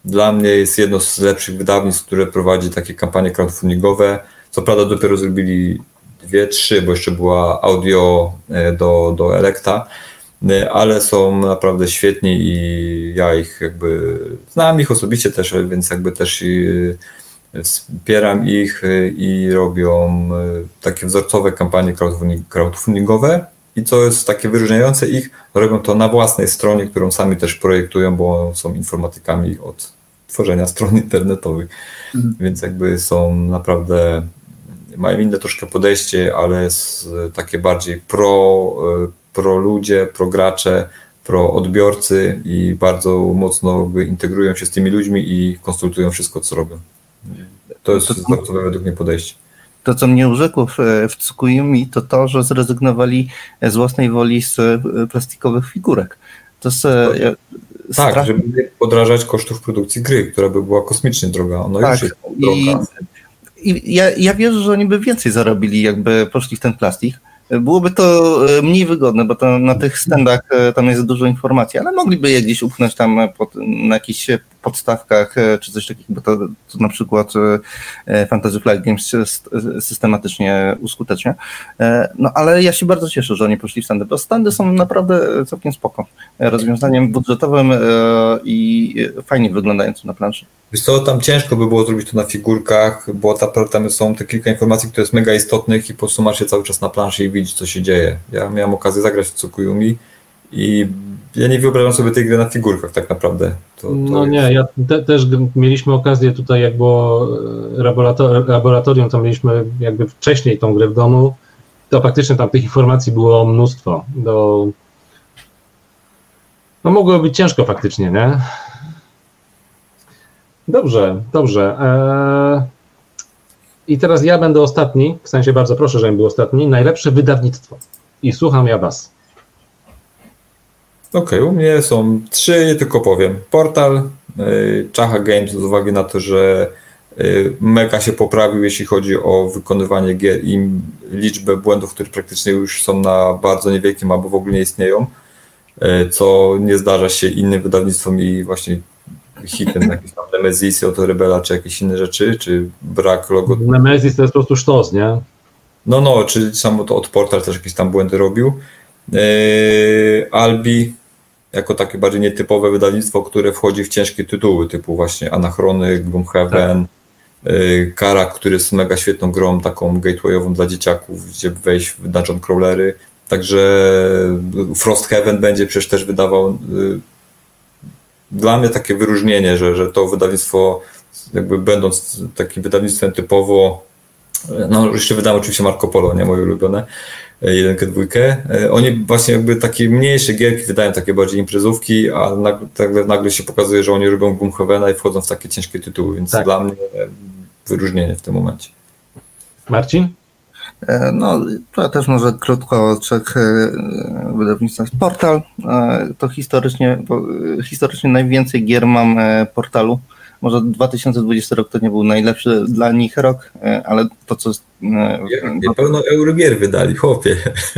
dla mnie jest jedno z lepszych wydawnictw, które prowadzi takie kampanie crowdfundingowe. Co prawda dopiero zrobili 2-3, bo jeszcze była audio do Elekta, ale są naprawdę świetni i ja ich jakby znam ich osobiście też, więc jakby też wspieram ich i robią takie wzorcowe kampanie crowdfundingowe i co jest takie wyróżniające ich, robią to na własnej stronie, którą sami też projektują, bo są informatykami od tworzenia stron internetowych, więc jakby są naprawdę, mają inne troszkę podejście, ale jest takie bardziej pro ludzie, pro gracze, pro odbiorcy i bardzo mocno jakby integrują się z tymi ludźmi i konsultują wszystko, co robią. To jest wzorcowe według mnie podejście. To, co mnie urzekło w Tsukuyumi, to, że zrezygnowali z własnej woli z plastikowych figurek. To jest tak, żeby nie podrażać kosztów produkcji gry, która by była kosmicznie droga. Ona już jest droga. I ja wierzę, że oni by więcej zarobili, jakby poszli w ten plastik. Byłoby to mniej wygodne, bo to na tych standach tam jest dużo informacji, ale mogliby je gdzieś upchnąć tam na jakichś podstawkach czy coś takiego, bo to na przykład Fantasy Flight Games systematycznie uskutecznia. No ale ja się bardzo cieszę, że oni poszli w standy, bo standy są naprawdę całkiem spoko. Rozwiązaniem budżetowym i fajnie wyglądającym na planszy. Wiesz co, tam ciężko by było zrobić to na figurkach, bo tam są te kilka informacji, które jest mega istotnych i po prostu masz je cały czas na planszy i widzisz, co się dzieje. Ja miałem okazję zagrać w Tsukuyumi i ja nie wyobrażam sobie tej gry na figurkach tak naprawdę. No nie, ja też mieliśmy okazję tutaj, jak było laboratorium, to mieliśmy jakby wcześniej tą grę w domu, to faktycznie tam tych informacji było mnóstwo. No mogło być ciężko faktycznie, nie? Dobrze. I teraz ja będę ostatni, w sensie bardzo proszę, żebym był ostatni. Najlepsze wydawnictwo. I słucham ja was. Okej, u mnie są 3, tylko powiem. Portal, Czacha Games, z uwagi na to, że mega się poprawił, jeśli chodzi o wykonywanie gier i liczbę błędów, które praktycznie już są na bardzo niewielkim albo w ogóle nie istnieją, co nie zdarza się innym wydawnictwom i właśnie hitem, jakieś tam Nemesis, Oto Rebela, czy jakieś inne rzeczy, czy brak logo. Nemesis to jest po prostu sztos, nie? No, czy samo to od Portal też jakieś tam błędy robił. Albi, jako takie bardziej nietypowe wydawnictwo, które wchodzi w ciężkie tytuły, typu właśnie Anachrony, Gloomhaven, Karak, który jest mega świetną grą, taką gatewayową dla dzieciaków, gdzie wejść w dungeon crawlery. Także Frosthaven będzie przecież też wydawał. Dla mnie takie wyróżnienie, że to wydawnictwo, jakby będąc takim wydawnictwem typowo, no jeszcze wydałem oczywiście Marco Polo, nie moje ulubione, 1, 2. Oni właśnie jakby takie mniejsze gierki wydają, takie bardziej imprezówki, a nagle się pokazuje, że oni robią Gloomhavena i wchodzą w takie ciężkie tytuły, więc tak. Dla mnie wyróżnienie w tym momencie. Marcin? No, to też może krótko o 3 wydawnictwach. Portal, to historycznie najwięcej gier mam Portalu. Może 2020 rok to nie był najlepszy dla nich rok, ale to co... Pełno eurogier wydali, chłopie.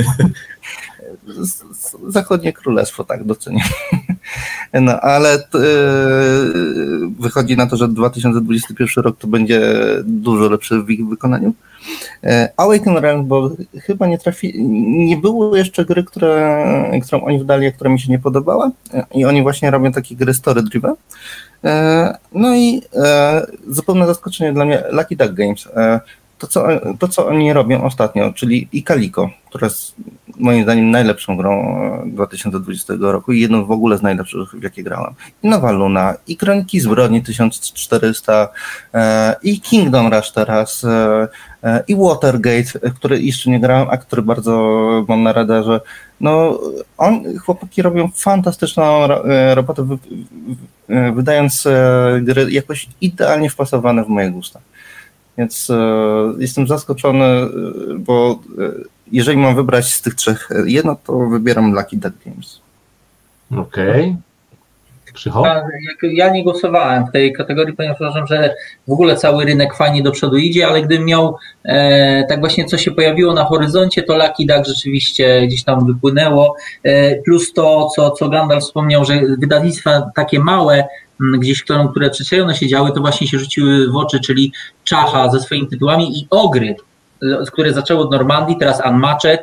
Zachodnie Królestwo, tak, doceniam. No, ale wychodzi na to, że 2021 rok to będzie dużo lepszy w ich wykonaniu. Awaken Realms, bo chyba nie było jeszcze gry, którą oni wydali, a która mi się nie podobała i oni właśnie robią takie gry story driven. No i zupełne zaskoczenie dla mnie Lucky Duck Games. To, co oni robią ostatnio, czyli i Calico, która jest moim zdaniem najlepszą grą 2020 roku i jedną w ogóle z najlepszych, w jakie grałem. I Nowa Luna, i Kroniki Zbrodni 1400, i Kingdom Rush teraz, i Watergate, który jeszcze nie grałem, a który bardzo mam na radarze. No, chłopaki robią fantastyczną robotę, wydając gry jakoś idealnie wpasowane w moje gusta. Więc jestem zaskoczony, bo jeżeli mam wybrać z tych 3 jedno, to wybieram Lucky Duck Games. Okej. Krzycho? Ja nie głosowałem w tej kategorii, ponieważ uważam, że w ogóle cały rynek fajnie do przodu idzie, ale gdybym miał tak właśnie co się pojawiło na horyzoncie, to Lucky Duck rzeczywiście gdzieś tam wypłynęło. Plus to, co Gandalf wspomniał, że wydawnictwa takie małe gdzieś, które przedstawione się działy, to właśnie się rzuciły w oczy, czyli Czacha ze swoimi tytułami i Ogry, które zaczęły od Normandii, teraz Unmatched,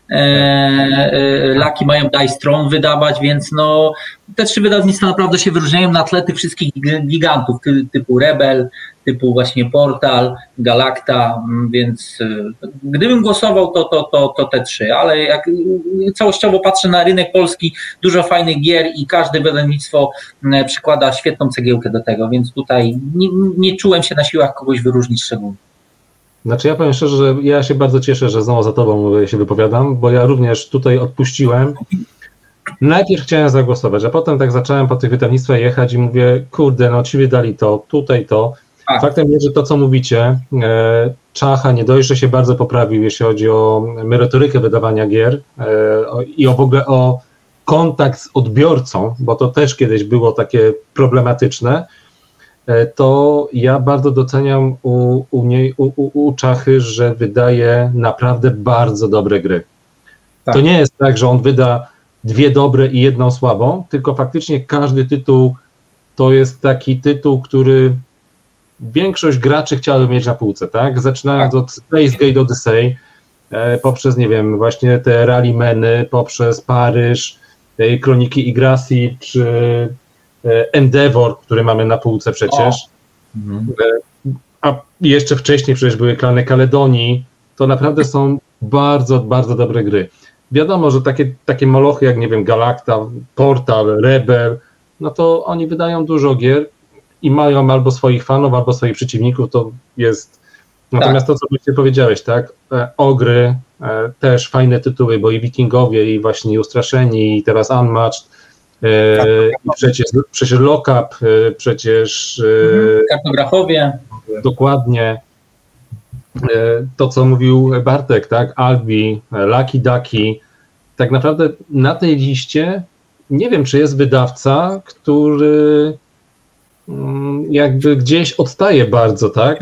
Lucky mają Dice Throne wydawać, więc no te 3 wydawnictwa naprawdę się wyróżniają na tle tych wszystkich gigantów typu Rebel, typu właśnie Portal, Galacta, więc gdybym głosował, to te 3, ale jak całościowo patrzę na rynek polski, dużo fajnych gier i każde wydawnictwo przykłada świetną cegiełkę do tego, więc tutaj nie czułem się na siłach kogoś wyróżnić szczególnie. Znaczy ja powiem szczerze, że ja się bardzo cieszę, że znowu za tobą się wypowiadam, bo ja również tutaj odpuściłem. Najpierw chciałem zagłosować, a potem tak zacząłem po tych wydawnictwach jechać i mówię, kurde, no ci wydali to, tutaj to. Faktem jest, że to co mówicie, Czacha nie dość, że się bardzo poprawił, jeśli chodzi o merytorykę wydawania gier i w ogóle o kontakt z odbiorcą, bo to też kiedyś było takie problematyczne, to ja bardzo doceniam u Czachy, że wydaje naprawdę bardzo dobre gry. Tak. To nie jest tak, że on wyda 2 dobre i 1 słabą, tylko faktycznie każdy tytuł to jest taki tytuł, który większość graczy chciałaby mieć na półce, tak? Zaczynając od Space Gate Odyssey, poprzez, nie wiem, właśnie te Rallymany, poprzez Paryż, Kroniki Yggdrasil, czy Endeavor, który mamy na półce przecież. A jeszcze wcześniej przecież były Klany Kaledonii. To naprawdę są bardzo, bardzo dobre gry. Wiadomo, że takie molochy jak, nie wiem, Galacta, Portal, Rebel, no to oni wydają dużo gier i mają albo swoich fanów, albo swoich przeciwników, to jest... Natomiast to, co właśnie powiedziałeś, tak? Ogry, też fajne tytuły, bo i Wikingowie, i właśnie Ustraszeni, i teraz Unmatched, i przecież Lockup, przecież... Kartografowie. Dokładnie. To, co mówił Bartek, tak? Albi, Lucky Ducky. Tak naprawdę na tej liście nie wiem, czy jest wydawca, który jakby gdzieś odstaje bardzo, tak?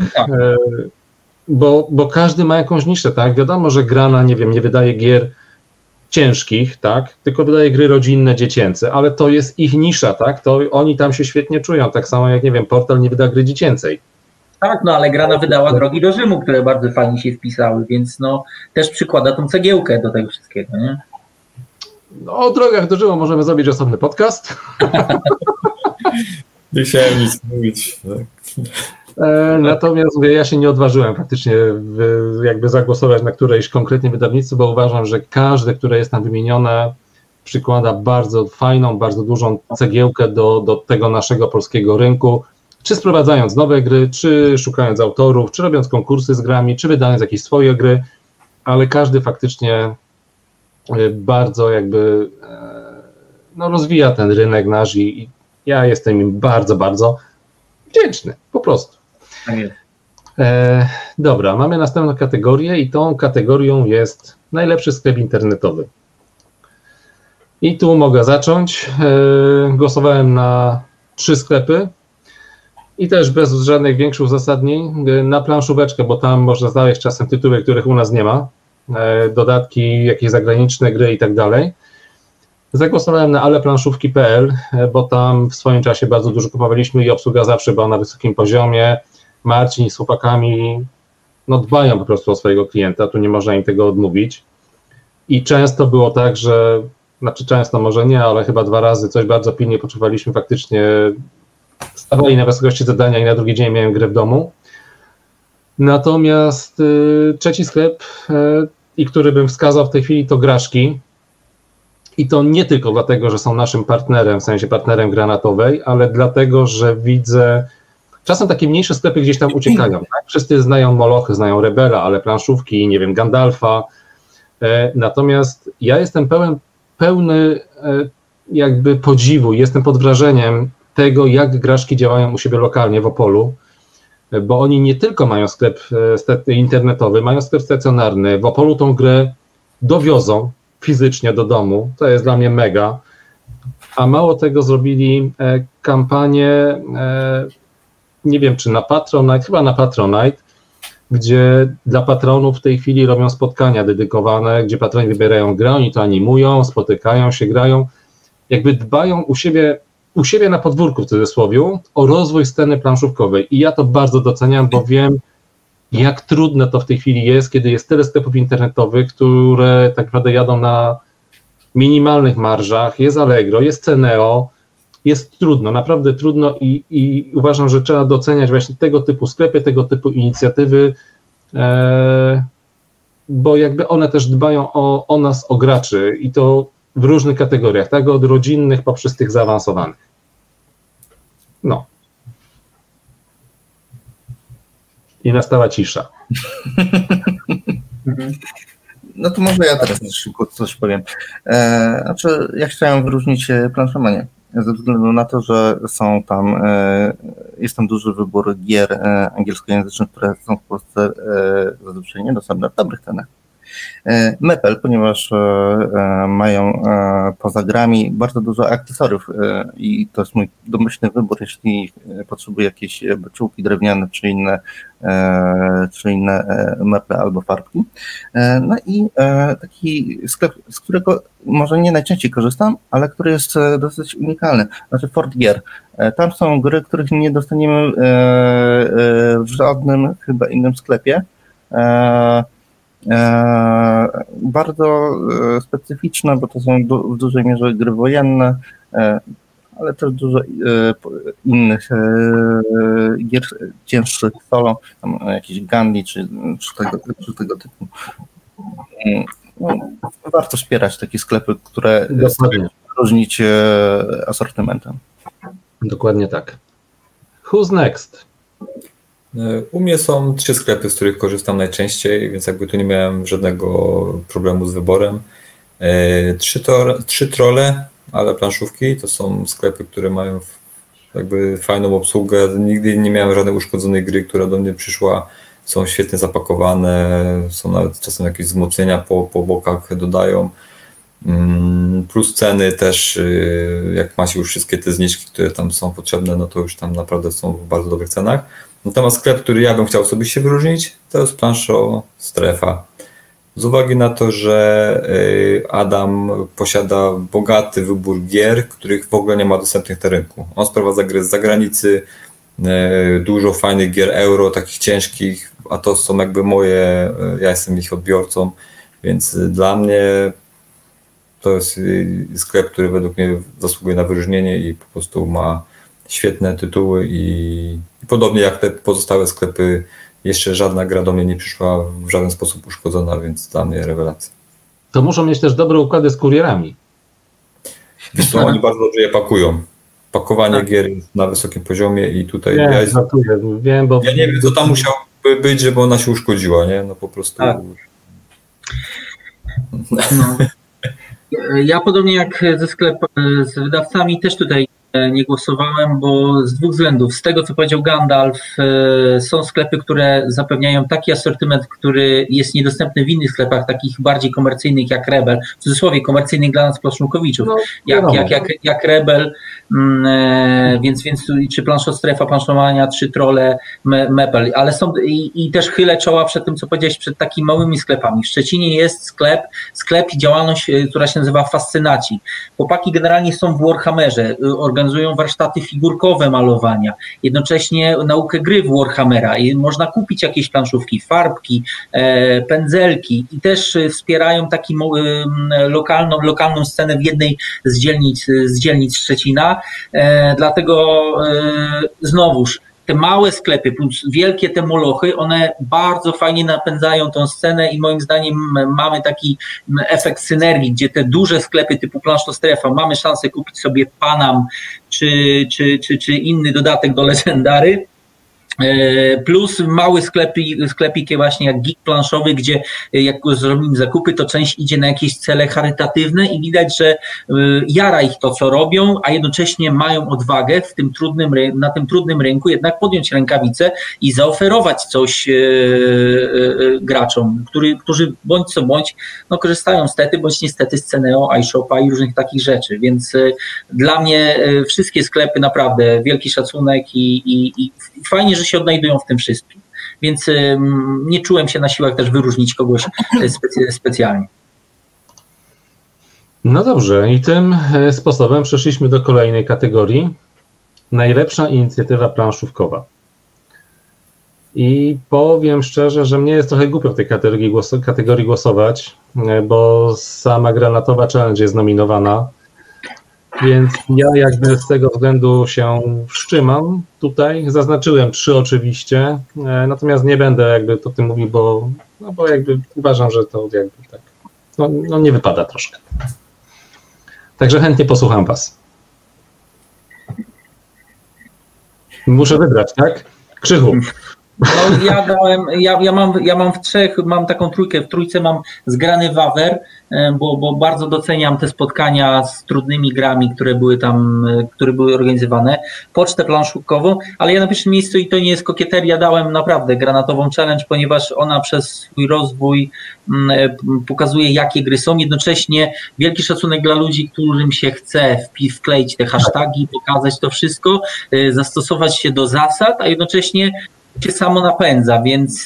Bo każdy ma jakąś niszę, tak? Wiadomo, że Grana, nie wiem, nie wydaje gier ciężkich, tak? Tylko wydaje gry rodzinne, dziecięce, ale to jest ich nisza, tak? To oni tam się świetnie czują, tak samo jak, nie wiem, Portal nie wyda gry dziecięcej. Tak, no ale Grana wydała Drogi do Rzymu, które bardzo fajnie się wpisały, więc no też przykłada tą cegiełkę do tego wszystkiego, nie? No, o Drogach do Rzymu możemy zrobić osobny podcast. Nie chciałem nic mówić. Natomiast mówię, ja się nie odważyłem faktycznie jakby zagłosować na którejś konkretnie wydawnictwo, bo uważam, że każde, które jest tam wymienione, przykłada bardzo fajną, bardzo dużą cegiełkę do tego naszego polskiego rynku, czy sprowadzając nowe gry, czy szukając autorów, czy robiąc konkursy z grami, czy wydając jakieś swoje gry, ale każdy faktycznie bardzo jakby rozwija ten rynek nasz i ja jestem im bardzo, bardzo wdzięczny, po prostu. Dobra, mamy następną kategorię i tą kategorią jest najlepszy sklep internetowy. I tu mogę zacząć. Głosowałem na 3 sklepy i też bez żadnych większych uzasadnień na planszóweczkę, bo tam można znaleźć czasem tytuły, których u nas nie ma, dodatki, jakieś zagraniczne gry i tak dalej. Zagłosowałem na aleplanszówki.pl, bo tam w swoim czasie bardzo dużo kupowaliśmy i obsługa zawsze była na wysokim poziomie. Marcin z chłopakami dbają po prostu o swojego klienta, tu nie można im tego odmówić. I często było tak, że, często może nie, ale chyba 2 razy coś bardzo pilnie poczuwaliśmy, faktycznie stawali na wysokości zadania i na drugi dzień miałem grę w domu. Natomiast trzeci sklep, i który bym wskazał w tej chwili, to Graszki. I to nie tylko dlatego, że są naszym partnerem, w sensie partnerem granatowej, ale dlatego, że widzę, czasem takie mniejsze sklepy gdzieś tam uciekają. Tak? Wszyscy znają Molochy, znają Rebela, ale planszówki, nie wiem, Gandalfa. Natomiast ja jestem pełny jakby podziwu, jestem pod wrażeniem tego, jak Graszki działają u siebie lokalnie w Opolu, bo oni nie tylko mają sklep internetowy, mają sklep stacjonarny. W Opolu tą grę dowiozą fizycznie do domu, to jest dla mnie mega, a mało tego zrobili kampanię, nie wiem czy na Patronite, chyba na Patronite, gdzie dla patronów w tej chwili robią spotkania dedykowane, gdzie patroni wybierają grę, oni to animują, spotykają się, grają, jakby dbają u siebie u siebie na podwórku, w cudzysłowie, o rozwój sceny planszówkowej i ja to bardzo doceniam, bo wiem, jak trudne to w tej chwili jest, kiedy jest tyle sklepów internetowych, które tak naprawdę jadą na minimalnych marżach, jest Allegro, jest Ceneo, jest trudno, naprawdę trudno i uważam, że trzeba doceniać właśnie tego typu sklepy, tego typu inicjatywy, bo jakby one też dbają o nas, o graczy i to w różnych kategoriach, tak od rodzinnych poprzez tych zaawansowanych. No. I nastała cisza. No to może ja teraz szybko coś powiem. Znaczy, ja chciałem wyróżnić planszomanię, ze względu na to, że są tam, jest tam duży wybór gier angielskojęzycznych, które są w Polsce zazwyczaj niedostępne w dobrych cenach. Mepel, ponieważ mają poza grami bardzo dużo akcesoriów i to jest mój domyślny wybór, jeśli potrzebuję jakieś beczułki drewniane czy inne meple albo farbki. No i taki sklep, z którego może nie najczęściej korzystam, ale który jest dosyć unikalny, znaczy Fort Gear. Tam są gry, których nie dostaniemy w żadnym chyba innym sklepie. Bardzo specyficzne, bo to są w dużej mierze gry wojenne, ale też dużo innych gier cięższych solo, tam jakieś Gandhi czy tego typu. No, warto wspierać takie sklepy, które różnić asortymentem. Dokładnie tak. Who's next? U mnie są 3 sklepy, z których korzystam najczęściej, więc jakby tu nie miałem żadnego problemu z wyborem. 3 trolle, ale planszówki, to są sklepy, które mają jakby fajną obsługę. Nigdy nie miałem żadnej uszkodzonej gry, która do mnie przyszła. Są świetnie zapakowane, są nawet czasem jakieś wzmocnienia po bokach dodają. Plus ceny też, jak ma się już wszystkie te zniżki, które tam są potrzebne, no to już tam naprawdę są w bardzo dobrych cenach. Natomiast sklep, który ja bym chciał osobiście wyróżnić, to jest Planszo Strefa. Z uwagi na to, że Adam posiada bogaty wybór gier, których w ogóle nie ma dostępnych na rynku. On sprowadza gry z zagranicy, dużo fajnych gier euro, takich ciężkich, a to są jakby moje, ja jestem ich odbiorcą, więc dla mnie to jest sklep, który według mnie zasługuje na wyróżnienie i po prostu ma świetne tytuły i podobnie jak te pozostałe sklepy, jeszcze żadna gra do mnie nie przyszła w żaden sposób uszkodzona, więc dla mnie rewelacja. To muszą mieć też dobre układy z kurierami. Wiesz co, oni bardzo dobrze je pakują. Pakowanie gier jest na wysokim poziomie i tutaj... Wiem, bo... Ja nie wiem, co tam musiałoby być, żeby ona się uszkodziła, nie? No po prostu... No. Ja podobnie jak z wydawcami też tutaj nie głosowałem, bo z 2 względów. Z tego, co powiedział Gandalf, są sklepy, które zapewniają taki asortyment, który jest niedostępny w innych sklepach, takich bardziej komercyjnych jak Rebel, w cudzysłowie komercyjnych dla nas plaszunkowiczów, jak Rebel, więc czy Planszo Strefa, Planszomania, 3 trolle, Mepel, ale są i też chylę czoła przed tym, co powiedziałeś, przed takimi małymi sklepami. W Szczecinie jest sklep i działalność, która się nazywa Fascynaci. Chłopaki generalnie są w Warhammerze, organizują warsztaty figurkowe malowania, jednocześnie naukę gry w Warhammera i można kupić jakieś planszówki, farbki, pędzelki i też wspierają taką lokalną scenę w jednej z dzielnic Szczecina, dlatego znowuż te małe sklepy plus wielkie te molochy, one bardzo fajnie napędzają tą scenę i moim zdaniem mamy taki efekt synergii, gdzie te duże sklepy typu Planszo Strefa mamy szansę kupić sobie Panam czy inny dodatek do Legendary, plus mały sklepiki właśnie jak Geek Planszowy, gdzie jak zrobimy zakupy, to część idzie na jakieś cele charytatywne i widać, że jara ich to, co robią, a jednocześnie mają odwagę na tym trudnym rynku jednak podjąć rękawice i zaoferować coś graczom, którzy bądź co bądź korzystają stety bądź niestety z Ceneo, iShopa i różnych takich rzeczy, więc dla mnie wszystkie sklepy naprawdę wielki szacunek i fajnie, że się odnajdują w tym wszystkim, więc nie czułem się na siłach też wyróżnić kogoś specjalnie. No dobrze, i tym sposobem przeszliśmy do kolejnej kategorii. Najlepsza inicjatywa planszówkowa. I powiem szczerze, że mnie jest trochę głupio w tej kategorii głosować, bo sama Granatowa Challenge jest nominowana, więc ja jakby z tego względu się wstrzymam tutaj. Zaznaczyłem 3 oczywiście, natomiast nie będę jakby o tym mówił, bo jakby uważam, że to jakby tak, no nie wypada troszkę. Także chętnie posłucham was. Muszę wybrać, tak? Krzychu. No, ja mam w 3, mam taką trójkę, w trójce mam zgrany Wawer, bo bardzo doceniam te spotkania z trudnymi grami, które były organizowane, pocztę planszówkową, ale ja na pierwszym miejscu, i to nie jest kokieteria, dałem naprawdę Granatową Challenge, ponieważ ona przez swój rozwój pokazuje, jakie gry są, jednocześnie wielki szacunek dla ludzi, którym się chce wkleić te hasztagi, pokazać to wszystko, zastosować się do zasad, a jednocześnie się samo napędza, więc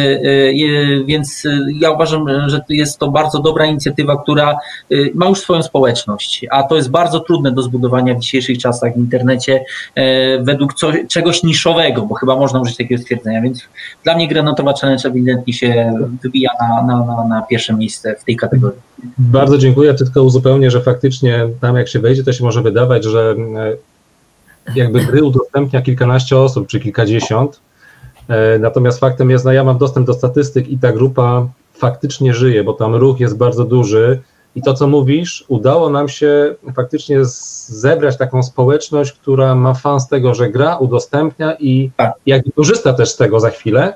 ja uważam, że jest to bardzo dobra inicjatywa, która ma już swoją społeczność, a to jest bardzo trudne do zbudowania w dzisiejszych czasach w internecie według czegoś niszowego, bo chyba można użyć takiego stwierdzenia, więc dla mnie Granatowa Challenge ewidentnie się wybija na pierwsze miejsce w tej kategorii. Bardzo dziękuję, tylko uzupełnię, że faktycznie tam jak się wejdzie, to się może wydawać, że jakby gry udostępnia kilkanaście osób czy kilkadziesiąt. Natomiast faktem jest, ja mam dostęp do statystyk i ta grupa faktycznie żyje, bo tam ruch jest bardzo duży i to, co mówisz, udało nam się faktycznie zebrać taką społeczność, która ma fan z tego, że gra, udostępnia i jakby korzysta też z tego za chwilę.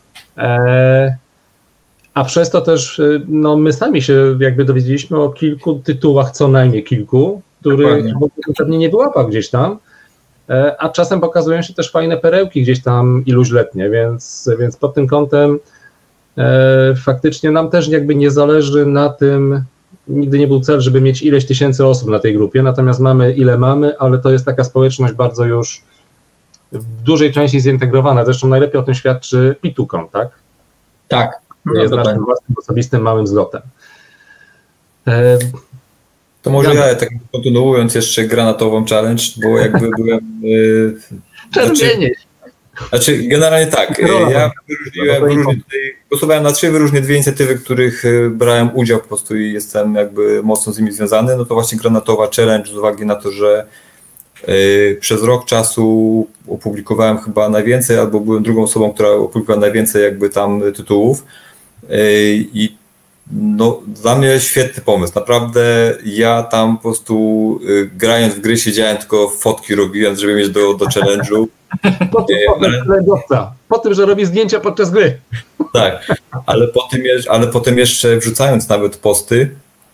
A przez to też my sami się jakby dowiedzieliśmy o kilku tytułach, co najmniej kilku, których pewnie nie wyłapał gdzieś tam. A czasem pokazują się też fajne perełki gdzieś tam iluźletnie, więc pod tym kątem faktycznie nam też jakby nie zależy na tym, nigdy nie był cel, żeby mieć ileś tysięcy osób na tej grupie, natomiast mamy ile mamy, ale to jest taka społeczność bardzo już w dużej części zintegrowana, zresztą najlepiej o tym świadczy Pitukon, tak? Tak. Jest naszym własnym osobistym małym zlotem. To może ja tak kontynuując jeszcze Granatową Challenge, bo jakby byłem... Czerwienie. Znaczy generalnie tak, ja głosowałem na 3, wyróżnię 2 inicjatywy, w których brałem udział po prostu i jestem jakby mocno z nimi związany, no to właśnie Granatowa Challenge z uwagi na to, że przez rok czasu opublikowałem chyba najwięcej, albo byłem drugą osobą, która opublikowała najwięcej jakby tam tytułów i no, dla mnie świetny pomysł. Naprawdę ja tam po prostu grając w gry siedziałem, tylko fotki robiłem, żeby mieć do challenge'u. Po tym, że robi zdjęcia podczas gry. Tak, ale potem jeszcze wrzucając nawet posty,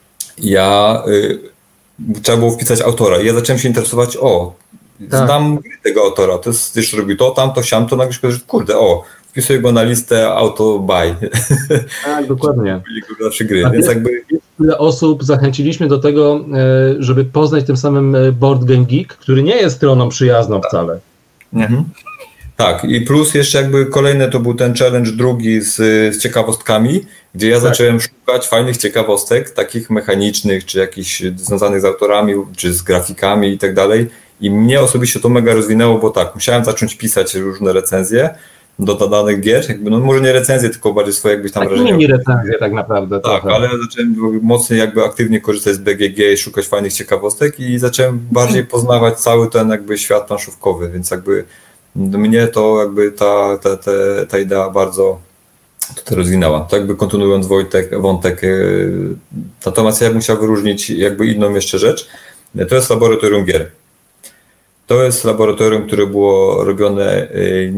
trzeba było wpisać autora. I ja zacząłem się interesować, znam gry tego autora, to jest, jeszcze robił to, tamto, siamto, nagle się powiedział, że kurde, wpisuję go na listę auto-buy. Tak, dokładnie. Gry, więc jakby... Ile osób zachęciliśmy do tego, żeby poznać tym samym Board Game Geek, który nie jest stroną przyjazną wcale. Mhm. Tak, i plus jeszcze jakby kolejny to był ten challenge drugi z ciekawostkami, gdzie ja zacząłem szukać fajnych ciekawostek, takich mechanicznych, czy jakichś związanych z autorami, czy z grafikami i tak dalej. I mnie osobiście to mega rozwinęło, bo tak, musiałem zacząć pisać różne recenzje do danych gier, jakby, no może nie recenzje, tylko bardziej swoje jakbyś tam wrażenia. Mini recenzje tak naprawdę. Tak, ale zacząłem mocniej jakby aktywnie korzystać z BGG i szukać fajnych ciekawostek i zacząłem bardziej poznawać cały ten jakby świat planszówkowy, więc jakby mnie to jakby ta idea bardzo to rozwinęła. To jakby kontynuując wątek, natomiast ja bym chciał wyróżnić jakby inną jeszcze rzecz, to jest laboratorium gier. To jest laboratorium, które było robione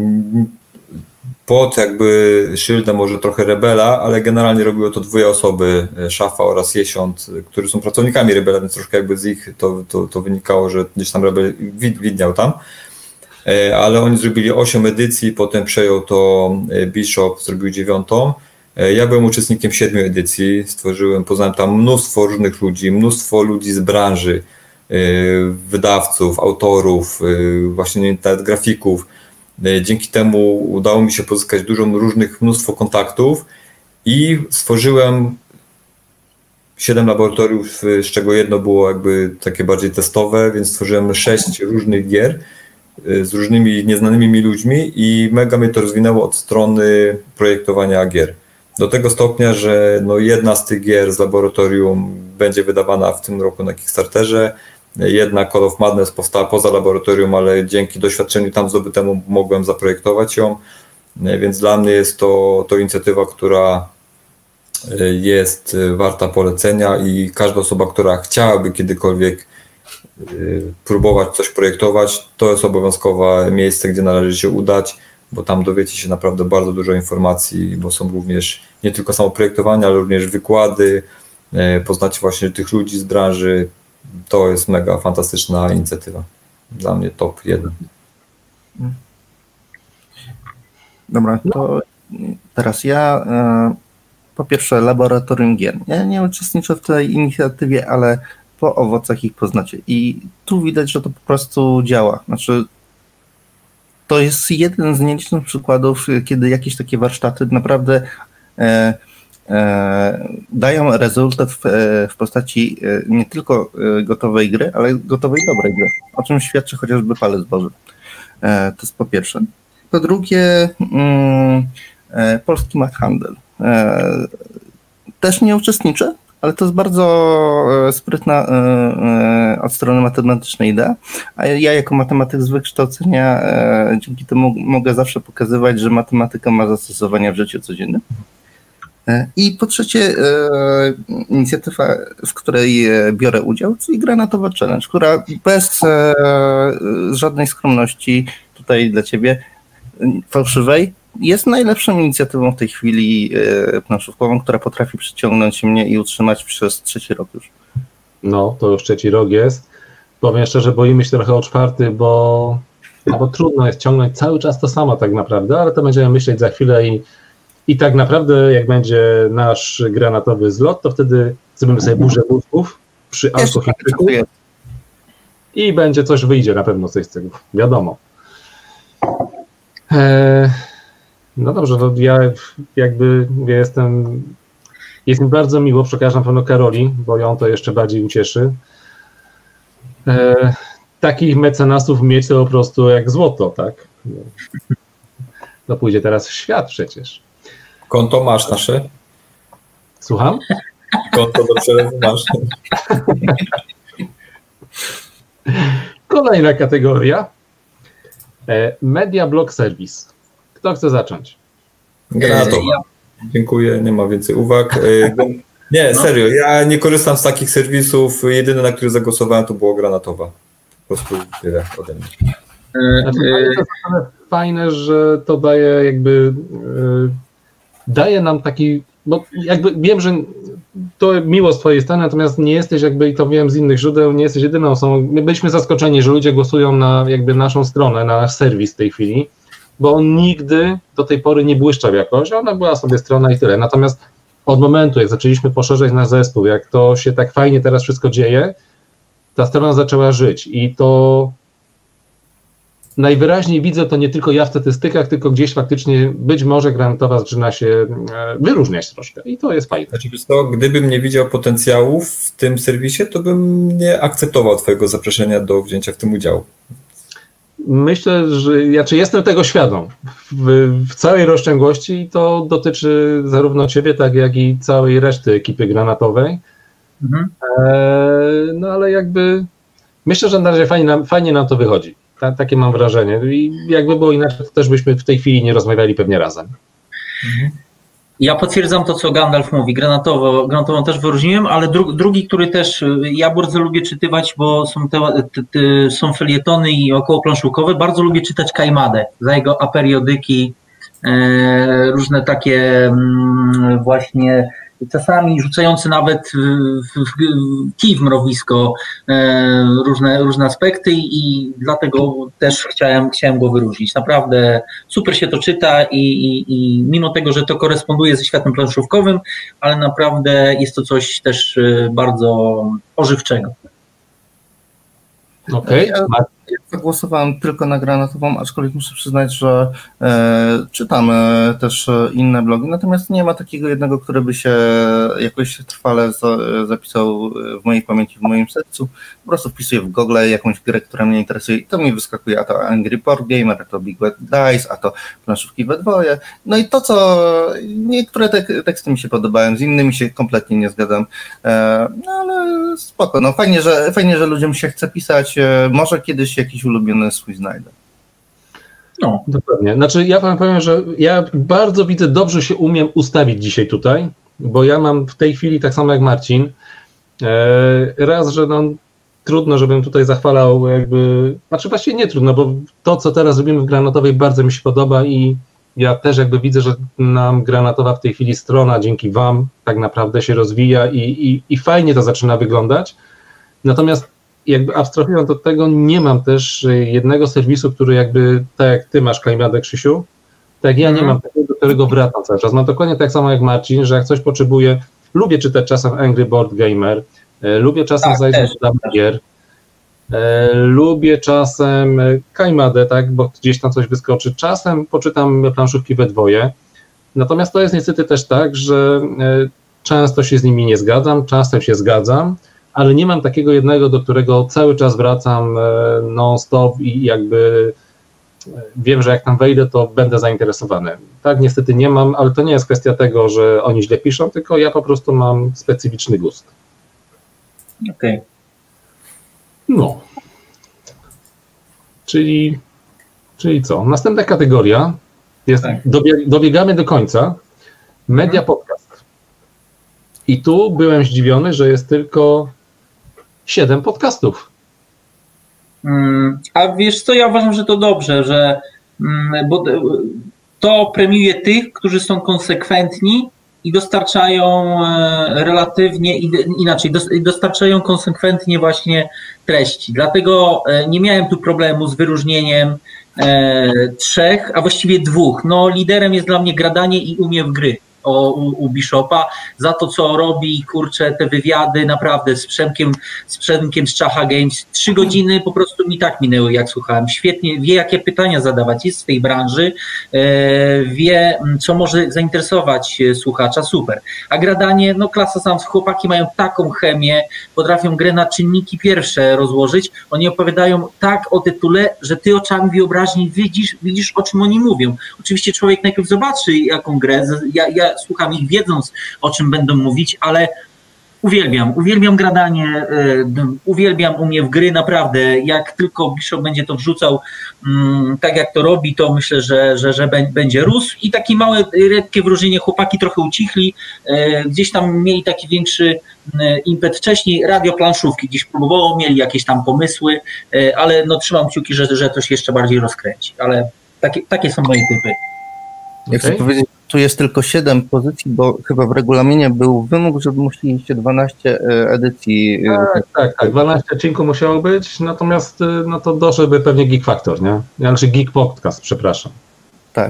pod jakby szyldem może trochę Rebela, ale generalnie robiło to 2 osoby, Szafa oraz Jesiąt, którzy są pracownikami Rebela, więc troszkę jakby z ich to wynikało, że gdzieś tam Rebel widniał tam. Ale oni zrobili 8 edycji, potem przejął to Bishop, zrobił 9. Ja byłem uczestnikiem 7 edycji, poznałem tam mnóstwo różnych ludzi, mnóstwo ludzi z branży, wydawców, autorów, właśnie nawet grafików. Dzięki temu udało mi się pozyskać mnóstwo kontaktów i stworzyłem 7 laboratoriów, z czego jedno było jakby takie bardziej testowe, więc stworzyłem 6 różnych gier z różnymi nieznanymi mi ludźmi i mega mnie to rozwinęło od strony projektowania gier. Do tego stopnia, że no jedna z tych gier z laboratorium będzie wydawana w tym roku na Kickstarterze. Jedna Call of Madness powstała poza laboratorium, ale dzięki doświadczeniu tam zdobytemu mogłem zaprojektować ją. Więc dla mnie jest to inicjatywa, która jest warta polecenia i każda osoba, która chciałaby kiedykolwiek próbować coś projektować, to jest obowiązkowe miejsce, gdzie należy się udać, bo tam dowiecie się naprawdę bardzo dużo informacji, bo są również nie tylko samo projektowanie, ale również wykłady, poznacie właśnie tych ludzi z branży. To jest mega fantastyczna inicjatywa. Dla mnie top 1. Dobra, to teraz ja po pierwsze laboratorium gier. Ja nie uczestniczę w tej inicjatywie, ale po owocach ich poznacie. I tu widać, że to po prostu działa. Znaczy, to jest jeden z nielicznych przykładów, kiedy jakieś takie warsztaty naprawdę dają rezultat w postaci nie tylko gotowej gry, ale gotowej dobrej gry, o czym świadczy chociażby Palec Boży. To jest po pierwsze. Po drugie, polski Mathhandel. Też nie uczestniczę, ale to jest bardzo sprytna od strony matematycznej idea, a ja jako matematyk z wykształcenia dzięki temu mogę zawsze pokazywać, że matematyka ma zastosowania w życiu codziennym. I po trzecie inicjatywa, w której biorę udział, czyli Granatowa Challenge, która bez żadnej skromności tutaj dla Ciebie fałszywej jest najlepszą inicjatywą w tej chwili planszówkową, która potrafi przyciągnąć mnie i utrzymać przez 3. rok już. No, to już 3. rok jest. Powiem szczerze, boimy się trochę o 4., bo trudno jest ciągnąć cały czas to samo tak naprawdę, ale to będziemy myśleć za chwilę i tak naprawdę jak będzie nasz granatowy zlot, to wtedy zrobimy sobie burzę mózgów przy alkoholiku i będzie coś, wyjdzie na pewno coś z tego, wiadomo. No dobrze, to ja jakby jest mi bardzo miło, przekażę na pewno Karoli, bo ją to jeszcze bardziej ucieszy. Takich mecenasów mieć to po prostu jak złoto, tak? No pójdzie teraz w świat przecież. Konto masz nasze? Słucham? Konto do przelewu masz. Kolejna kategoria. Media Blog Service. Kto chce zacząć? Granatowa. Dziękuję, nie ma więcej uwag. Nie, serio, ja nie korzystam z takich serwisów. Jedyne, na który zagłosowałem, to było Granatowa. Po prostu tyle ode mnie. Fajne, że to daje nam taki, bo jakby wiem, że to miło z twojej strony, natomiast nie jesteś i to wiem z innych źródeł, nie jesteś jedyną osobą. My byliśmy zaskoczeni, że ludzie głosują na naszą stronę, na nasz serwis w tej chwili, bo on nigdy do tej pory nie błyszczał jakoś, ona była sobie strona i tyle. Natomiast od momentu, jak zaczęliśmy poszerzać nasz zespół, jak to się tak fajnie teraz wszystko dzieje, ta strona zaczęła żyć i to najwyraźniej widzę to nie tylko ja w statystykach, tylko gdzieś faktycznie być może Granatowa zaczyna się wyróżniać troszkę i to jest fajne. Znaczy, gdybym nie widział potencjału w tym serwisie, to bym nie akceptował twojego zaproszenia do wzięcia w tym udziału. Myślę, że jestem tego świadom w całej rozciągłości i to dotyczy zarówno ciebie, tak jak i całej reszty ekipy granatowej. Mhm. No ale myślę, że na razie fajnie nam to wychodzi. Takie mam wrażenie. I jakby było inaczej, to też byśmy w tej chwili nie rozmawiali pewnie razem. Mhm. Ja potwierdzam to, co Gandalf mówi. Granatową też wyróżniłem, ale drugi, który też ja bardzo lubię czytywać, bo są felietony i okołoplanszówkowe. Bardzo lubię czytać Kajmadę za jego aperiodyki, różne takie właśnie czasami rzucające nawet kij w mrowisko różne aspekty i dlatego też chciałem go wyróżnić. Naprawdę super się to czyta i mimo tego, że to koresponduje ze światem planszówkowym, ale naprawdę jest to coś też bardzo ożywczego. Okej. Zagłosowałem tylko na granatową, aczkolwiek muszę przyznać, że czytam też inne blogi, natomiast nie ma takiego jednego, który by się jakoś trwale zapisał w mojej pamięci, w moim sercu. Po prostu wpisuję w Google jakąś grę, która mnie interesuje i to mi wyskakuje, a to Angry Board Gamer, a to Big Bad Dice, a to planszówki we dwoje. No i to, co niektóre teksty mi się podobają, z innymi się kompletnie nie zgadzam. No ale spoko, no fajnie, że ludziom się chce pisać, może kiedyś jakiś ulubiony swój znajdę. No. Dokładnie. Znaczy ja powiem, że ja bardzo widzę, dobrze się umiem ustawić dzisiaj tutaj, bo ja mam w tej chwili tak samo jak Marcin, raz, że no trudno, żebym tutaj zachwalał jakby, znaczy właściwie nie trudno, bo to, co teraz robimy w Granatowej, bardzo mi się podoba i ja też jakby widzę, że nam Granatowa w tej chwili strona dzięki wam tak naprawdę się rozwija i fajnie to zaczyna wyglądać. Natomiast jakby abstrahując od tego, nie mam też jednego serwisu, który jakby, tak jak ty masz Kajmadę, Krzysiu, tak ja nie mam takiego, do którego wracam cały czas. Mam dokładnie tak samo jak Marcin, że jak coś potrzebuję, lubię czytać czasem Angry Board Gamer, lubię czasem zajrzeć do gier, lubię czasem Kajmadę, tak, bo gdzieś tam coś wyskoczy, czasem poczytam planszówki we dwoje, natomiast to jest niestety też tak, że często się z nimi nie zgadzam, czasem się zgadzam, ale nie mam takiego jednego, do którego cały czas wracam non-stop i jakby wiem, że jak tam wejdę, to będę zainteresowany. Tak, niestety nie mam, ale to nie jest kwestia tego, że oni źle piszą, tylko ja po prostu mam specyficzny gust. Okej. No. Czyli co? Następna kategoria jest, tak. Dobiegamy do końca, media podcast. I tu byłem zdziwiony, że jest tylko 7 podcastów. A wiesz co, ja uważam, że to dobrze, że bo to premiuje tych, którzy są konsekwentni i dostarczają relatywnie inaczej, dostarczają konsekwentnie właśnie treści. Dlatego nie miałem tu problemu z wyróżnieniem 3, a właściwie 2. No liderem jest dla mnie Gradanie i Umie w gry. U Bishopa, za to, co robi, kurczę, te wywiady naprawdę z Przemkiem z Czacha Games. 3 godziny po prostu mi tak minęły, jak słuchałem. Świetnie, wie, jakie pytania zadawać, jest z tej branży, wie, co może zainteresować słuchacza, super. A Gradanie, no klasa sam, chłopaki mają taką chemię, potrafią grę na czynniki pierwsze rozłożyć, oni opowiadają tak o tytule, że ty oczami wyobraźni widzisz, o czym oni mówią. Oczywiście człowiek najpierw zobaczy, jaką grę, ja słucham ich, wiedząc, o czym będą mówić, ale uwielbiam Gradanie, uwielbiam Umie w gry, naprawdę. Jak tylko Bishop będzie to wrzucał tak, jak to robi, to myślę, że będzie rósł. I takie małe, redkie wyróżnienie, chłopaki trochę ucichli, gdzieś tam mieli taki większy impet wcześniej, radio planszówki gdzieś próbowało, mieli jakieś tam pomysły, ale no trzymam kciuki, że to się jeszcze bardziej rozkręci, ale takie są moje typy. Ja chcę powiedzieć, tu jest tylko 7 pozycji, bo chyba w regulaminie był wymóg, żeby musieliście 12 edycji. Tak, 12 odcinków musiało być, natomiast no to doszedłby pewnie Geek Factor, nie? Znaczy Geek Podcast, przepraszam. Tak.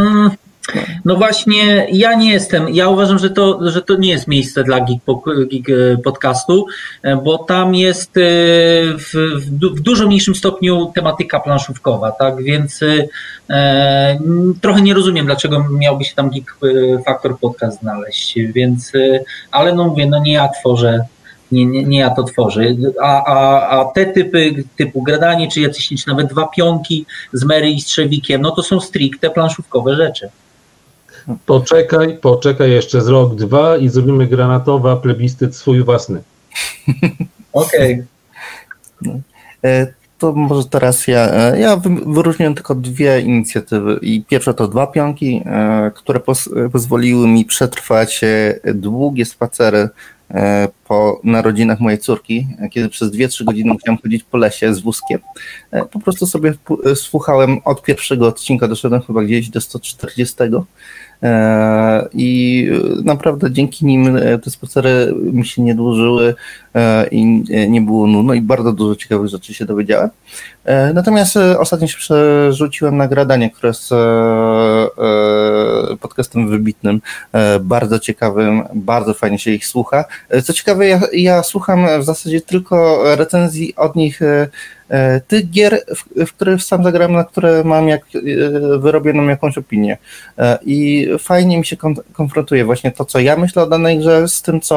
No właśnie, ja nie jestem, ja uważam, że to nie jest miejsce dla Geek Podcastu, bo tam jest w dużo mniejszym stopniu tematyka planszówkowa, tak, więc trochę nie rozumiem, dlaczego miałby się tam Geek Factor Podcast znaleźć, więc, ale no mówię, no nie ja tworzę, nie ja to tworzę, a te typu Gradanie, czy jacyś nawet 2 pionki z Mary i Strzewikiem, no to są stricte planszówkowe rzeczy. Poczekaj jeszcze z rok, 2 i zrobimy Granatowa plebiscyt swój własny. Okej. To może teraz ja wyróżniłem tylko 2 inicjatywy i pierwsza to 2 pionki, które pozwoliły mi przetrwać długie spacery po narodzinach mojej córki, kiedy przez 2-3 godziny musiałem chodzić po lesie z wózkiem. Po prostu sobie słuchałem od pierwszego odcinka, doszedłem chyba gdzieś do 140 i naprawdę dzięki nim te spacery mi się nie dłużyły i nie było nudno i bardzo dużo ciekawych rzeczy się dowiedziałem. Natomiast ostatnio się przerzuciłem na Gradanie, które jest podcastem wybitnym, bardzo ciekawym, bardzo fajnie się ich słucha. Co ciekawe, ja słucham w zasadzie tylko recenzji od nich tych gier, w których sam zagrałem, na które mam wyrobioną jakąś opinię. I fajnie mi się konfrontuje właśnie to, co ja myślę o danej grze z tym,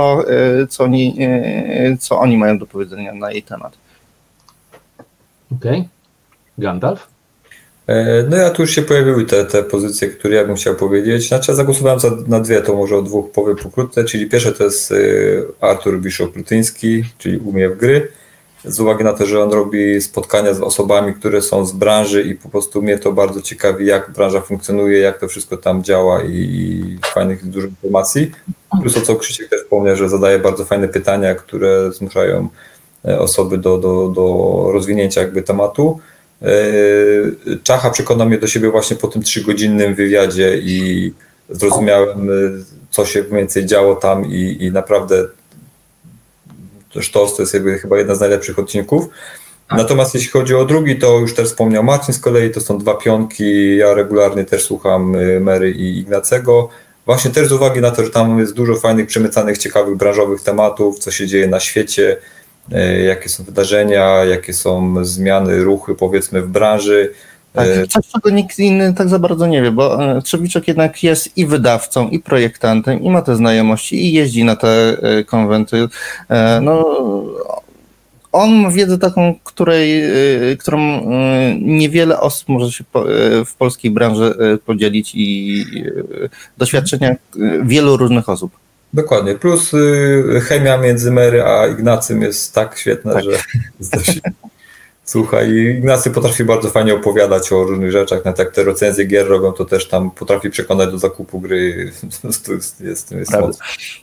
co oni mają do powiedzenia na jej temat. Okej. Gandalf? No ja tu już się pojawiły te pozycje, które ja bym chciał powiedzieć. Znaczy ja zagłosowałem na dwie, to może o dwóch powiem pokrótce, czyli pierwsze to jest Artur Bishop-Lutyński, czyli Umie w gry. Z uwagi na to, że on robi spotkania z osobami, które są z branży i po prostu mnie to bardzo ciekawi, jak branża funkcjonuje, jak to wszystko tam działa i fajnych, dużo informacji. Plus to, co Krzysiek też wspomniał, że zadaje bardzo fajne pytania, które zmuszają osoby do rozwinięcia jakby tematu. Czacha przekonał mnie do siebie właśnie po tym 3-godzinnym wywiadzie i zrozumiałem, co się mniej więcej działo tam i naprawdę Sztos to jest jakby chyba jedna z najlepszych odcinków. Natomiast jeśli chodzi o drugi, to już też wspomniał Marcin z kolei, to są 2 pionki, ja regularnie też słucham Mary i Ignacego. Właśnie też z uwagi na to, że tam jest dużo fajnych, przemycanych, ciekawych branżowych tematów, co się dzieje na świecie, jakie są wydarzenia, jakie są zmiany, ruchy powiedzmy w branży. Tak, coś, czego nikt inny tak za bardzo nie wie, bo Trzewiczek jednak jest i wydawcą, i projektantem, i ma te znajomości, i jeździ na te konwenty. No, on ma wiedzę taką, którą niewiele osób może się w polskiej branży podzielić i doświadczenia wielu różnych osób. Dokładnie, plus chemia między Mary a Ignacym jest tak świetna, tak, że słuchaj, Ignacy potrafi bardzo fajnie opowiadać o różnych rzeczach, nawet jak te recenzje gier robią, to też tam potrafi przekonać do zakupu gry, to jest mocno.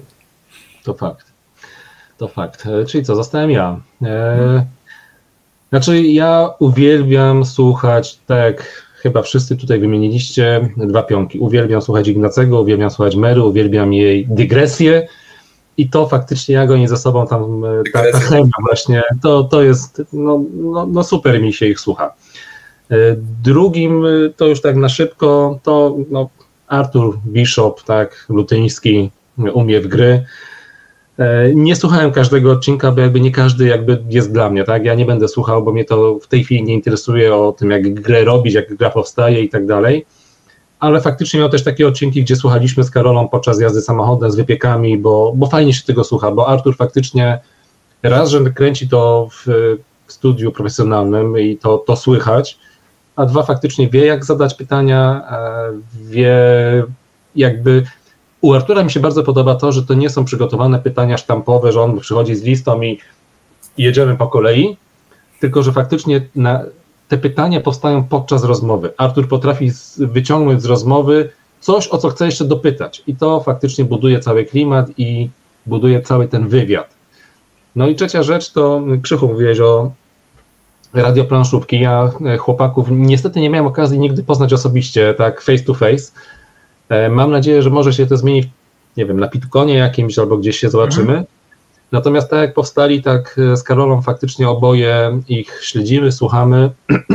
To fakt. Czyli co, zostałem ja. Znaczy ja uwielbiam słuchać, tak jak chyba wszyscy tutaj wymieniliście, 2 pionki. Uwielbiam słuchać Ignacego, uwielbiam słuchać Mary, uwielbiam jej dygresję i to faktycznie jak oni ze sobą tam, ta chemia właśnie, to jest, no super mi się ich słucha. Drugim, to już tak na szybko, to Artur Bishop, tak, Lutyński, Umie w gry. Nie słuchałem każdego odcinka, bo jakby nie każdy jakby jest dla mnie, tak? Ja nie będę słuchał, bo mnie to w tej chwili nie interesuje o tym, jak grę robić, jak gra powstaje i tak dalej. Ale faktycznie miał też takie odcinki, gdzie słuchaliśmy z Karolą podczas jazdy samochodem z wypiekami, bo fajnie się tego słucha, bo Artur faktycznie raz, że kręci to w studiu profesjonalnym i to słychać, a 2 faktycznie wie, jak zadać pytania, wie jakby... U Artura mi się bardzo podoba to, że to nie są przygotowane pytania sztampowe, że on przychodzi z listą i jedziemy po kolei, tylko że faktycznie te pytania powstają podczas rozmowy. Artur potrafi wyciągnąć z rozmowy coś, o co chce jeszcze dopytać i to faktycznie buduje cały klimat i buduje cały ten wywiad. No i trzecia rzecz to, Krzychu, mówiłeś o radioplanszówki. Ja chłopaków niestety nie miałem okazji nigdy poznać osobiście, tak face to face. Mam nadzieję, że może się to zmieni, nie wiem, na Pitconie jakimś albo gdzieś się zobaczymy. Natomiast tak jak powstali, tak z Karolą faktycznie oboje ich śledzimy, słuchamy.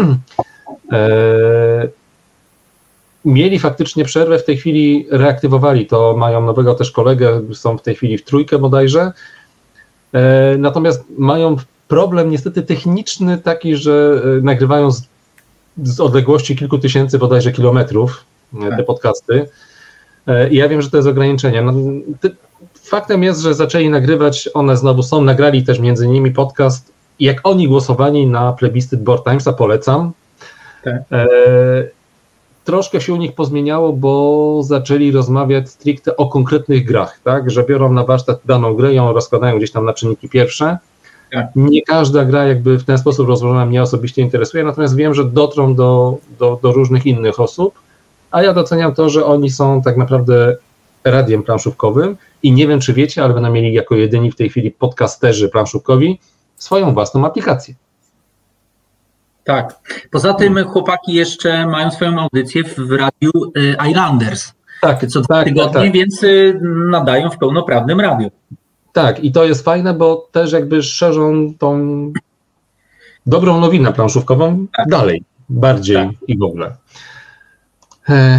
Mieli faktycznie przerwę, w tej chwili reaktywowali to, mają nowego też kolegę, są w tej chwili w 3 bodajże. Natomiast mają problem niestety techniczny taki, że nagrywają z odległości kilku tysięcy bodajże kilometrów te podcasty. I ja wiem, że to jest ograniczenie. Faktem jest, że zaczęli nagrywać, one znowu są, nagrali też między innymi podcast, jak oni głosowali na plebiscyt Board Timesa, polecam. Tak. Troszkę się u nich pozmieniało, bo zaczęli rozmawiać stricte o konkretnych grach, tak, że biorą na warsztat daną grę, ją rozkładają gdzieś tam na czynniki pierwsze. Tak. Nie każda gra jakby w ten sposób rozłożona mnie osobiście interesuje, natomiast wiem, że dotrą do różnych innych osób, a ja doceniam to, że oni są tak naprawdę radiem planszówkowym i nie wiem, czy wiecie, ale będą mieli jako jedyni w tej chwili podcasterzy planszówkowi swoją własną aplikację. Tak. Poza tym chłopaki jeszcze mają swoją audycję w radiu Islanders. Tak, co 2 tygodnie, tak. Więc nadają w pełnoprawnym radiu. Tak, i to jest fajne, bo też jakby szerzą tą dobrą nowinę planszówkową dalej, bardziej i w ogóle.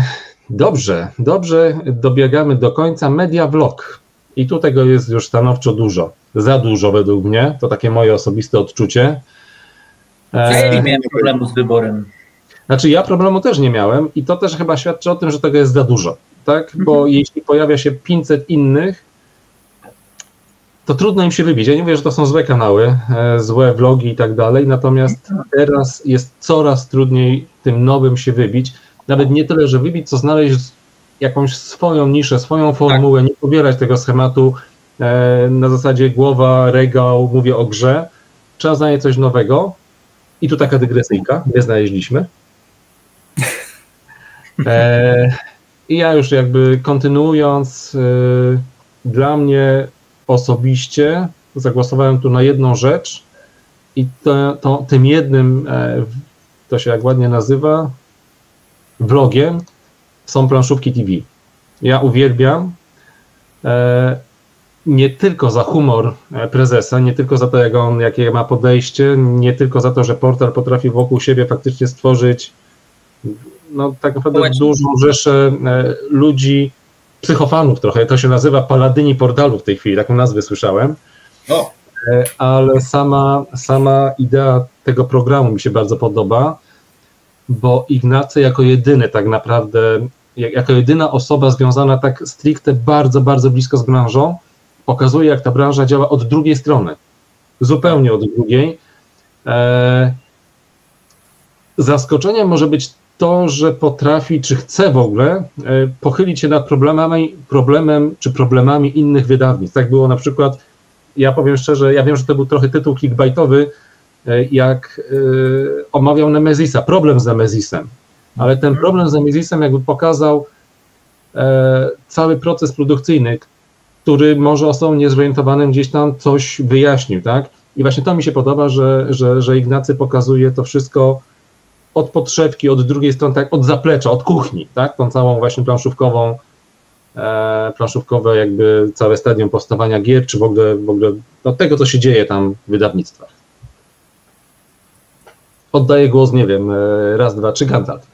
Dobrze, dobiegamy do końca. Media Vlog. I tu tego jest już stanowczo dużo. Za dużo według mnie. To takie moje osobiste odczucie. Ja nie miałem problemu z wyborem. Znaczy ja problemu też nie miałem i to też chyba świadczy o tym, że tego jest za dużo. Tak? Bo jeśli pojawia się 500 innych, to trudno im się wybić. Ja nie mówię, że to są złe kanały, złe vlogi i tak dalej, natomiast teraz jest coraz trudniej tym nowym się wybić. Nawet nie tyle, że wybić, co znaleźć jakąś swoją niszę, swoją formułę, nie pobierać tego schematu na zasadzie głowa, regał, mówię o grze. Trzeba znaleźć coś nowego. I tu taka dygresyjka, nie znaleźliśmy. I ja już jakby kontynuując, dla mnie osobiście zagłosowałem tu na jedną rzecz i tym jednym, to się jak ładnie nazywa, vlogiem są planszówki TV. Ja uwielbiam nie tylko za humor prezesa, nie tylko za to, jakie ma podejście, nie tylko za to, że portal potrafi wokół siebie faktycznie stworzyć tak naprawdę dużą rzeszę ludzi, psychofanów trochę, to się nazywa paladyni portalu w tej chwili, taką nazwę słyszałem, ale sama idea tego programu mi się bardzo podoba, bo Ignacy jako jedyny tak naprawdę, jako jedyna osoba związana tak stricte bardzo, bardzo blisko z branżą, pokazuje, jak ta branża działa od drugiej strony, zupełnie od drugiej. Zaskoczeniem może być to, że potrafi, czy chce w ogóle pochylić się nad problemami innych wydawnictw. Tak było na przykład, ja powiem szczerze, ja wiem, że to był trochę tytuł clickbaitowy, jak omawiał Nemezisa, problem z Nemezisem, ale ten problem z Nemezisem jakby pokazał cały proces produkcyjny, który może osobom niezorientowanym gdzieś tam coś wyjaśnił, tak? I właśnie to mi się podoba, że Ignacy pokazuje to wszystko od podszewki, od drugiej strony, tak, od zaplecza, od kuchni, tak? Tą całą właśnie planszówkowe jakby całe stadium powstawania gier, czy w ogóle tego, co się dzieje tam w wydawnictwach. Oddaję głos, nie wiem, raz, dwa, czy Gandalf.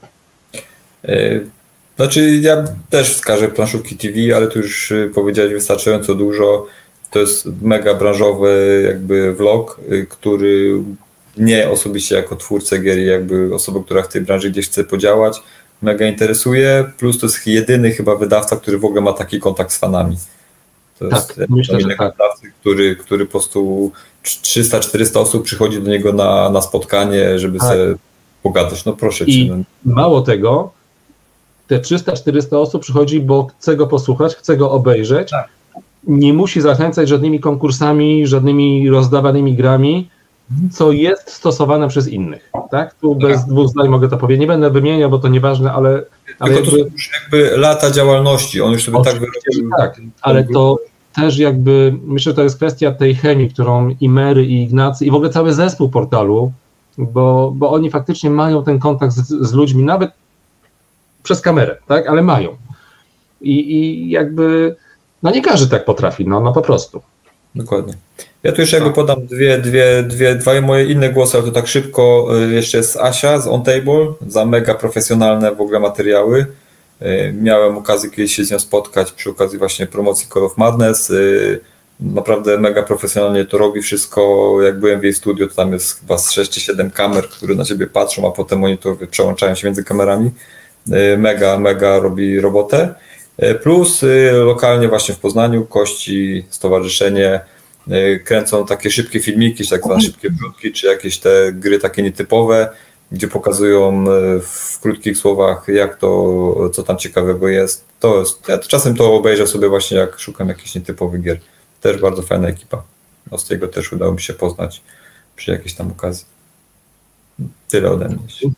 Znaczy ja też wskażę planszówki TV, ale tu już powiedziałeś wystarczająco dużo. To jest mega branżowy jakby vlog, który mnie osobiście jako twórcę gier i jakby osobę, która w tej branży gdzieś chce podziałać, mega interesuje, plus to jest jedyny chyba wydawca, który w ogóle ma taki kontakt z fanami. To jest myślę, że tak. Wydawcy, który po prostu 300-400 osób przychodzi do niego na spotkanie, żeby sobie pogadać. No proszę cię. Mało tego, te 300-400 osób przychodzi, bo chce go posłuchać, chce go obejrzeć, nie musi zachęcać żadnymi konkursami, żadnymi rozdawanymi grami, co jest stosowane przez innych. Tak? Tu bez dwóch zdań mogę to powiedzieć. Nie będę wymieniał, bo to nieważne, ale tylko to są już jakby lata działalności. On już sobie tak wyrobił. Tak, ale to też jakby, myślę, że to jest kwestia tej chemii, którą i Mary, i Ignacy, i w ogóle cały zespół portalu, bo oni faktycznie mają ten kontakt z ludźmi, nawet przez kamerę, tak, ale mają. I jakby, nie każdy tak potrafi, no po prostu. Dokładnie. Ja tu jeszcze jakby podam dwa moje inne głosy, ale to tak szybko. Jeszcze jest Asia z OnTable, za mega profesjonalne w ogóle materiały. Miałem okazję kiedyś się z nią spotkać przy okazji właśnie promocji Call of Madness. Naprawdę mega profesjonalnie to robi wszystko. Jak byłem w jej studio, to tam jest chyba 6 czy 7 kamer, które na ciebie patrzą, a potem monitory przełączają się między kamerami. Mega robi robotę. Plus lokalnie właśnie w Poznaniu Kości Stowarzyszenie kręcą takie szybkie filmiki, czy tak zwane szybkie wrzutki, czy jakieś te gry takie nietypowe, gdzie pokazują w krótkich słowach, jak to, co tam ciekawego jest. Ja czasem to obejrzę sobie właśnie, jak szukam jakichś nietypowych gier. Też bardzo fajna ekipa. Z tego też udało mi się poznać przy jakiejś tam okazji. Tyle ode mnie.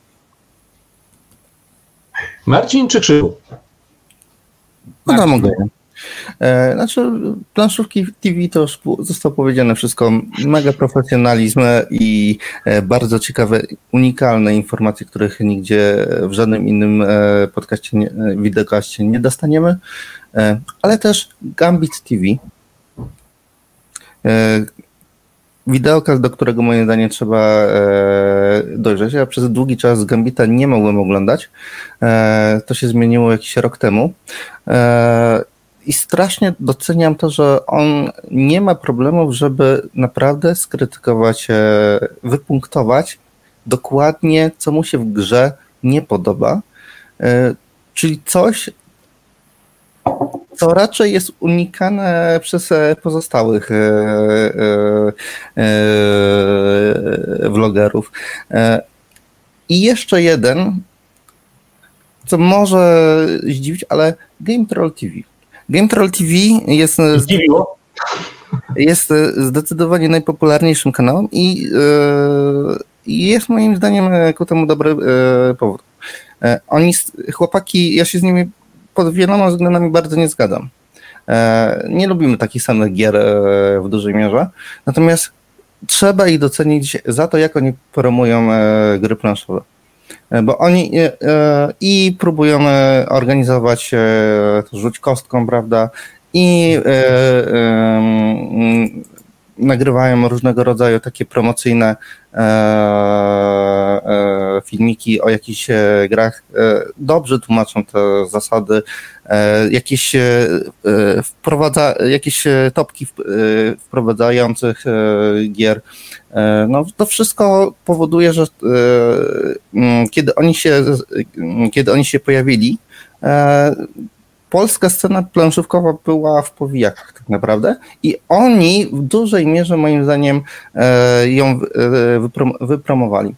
Marcin czy Krzysztof? No mogę. Znaczy, planszówki TV to już zostało powiedziane wszystko. Mega profesjonalizm i bardzo ciekawe, unikalne informacje, których nigdzie w żadnym innym podcaście, wideokaście nie dostaniemy. Ale też Gambit TV. wideokaz, do którego moim zdaniem trzeba dojrzeć. Ja przez długi czas Gambita nie mogłem oglądać. To się zmieniło jakiś rok temu. I strasznie doceniam to, że on nie ma problemów, żeby naprawdę skrytykować, wypunktować dokładnie, co mu się w grze nie podoba. Czyli coś, co raczej jest unikane przez pozostałych vlogerów. I jeszcze jeden, co może zdziwić, ale Game Troll TV. Game Troll TV jest zdecydowanie najpopularniejszym kanałem i jest moim zdaniem ku temu dobry powód. Chłopaki, ja się z nimi pod wieloma względami bardzo nie zgadzam. Nie lubimy takich samych gier w dużej mierze, natomiast trzeba ich docenić za to, jak oni promują gry planszowe. Bo oni i próbują organizować rzuć kostką, prawda, i nagrywają różnego rodzaju takie promocyjne filmiki o jakichś grach, dobrze tłumaczą te zasady, jakieś topki wprowadzających gier. No, to wszystko powoduje, że kiedy oni się pojawili, polska scena planszówkowa była w powijakach tak naprawdę i oni w dużej mierze moim zdaniem ją wypromowali.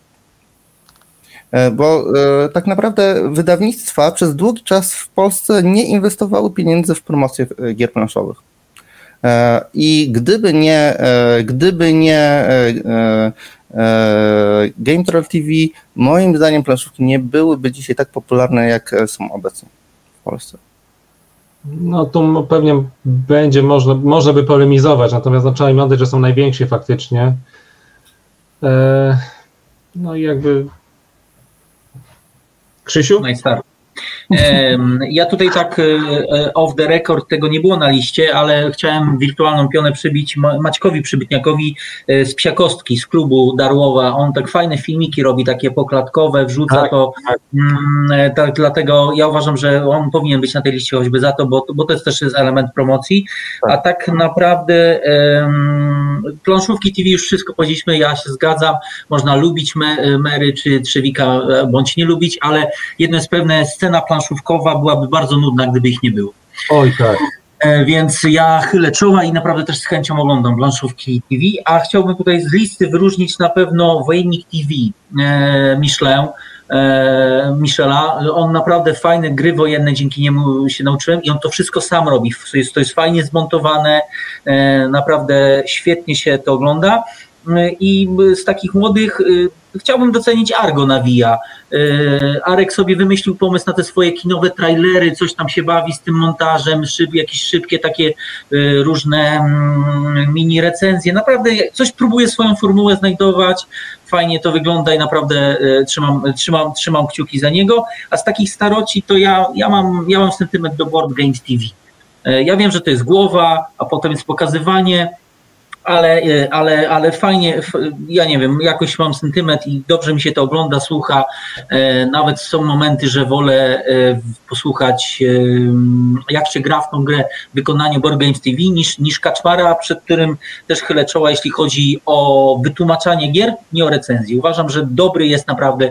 Bo tak naprawdę wydawnictwa przez długi czas w Polsce nie inwestowały pieniędzy w promocję gier planszowych. I gdyby nie Game Troll TV, moim zdaniem planszówki nie byłyby dzisiaj tak popularne, jak są obecnie w Polsce. No tu pewnie będzie można by polemizować, natomiast trzeba im oddać, że są najwięksi faktycznie. No i jakby... Krzysiu? Ja tutaj tak off the record, tego nie było na liście, ale chciałem wirtualną pionę przybić Maćkowi Przybytniakowi z Psiakostki, z klubu Darłowa. On tak fajne filmiki robi, takie poklatkowe, wrzuca tak, dlatego ja uważam, że on powinien być na tej liście choćby za to, bo to jest też element promocji. A tak naprawdę planszówki TV już wszystko powiedzieliśmy, ja się zgadzam, można lubić Mary czy Trzewika bądź nie lubić, ale jedno jest pewne, scena planszówkowa byłaby bardzo nudna, gdyby ich nie było. Oj tak. Więc ja chylę czoła i naprawdę też z chęcią oglądam planszówki TV, a chciałbym tutaj z listy wyróżnić na pewno Wojennik TV Michela. On naprawdę fajne gry wojenne, dzięki niemu się nauczyłem i on to wszystko sam robi. To jest fajnie zmontowane, naprawdę świetnie się to ogląda. I z takich młodych chciałbym docenić Argo Nawija. Arek sobie wymyślił pomysł na te swoje kinowe trailery, coś tam się bawi z tym montażem, jakieś szybkie takie różne mini recenzje. Naprawdę coś próbuje swoją formułę znajdować. Fajnie to wygląda i naprawdę trzymam kciuki za niego. A z takich staroci to ja mam sentyment do Board Games TV. Ja wiem, że to jest głowa, a potem jest pokazywanie, ale fajnie, ja nie wiem, jakoś mam sentyment i dobrze mi się to ogląda, słucha. Nawet są momenty, że wolę posłuchać, jak się gra w tą grę w wykonaniu Board Games TV niż Kaczmara, przed którym też chylę czoła, jeśli chodzi o wytłumaczanie gier, nie o recenzji. Uważam, że dobry jest naprawdę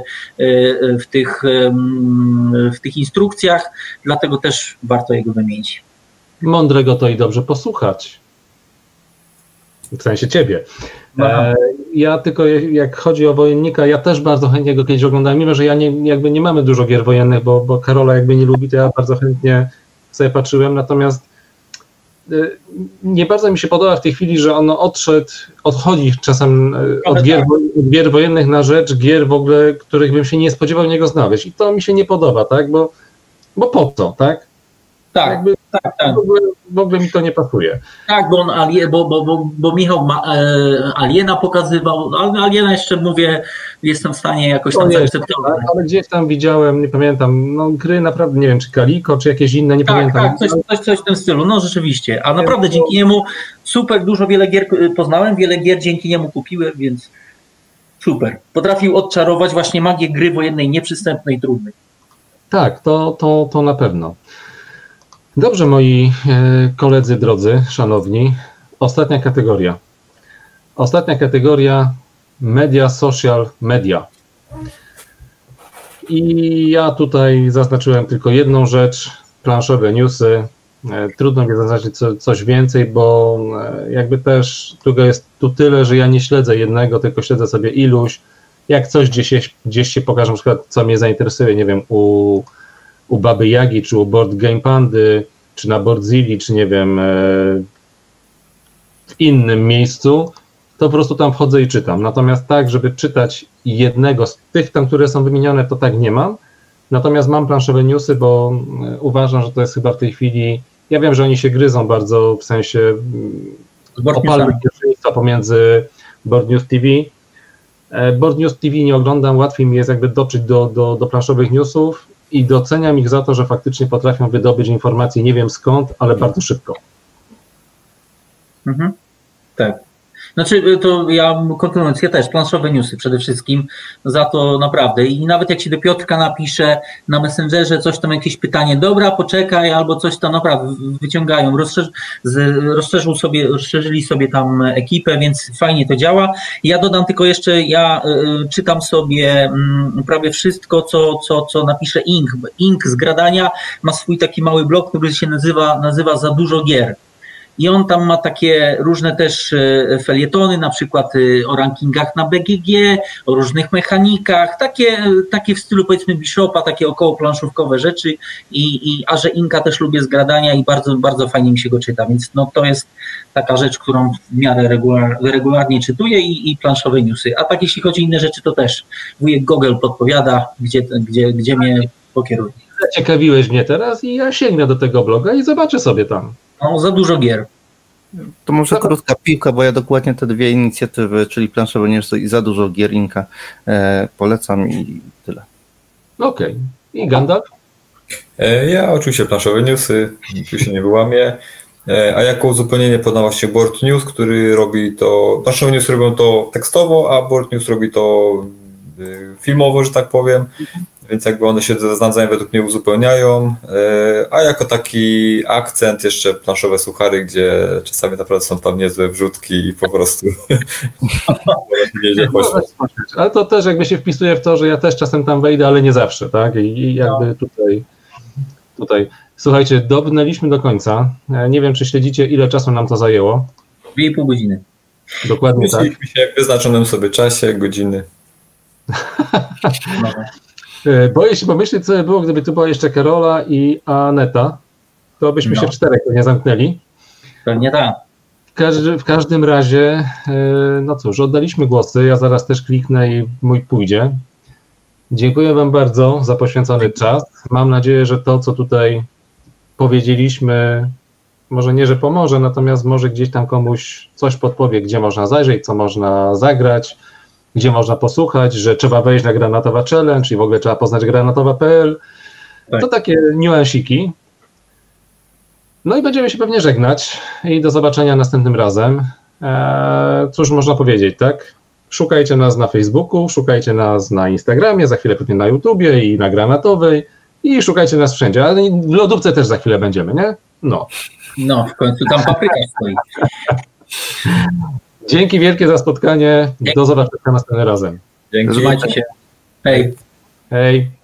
w tych instrukcjach, dlatego też warto jego wymienić. Mądrego to i dobrze posłuchać. W sensie ciebie. Ja tylko jak chodzi o Wojennika, ja też bardzo chętnie go kiedyś oglądałem, mimo że ja nie mamy dużo gier wojennych, bo Karola jakby nie lubi, to ja bardzo chętnie sobie patrzyłem, natomiast nie bardzo mi się podoba w tej chwili, że on odchodzi czasem od gier wojennych na rzecz gier w ogóle, których bym się nie spodziewał niego znaleźć i to mi się nie podoba, tak, bo po co, tak? Tak. W ogóle mi to nie pasuje. Tak, bo bo Michał Aliena pokazywał, ale Aliena jeszcze mówię, jestem w stanie jakoś tam zaakceptować. Tak, ale gdzieś tam widziałem, nie pamiętam, gry naprawdę, nie wiem, czy Calico, czy jakieś inne, nie pamiętam. Tak, coś w tym stylu, no rzeczywiście. A naprawdę dzięki niemu super wiele gier poznałem, wiele gier dzięki niemu kupiłem, więc super. Potrafił odczarować właśnie magię gry wojennej, nieprzystępnej, trudnej. Tak, to na pewno. Dobrze, moi koledzy drodzy, szanowni. Ostatnia kategoria media, social media. I ja tutaj zaznaczyłem tylko jedną rzecz, planszowe newsy. Trudno mi zaznaczyć coś więcej, bo jakby też tego jest tu tyle, że ja nie śledzę jednego, tylko śledzę sobie iluś. Jak coś gdzieś się pokaże, na przykład co mnie zainteresuje, nie wiem, u Baby Jagi, czy u Board Game Pandy, czy na Boardzilli, czy nie wiem, w innym miejscu, to po prostu tam wchodzę i czytam. Natomiast tak, żeby czytać jednego z tych tam, które są wymienione, to tak nie mam. Natomiast mam planszowe newsy, bo uważam, że to jest chyba w tej chwili, ja wiem, że oni się gryzą bardzo, w sensie opalne pierwszeństwa pomiędzy Board News TV. Board News TV nie oglądam, łatwiej mi jest jakby dotrzeć do planszowych newsów i doceniam ich za to, że faktycznie potrafią wydobyć informacje, nie wiem skąd, ale bardzo szybko. Tak. Znaczy, to ja kontynuując, ja też planszowe newsy przede wszystkim, za to naprawdę. I nawet jak się do Piotrka napisze na Messengerze coś tam, jakieś pytanie, dobra, poczekaj, albo coś tam naprawdę wyciągają, rozszerzyli sobie tam ekipę, więc fajnie to działa. Ja dodam tylko jeszcze, ja czytam sobie prawie wszystko, co napisze Ink. Ink z Gradania ma swój taki mały blog, który się nazywa Za dużo gier. I on tam ma takie różne też felietony, na przykład o rankingach na BGG, o różnych mechanikach, takie w stylu powiedzmy Bishopa, takie około planszówkowe rzeczy a że Inka też lubię z Gradania i bardzo, bardzo fajnie mi się go czyta, więc no to jest taka rzecz, którą w miarę regularnie czytuję i planszowe newsy. A tak jeśli chodzi o inne rzeczy, to też wujek Gogol podpowiada, gdzie mnie pokieruje. Zaciekawiłeś mnie teraz i ja sięgnę do tego bloga i zobaczę sobie tam. No, za dużo gier. To może krótka piłka, bo ja dokładnie te dwie inicjatywy, czyli planszowe newsy i Za dużo gier Inka polecam i tyle. Okej. I Gandalf? Ja oczywiście planszowe newsy, tu się nie wyłamię. A jako uzupełnienie podał się Board News, który robi to, planszowe news robią to tekstowo, a Board News robi to filmowo, że tak powiem. Więc jakby one się nawzajem według mnie uzupełniają, a jako taki akcent jeszcze planszowe suchary, gdzie czasami naprawdę są tam niezłe wrzutki i po prostu ale to też jakby się wpisuje w to, że ja też czasem tam wejdę, ale nie zawsze, tak? I jakby tutaj. Słuchajcie, dobrnęliśmy do końca. Nie wiem, czy śledzicie, ile czasu nam to zajęło. 2,5 godziny. Dokładnie tak. Myśleliśmy się w wyznaczonym sobie czasie, godziny. Boję się pomyśleć, co by było, gdyby tu była jeszcze Karola i Aneta. To byśmy się w 4 pewnie zamknęli. Pewnie tak. W każdym razie, no cóż, oddaliśmy głosy. Ja zaraz też kliknę i mój pójdzie. Dziękuję Wam bardzo za poświęcony czas. Mam nadzieję, że to, co tutaj powiedzieliśmy, może nie, że pomoże, natomiast może gdzieś tam komuś coś podpowie, gdzie można zajrzeć, co można zagrać, gdzie można posłuchać, że trzeba wejść na Granatowa Challenge i w ogóle trzeba poznać granatowa.pl. Tak. To takie niuansiki. No i będziemy się pewnie żegnać i do zobaczenia następnym razem. Cóż można powiedzieć, tak? Szukajcie nas na Facebooku, szukajcie nas na Instagramie, za chwilę pewnie na YouTubie i na Granatowej i szukajcie nas wszędzie, ale w lodówce też za chwilę będziemy, nie? No, w końcu tam papryka stoi. Dzięki wielkie za spotkanie. Do zobaczenia następnym razem. Dzięki. Trzymajcie się. Hej. Hej.